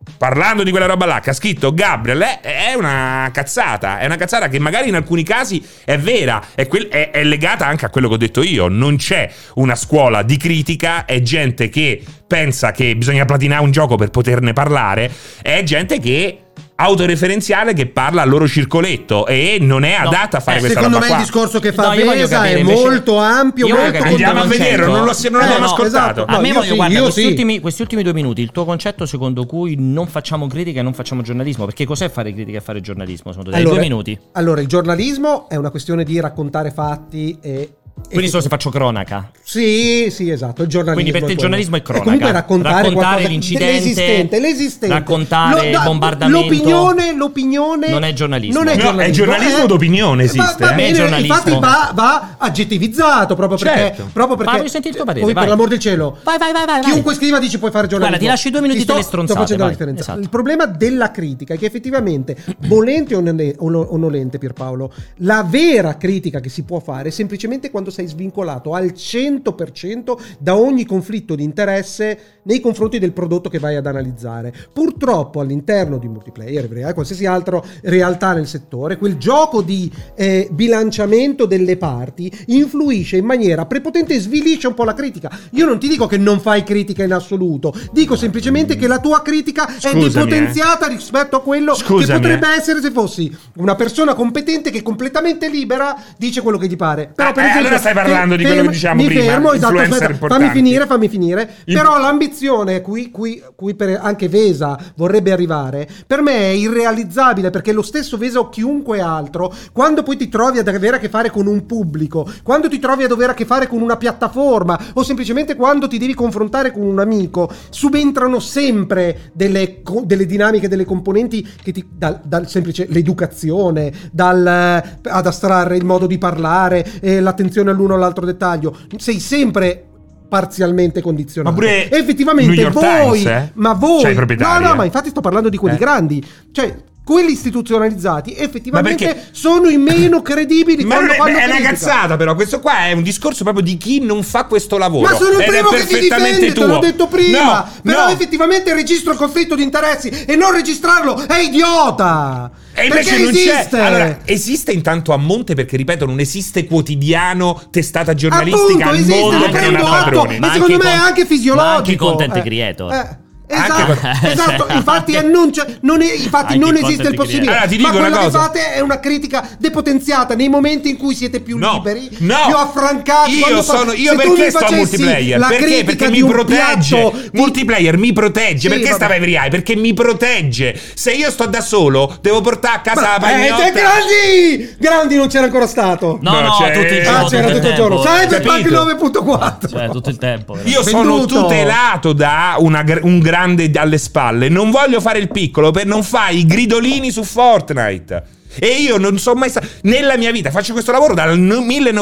Speaker 3: parlando di quella roba là che ha scritto Gabriel, è, è una cazzata. È una cazzata che magari in alcuni casi è vera, è, quel, è, è legata anche a quello che ho detto io. Non c'è una scuola di critica, è gente che pensa che bisogna platinare un gioco per poterne parlare, è gente che autoreferenziale che parla al loro circoletto e non è adatta no, a fare
Speaker 2: eh,
Speaker 3: questa
Speaker 2: roba
Speaker 3: roba
Speaker 2: qua. Secondo me il discorso che fa no, Besa è
Speaker 1: invece,
Speaker 2: molto ampio, molto
Speaker 3: andiamo a vedere, non, lo, non l'abbiamo
Speaker 1: eh, no,
Speaker 3: ascoltato.
Speaker 1: Esatto.
Speaker 2: No,
Speaker 1: a me voglio
Speaker 2: sì,
Speaker 1: guarda, questi,
Speaker 2: sì.
Speaker 1: ultimi, questi ultimi due minuti, il tuo concetto secondo cui non facciamo critica e non facciamo giornalismo, perché cos'è fare critica e fare giornalismo? Secondo te?
Speaker 2: Allora,
Speaker 1: due minuti.
Speaker 2: Allora, il giornalismo è una questione di raccontare fatti e
Speaker 1: Quindi solo se faccio cronaca.
Speaker 2: Sì, sì, esatto. Il giornalismo.
Speaker 1: Quindi per te il giornalismo è cronaca.
Speaker 2: E comunque raccontare,
Speaker 1: raccontare l'incidente,
Speaker 2: l'esistente, l'esistente.
Speaker 1: raccontare il bombardamento.
Speaker 2: L'opinione, l'opinione
Speaker 1: non è giornalismo.
Speaker 2: Non è
Speaker 3: no,
Speaker 2: giornalismo,
Speaker 3: è giornalismo
Speaker 2: è,
Speaker 3: d'opinione esiste.
Speaker 2: Va, va
Speaker 3: eh?
Speaker 2: bene,
Speaker 1: giornalismo.
Speaker 2: infatti va, va aggettivizzato proprio perché,
Speaker 3: certo.
Speaker 2: proprio perché
Speaker 1: Ma vuoi sentire il tuo parere?
Speaker 2: poi,
Speaker 1: Vai.
Speaker 2: per l'amor del cielo.
Speaker 1: Vai, vai, vai, vai.
Speaker 2: Chiunque
Speaker 1: vai.
Speaker 2: scriva dice puoi fare giornalismo.
Speaker 1: Guarda, ti lascio due minuti
Speaker 2: ti sto,
Speaker 1: delle stronzate.
Speaker 2: sto facendo
Speaker 1: vai.
Speaker 2: la differenza.
Speaker 1: Esatto.
Speaker 2: Il problema della critica è che effettivamente, volente o nolente, Pierpaolo, la vera critica che si può fare è semplicemente quando sei svincolato al cento per cento da ogni conflitto di interesse nei confronti del prodotto che vai ad analizzare. Purtroppo all'interno di multiplayer e eh, qualsiasi altra realtà nel settore, quel gioco di eh, bilanciamento delle parti influisce in maniera prepotente e svilisce un po' la critica. Io non ti dico che non fai critica in assoluto, dico semplicemente che la tua critica
Speaker 3: Scusami,
Speaker 2: è depotenziata
Speaker 3: eh.
Speaker 2: rispetto a quello
Speaker 3: Scusami,
Speaker 2: che potrebbe
Speaker 3: eh.
Speaker 2: essere se fossi una persona competente che completamente libera dice quello che gli pare. Però,
Speaker 3: Ah,
Speaker 2: per
Speaker 3: eh,
Speaker 2: esempio,
Speaker 3: allora stai parlando di
Speaker 2: fermo,
Speaker 3: quello che diciamo
Speaker 2: mi
Speaker 3: prima,
Speaker 2: fermo, esatto,
Speaker 3: influencer
Speaker 2: aspetta, fammi
Speaker 3: importanti.
Speaker 2: finire, fammi finire.
Speaker 3: Il-
Speaker 2: Però l'ambizione cui, cui, cui per anche Vesa vorrebbe arrivare, per me è irrealizzabile, perché lo stesso Vesa o chiunque altro, quando poi ti trovi ad avere a che fare con un pubblico, quando ti trovi ad avere a che fare con una piattaforma o semplicemente quando ti devi confrontare con un amico, subentrano sempre delle, co- delle dinamiche, delle componenti che ti dal, dal semplice l'educazione, dal eh, ad astrarre il modo di parlare, eh, l'attenzione all'uno o all'altro dettaglio. Sei sempre parzialmente condizionato.
Speaker 3: Ma pure
Speaker 2: effettivamente
Speaker 3: New York
Speaker 2: voi,
Speaker 3: Times, eh?
Speaker 2: ma voi,
Speaker 3: Cioè, i proprietari,
Speaker 2: no, no,
Speaker 3: eh?
Speaker 2: ma infatti sto parlando di quelli
Speaker 3: Eh.
Speaker 2: grandi, cioè quelli istituzionalizzati effettivamente
Speaker 3: Ma perché-
Speaker 2: sono i meno credibili
Speaker 3: Ma non
Speaker 2: quando
Speaker 3: è,
Speaker 2: fanno
Speaker 3: è una
Speaker 2: critica.
Speaker 3: cazzata, però questo qua è un discorso proprio di chi non fa questo lavoro.
Speaker 2: Ma sono il
Speaker 3: ed
Speaker 2: primo
Speaker 3: è
Speaker 2: che ti
Speaker 3: perfettamente
Speaker 2: difende, te
Speaker 3: tuo.
Speaker 2: l'ho detto prima.
Speaker 3: No,
Speaker 2: Però
Speaker 3: no.
Speaker 2: effettivamente registro il conflitto di interessi e non registrarlo è idiota.
Speaker 3: E invece
Speaker 2: Perché
Speaker 3: non
Speaker 2: esiste.
Speaker 3: c'è. Allora, esiste intanto a monte, perché ripeto, non esiste quotidiano, testata giornalistica
Speaker 2: Appunto,
Speaker 3: al
Speaker 2: esiste,
Speaker 3: mondo
Speaker 2: ne
Speaker 3: che non
Speaker 2: prendo
Speaker 3: ha
Speaker 2: atto,
Speaker 3: padroni.
Speaker 2: ma secondo me è
Speaker 1: con-
Speaker 2: anche fisiologico.
Speaker 1: ma anche i content
Speaker 2: Eh,
Speaker 1: creator.
Speaker 2: eh.
Speaker 3: Anche-
Speaker 2: Esatto, esatto, infatti, è non c'è- non è- infatti
Speaker 1: Anche
Speaker 2: non
Speaker 1: i
Speaker 2: esiste il
Speaker 1: content
Speaker 2: possibile.
Speaker 3: creator. Allora, ti
Speaker 2: ma
Speaker 3: dico una
Speaker 2: quello che
Speaker 3: cosa.
Speaker 2: fate è una critica depotenziata nei momenti in cui siete più
Speaker 3: No,
Speaker 2: liberi,
Speaker 3: no.
Speaker 2: più affrancati.
Speaker 3: Io
Speaker 2: Quando fa-
Speaker 3: sono io
Speaker 2: se tu
Speaker 3: perché
Speaker 2: mi
Speaker 3: sto a
Speaker 2: facessi
Speaker 3: multiplayer?
Speaker 2: la
Speaker 3: Perché?
Speaker 2: critica
Speaker 3: Perché
Speaker 2: di
Speaker 3: mi
Speaker 2: un
Speaker 3: protegge.
Speaker 2: piatto di-
Speaker 3: Multiplayer mi protegge.
Speaker 2: Sì,
Speaker 3: perché
Speaker 2: vabbè.
Speaker 3: stava ai ai? Perché mi protegge. Se io sto da solo, devo portare a casa la
Speaker 2: Eh,
Speaker 3: pagnotta.
Speaker 2: te grandi! Grandi non c'era ancora stato.
Speaker 1: No,
Speaker 3: No,
Speaker 1: no,
Speaker 3: c'è-
Speaker 1: tutto il
Speaker 3: Ah,
Speaker 1: giorno.
Speaker 2: Ah, c'era
Speaker 1: tutto
Speaker 2: tutto il
Speaker 1: tempo.
Speaker 2: giorno. Cyberpunk
Speaker 3: Capito?
Speaker 2: nove punto quattro.
Speaker 1: Cioè, tutto il tempo.
Speaker 3: Io sono
Speaker 2: Venduto.
Speaker 3: tutelato da una gr- un grande alle spalle. Non voglio fare il piccolo per non fare i gridolini su Fortnite. E io non sono mai stato nella mia vita, faccio questo lavoro dal no-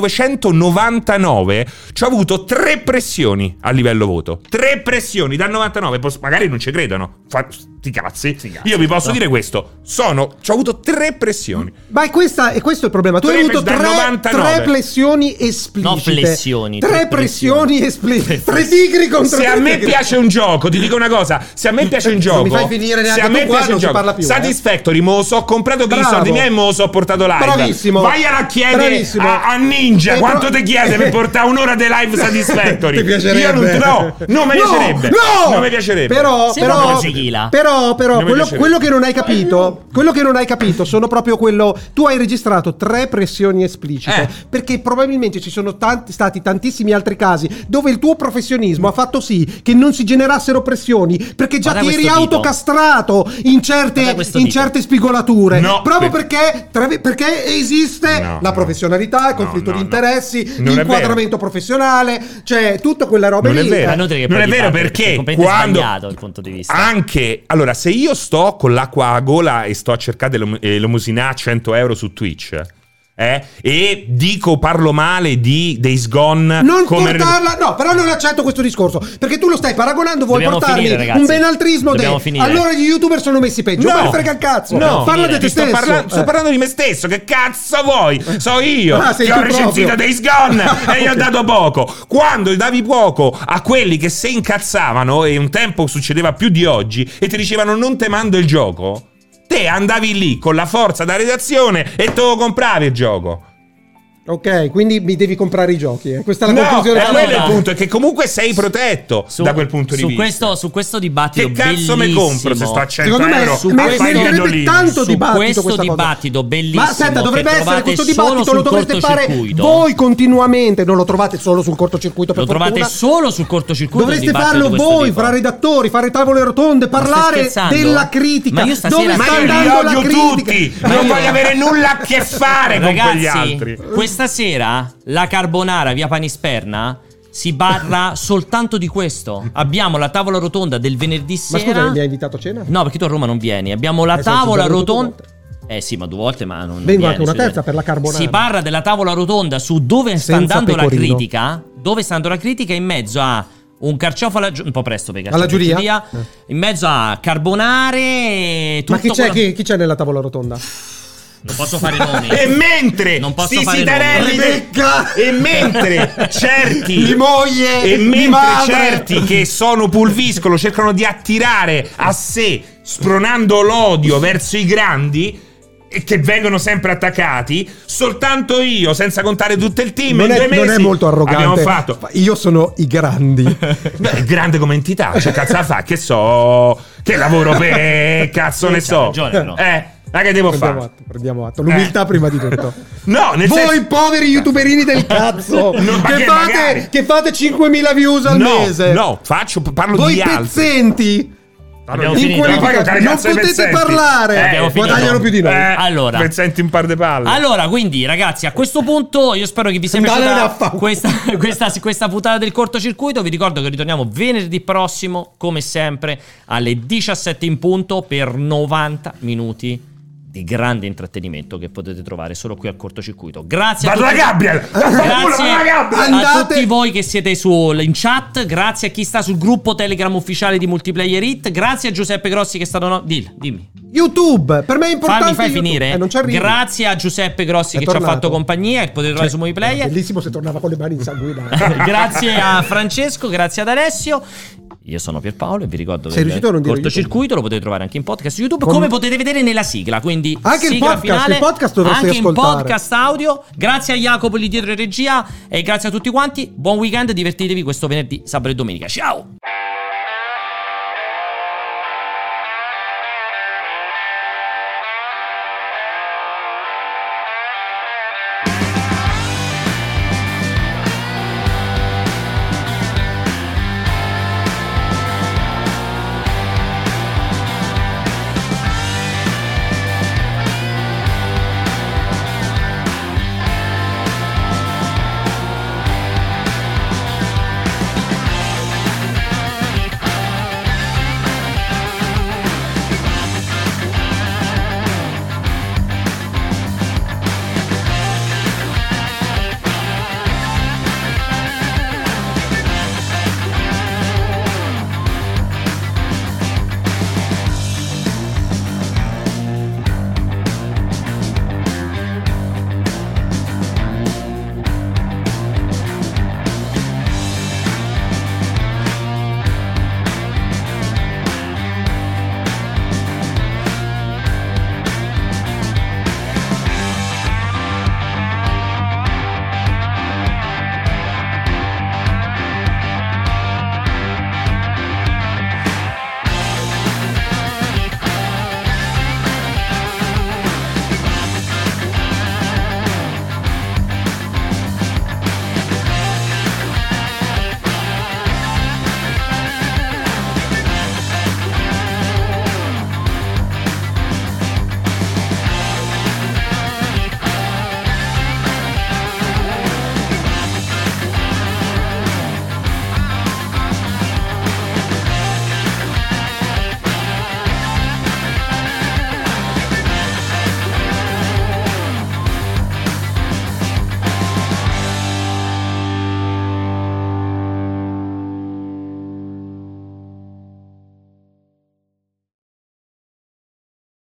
Speaker 3: millenovecentonovantanove. Ci ho avuto tre pressioni a livello voto. Tre pressioni dal novantanove. Pos- magari non ci credono. Fa- sti cazzi. Io vi posso
Speaker 1: No.
Speaker 3: dire questo. Sono Ci ho avuto tre pressioni.
Speaker 2: Ma è, questa, è questo il problema. Tu
Speaker 3: Tre
Speaker 2: hai avuto
Speaker 3: dal
Speaker 2: tre,
Speaker 3: novantanove.
Speaker 2: tre flessioni esplicite.
Speaker 1: No, flessioni,
Speaker 2: Tre,
Speaker 1: tre
Speaker 2: pressioni esplicite. Tre tigri contro
Speaker 3: Se
Speaker 2: tre
Speaker 3: a me
Speaker 2: tigri.
Speaker 3: piace un gioco, ti dico una cosa. Se a me piace un
Speaker 2: Non
Speaker 3: gioco,
Speaker 2: mi fai finire neanche
Speaker 3: se a me
Speaker 2: tu qua,
Speaker 3: piace
Speaker 2: non
Speaker 3: un
Speaker 2: si
Speaker 3: gioco,
Speaker 2: parla più, eh.
Speaker 3: Satisfactory, me lo so comprato con i
Speaker 2: Bravo.
Speaker 3: soldi miei e me lo so portato live.
Speaker 2: Bravissimo.
Speaker 3: Vai a chiedere
Speaker 2: Bravissimo.
Speaker 3: a, a Ninja
Speaker 2: E
Speaker 3: quanto
Speaker 2: pro-
Speaker 3: ti chiede per portare un'ora di live Satisfactory.
Speaker 2: Ti piacerebbe?
Speaker 3: Io non, no, non mi
Speaker 2: No,
Speaker 3: piacerebbe.
Speaker 2: no!
Speaker 3: Non mi piacerebbe.
Speaker 2: Però,
Speaker 1: Se
Speaker 2: però,
Speaker 1: proprio Zechila.
Speaker 2: però, però
Speaker 3: Non mi
Speaker 2: quello,
Speaker 3: piacerebbe.
Speaker 2: quello che non hai capito, quello che non hai capito sono proprio quello. Tu hai registrato tre pressioni esplicite
Speaker 3: Eh.
Speaker 2: perché probabilmente ci sono tanti, stati tantissimi altri casi dove il tuo professionismo ha fatto sì che non si generassero pressioni perché già
Speaker 1: Guarda
Speaker 2: ti eri
Speaker 1: questo dito.
Speaker 2: autocastrato in certe,
Speaker 1: Guarda questo
Speaker 2: in
Speaker 1: dito.
Speaker 2: certe spigolature.
Speaker 3: No,
Speaker 2: proprio
Speaker 3: per-
Speaker 2: perché, tra- perché esiste
Speaker 3: No,
Speaker 2: la
Speaker 3: no.
Speaker 2: professionalità, il conflitto
Speaker 3: no,
Speaker 2: di
Speaker 3: no.
Speaker 2: interessi,
Speaker 3: Non è
Speaker 2: l'inquadramento professionale, cioè tutta quella roba
Speaker 3: Non è
Speaker 2: lì.
Speaker 3: vero.
Speaker 1: Ma inutile che
Speaker 3: Non
Speaker 1: poi
Speaker 3: è
Speaker 1: ti
Speaker 3: vero
Speaker 1: parli,
Speaker 3: perché
Speaker 1: è completamente
Speaker 3: quando-
Speaker 1: sbagliato il punto di vista.
Speaker 3: Anche allora, se io sto con l'acqua a gola e sto a cercare l'elemosina a cento euro su Twitch, Eh? E dico, parlo male di Days Gone.
Speaker 2: Non
Speaker 3: come
Speaker 2: portarla, no, però non accetto questo discorso, perché tu lo stai paragonando, vuoi
Speaker 1: Dobbiamo
Speaker 2: portarmi
Speaker 1: finire, ragazzi.
Speaker 2: un benaltrismo
Speaker 1: Dobbiamo
Speaker 2: de...
Speaker 1: finire.
Speaker 2: Allora gli youtuber sono messi peggio.
Speaker 3: No,
Speaker 2: ma frega il cazzo.
Speaker 3: No,
Speaker 2: parla di te
Speaker 3: sto,
Speaker 2: stesso.
Speaker 3: parla- sto
Speaker 2: Eh.
Speaker 3: parlando di me stesso. Che cazzo vuoi? So io
Speaker 2: Ah, sei
Speaker 3: che
Speaker 2: tu
Speaker 3: ho recensito
Speaker 2: proprio.
Speaker 3: Days Gone e gli ho dato poco. Quando davi poco a quelli che se incazzavano, e un tempo succedeva più di oggi, e ti dicevano non te mando il gioco, te andavi lì con la forza da redazione e te lo compravi il gioco.
Speaker 2: Ok, quindi mi devi comprare i giochi. Eh. Questa è la
Speaker 3: No,
Speaker 2: conclusione.
Speaker 3: è
Speaker 2: Allora,
Speaker 3: quello il punto, è che comunque sei protetto
Speaker 1: Su-
Speaker 3: da quel punto di
Speaker 1: su
Speaker 3: vista.
Speaker 1: questo, su questo dibattito
Speaker 3: Che cazzo me
Speaker 1: bellissimo.
Speaker 3: compro se sto a cento
Speaker 2: Secondo me
Speaker 3: euro
Speaker 2: su
Speaker 3: a
Speaker 2: questo
Speaker 3: fare i
Speaker 2: meriterebbe
Speaker 3: midolini?
Speaker 2: tanto
Speaker 1: Su
Speaker 2: dibattito
Speaker 1: questo
Speaker 2: questa cosa.
Speaker 1: dibattito bellissimo.
Speaker 2: Ma senta,
Speaker 1: che
Speaker 2: dovrebbe essere
Speaker 1: trovate
Speaker 2: questo
Speaker 1: solo
Speaker 2: dibattito,
Speaker 1: sul
Speaker 2: lo dovreste fare
Speaker 1: cortocircuito.
Speaker 2: voi continuamente, non lo trovate solo sul cortocircuito per
Speaker 1: Lo trovate
Speaker 2: fortuna.
Speaker 1: solo sul cortocircuito.
Speaker 2: Dovreste
Speaker 1: il dibattito
Speaker 2: farlo
Speaker 1: di questo
Speaker 2: voi,
Speaker 1: tipo.
Speaker 2: fra redattori, fare tavole rotonde,
Speaker 1: stai
Speaker 2: parlare
Speaker 1: scherzando?
Speaker 2: della critica.
Speaker 1: Ma io stasera-
Speaker 2: Dove
Speaker 1: Ma
Speaker 2: sta
Speaker 3: io li
Speaker 2: andando la
Speaker 3: odio
Speaker 2: critica?
Speaker 3: tutti.
Speaker 1: Ma
Speaker 3: Non
Speaker 1: io-
Speaker 3: voglio avere nulla a che fare con quegli
Speaker 1: Ragazzi,
Speaker 3: altri.
Speaker 1: questa sera la carbonara via Panisperna si parla soltanto di questo. Abbiamo la tavola rotonda del venerdì
Speaker 2: Ma
Speaker 1: sera.
Speaker 2: scusa, mi hai invitato a cena?
Speaker 1: No, perché tu a Roma non vieni. Abbiamo la
Speaker 2: Eh, sei
Speaker 1: tavola
Speaker 2: già venuto
Speaker 1: rotonda.
Speaker 2: due
Speaker 1: Eh sì, ma due volte, ma non. non
Speaker 2: Vengo
Speaker 1: vieni,
Speaker 2: anche una
Speaker 1: si
Speaker 2: terza
Speaker 1: vede.
Speaker 2: per la carbonara.
Speaker 1: Si parla della tavola rotonda su dove sta
Speaker 2: Senza
Speaker 1: andando la
Speaker 2: pecorino.
Speaker 1: critica. Dove sta andando la critica in mezzo a un carciofo alla giu- un po' presto perché
Speaker 2: Alla
Speaker 1: c'è
Speaker 2: giuria?
Speaker 1: giuria, in mezzo a carbonare. Tutto
Speaker 2: Ma chi c'è,
Speaker 1: quello-
Speaker 2: chi, chi c'è nella tavola rotonda?
Speaker 1: Non posso fare nomi.
Speaker 3: E mentre
Speaker 1: Non posso
Speaker 3: Sisi
Speaker 1: fare
Speaker 3: Tarelli
Speaker 1: nomi.
Speaker 2: Rebecca!
Speaker 3: e mentre certi
Speaker 2: Di moglie,
Speaker 3: e
Speaker 2: di
Speaker 3: mentre
Speaker 2: madre.
Speaker 3: certi che sono pulviscolo cercano di attirare a sé, spronando l'odio verso i grandi e che vengono sempre attaccati, soltanto io, senza contare tutto il team,
Speaker 2: Non
Speaker 3: in
Speaker 2: è,
Speaker 3: due mesi
Speaker 2: non è molto arrogante.
Speaker 3: abbiamo fatto.
Speaker 2: Io sono i grandi.
Speaker 3: Beh, è grande come entità, cioè cazzo la fa, che so, che lavoro per cazzo ne so.
Speaker 1: ragione, no.
Speaker 3: Eh, ma che devo
Speaker 2: Prendiamo
Speaker 3: fare?
Speaker 2: atto, prendiamo atto. L'umiltà
Speaker 3: Eh.
Speaker 2: prima di tutto.
Speaker 3: No, nel
Speaker 2: Voi
Speaker 3: senso,
Speaker 2: poveri youtuberini del cazzo
Speaker 3: No, ma
Speaker 2: che,
Speaker 3: che
Speaker 2: fate,
Speaker 3: magari.
Speaker 2: che fate cinquemila views al
Speaker 3: no,
Speaker 2: mese.
Speaker 3: no, faccio, parlo
Speaker 2: Voi
Speaker 3: di altri.
Speaker 2: pezzenti
Speaker 1: Abbiamo
Speaker 3: di
Speaker 1: finito.
Speaker 2: inqualificati,
Speaker 3: Ma poi che
Speaker 2: non
Speaker 3: cazzo di
Speaker 2: potete
Speaker 3: pezzenti?
Speaker 2: parlare.
Speaker 3: Eh,
Speaker 1: Abbiamo finito.
Speaker 2: Guadagnano più di noi.
Speaker 3: Eh,
Speaker 1: Allora.
Speaker 3: pezzenti un par de palle.
Speaker 1: Allora, quindi, ragazzi, a questo punto io spero che vi sia
Speaker 2: Andate a
Speaker 1: piaciuta
Speaker 2: fa-
Speaker 1: questa, questa, questa puntata del cortocircuito. Vi ricordo che ritorniamo venerdì prossimo, come sempre, alle diciassette in punto per novanta minuti di grande intrattenimento che potete trovare solo qui al cortocircuito. Grazie a
Speaker 3: Vado
Speaker 1: tutti.
Speaker 3: da Gabriel!
Speaker 1: Grazie a
Speaker 2: Andate-
Speaker 1: tutti voi che siete su, in chat. Grazie a chi sta sul gruppo Telegram ufficiale di Multiplayer Hit. Grazie a Giuseppe Grossi che è stato. No- Dillo, dimmi.
Speaker 2: YouTube, per me è importante.
Speaker 1: Fammi fai
Speaker 2: YouTube.
Speaker 1: finire.
Speaker 2: Eh, non ci arrivo.
Speaker 1: Grazie a Giuseppe Grossi
Speaker 2: È
Speaker 1: che ci ha
Speaker 2: tornato.
Speaker 1: fatto compagnia. Che potete trovare su Multiplayer.
Speaker 2: Bellissimo se tornava con le mani insanguinate.
Speaker 1: Grazie a Francesco, grazie ad Alessio. Io sono Pierpaolo e vi ricordo che
Speaker 2: Sei riuscito a non
Speaker 1: il
Speaker 2: dire
Speaker 1: cortocircuito lo potete trovare anche in podcast su YouTube,
Speaker 2: Con-
Speaker 1: come potete vedere nella sigla. Quindi
Speaker 2: Anche il
Speaker 1: sigla
Speaker 2: podcast,
Speaker 1: finale,
Speaker 2: il podcast dovresti
Speaker 1: anche in
Speaker 2: ascoltare.
Speaker 1: podcast audio. Grazie a Jacopo lì dietro in regia e grazie a tutti quanti. Buon weekend, divertitevi questo venerdì, sabato e domenica. Ciao!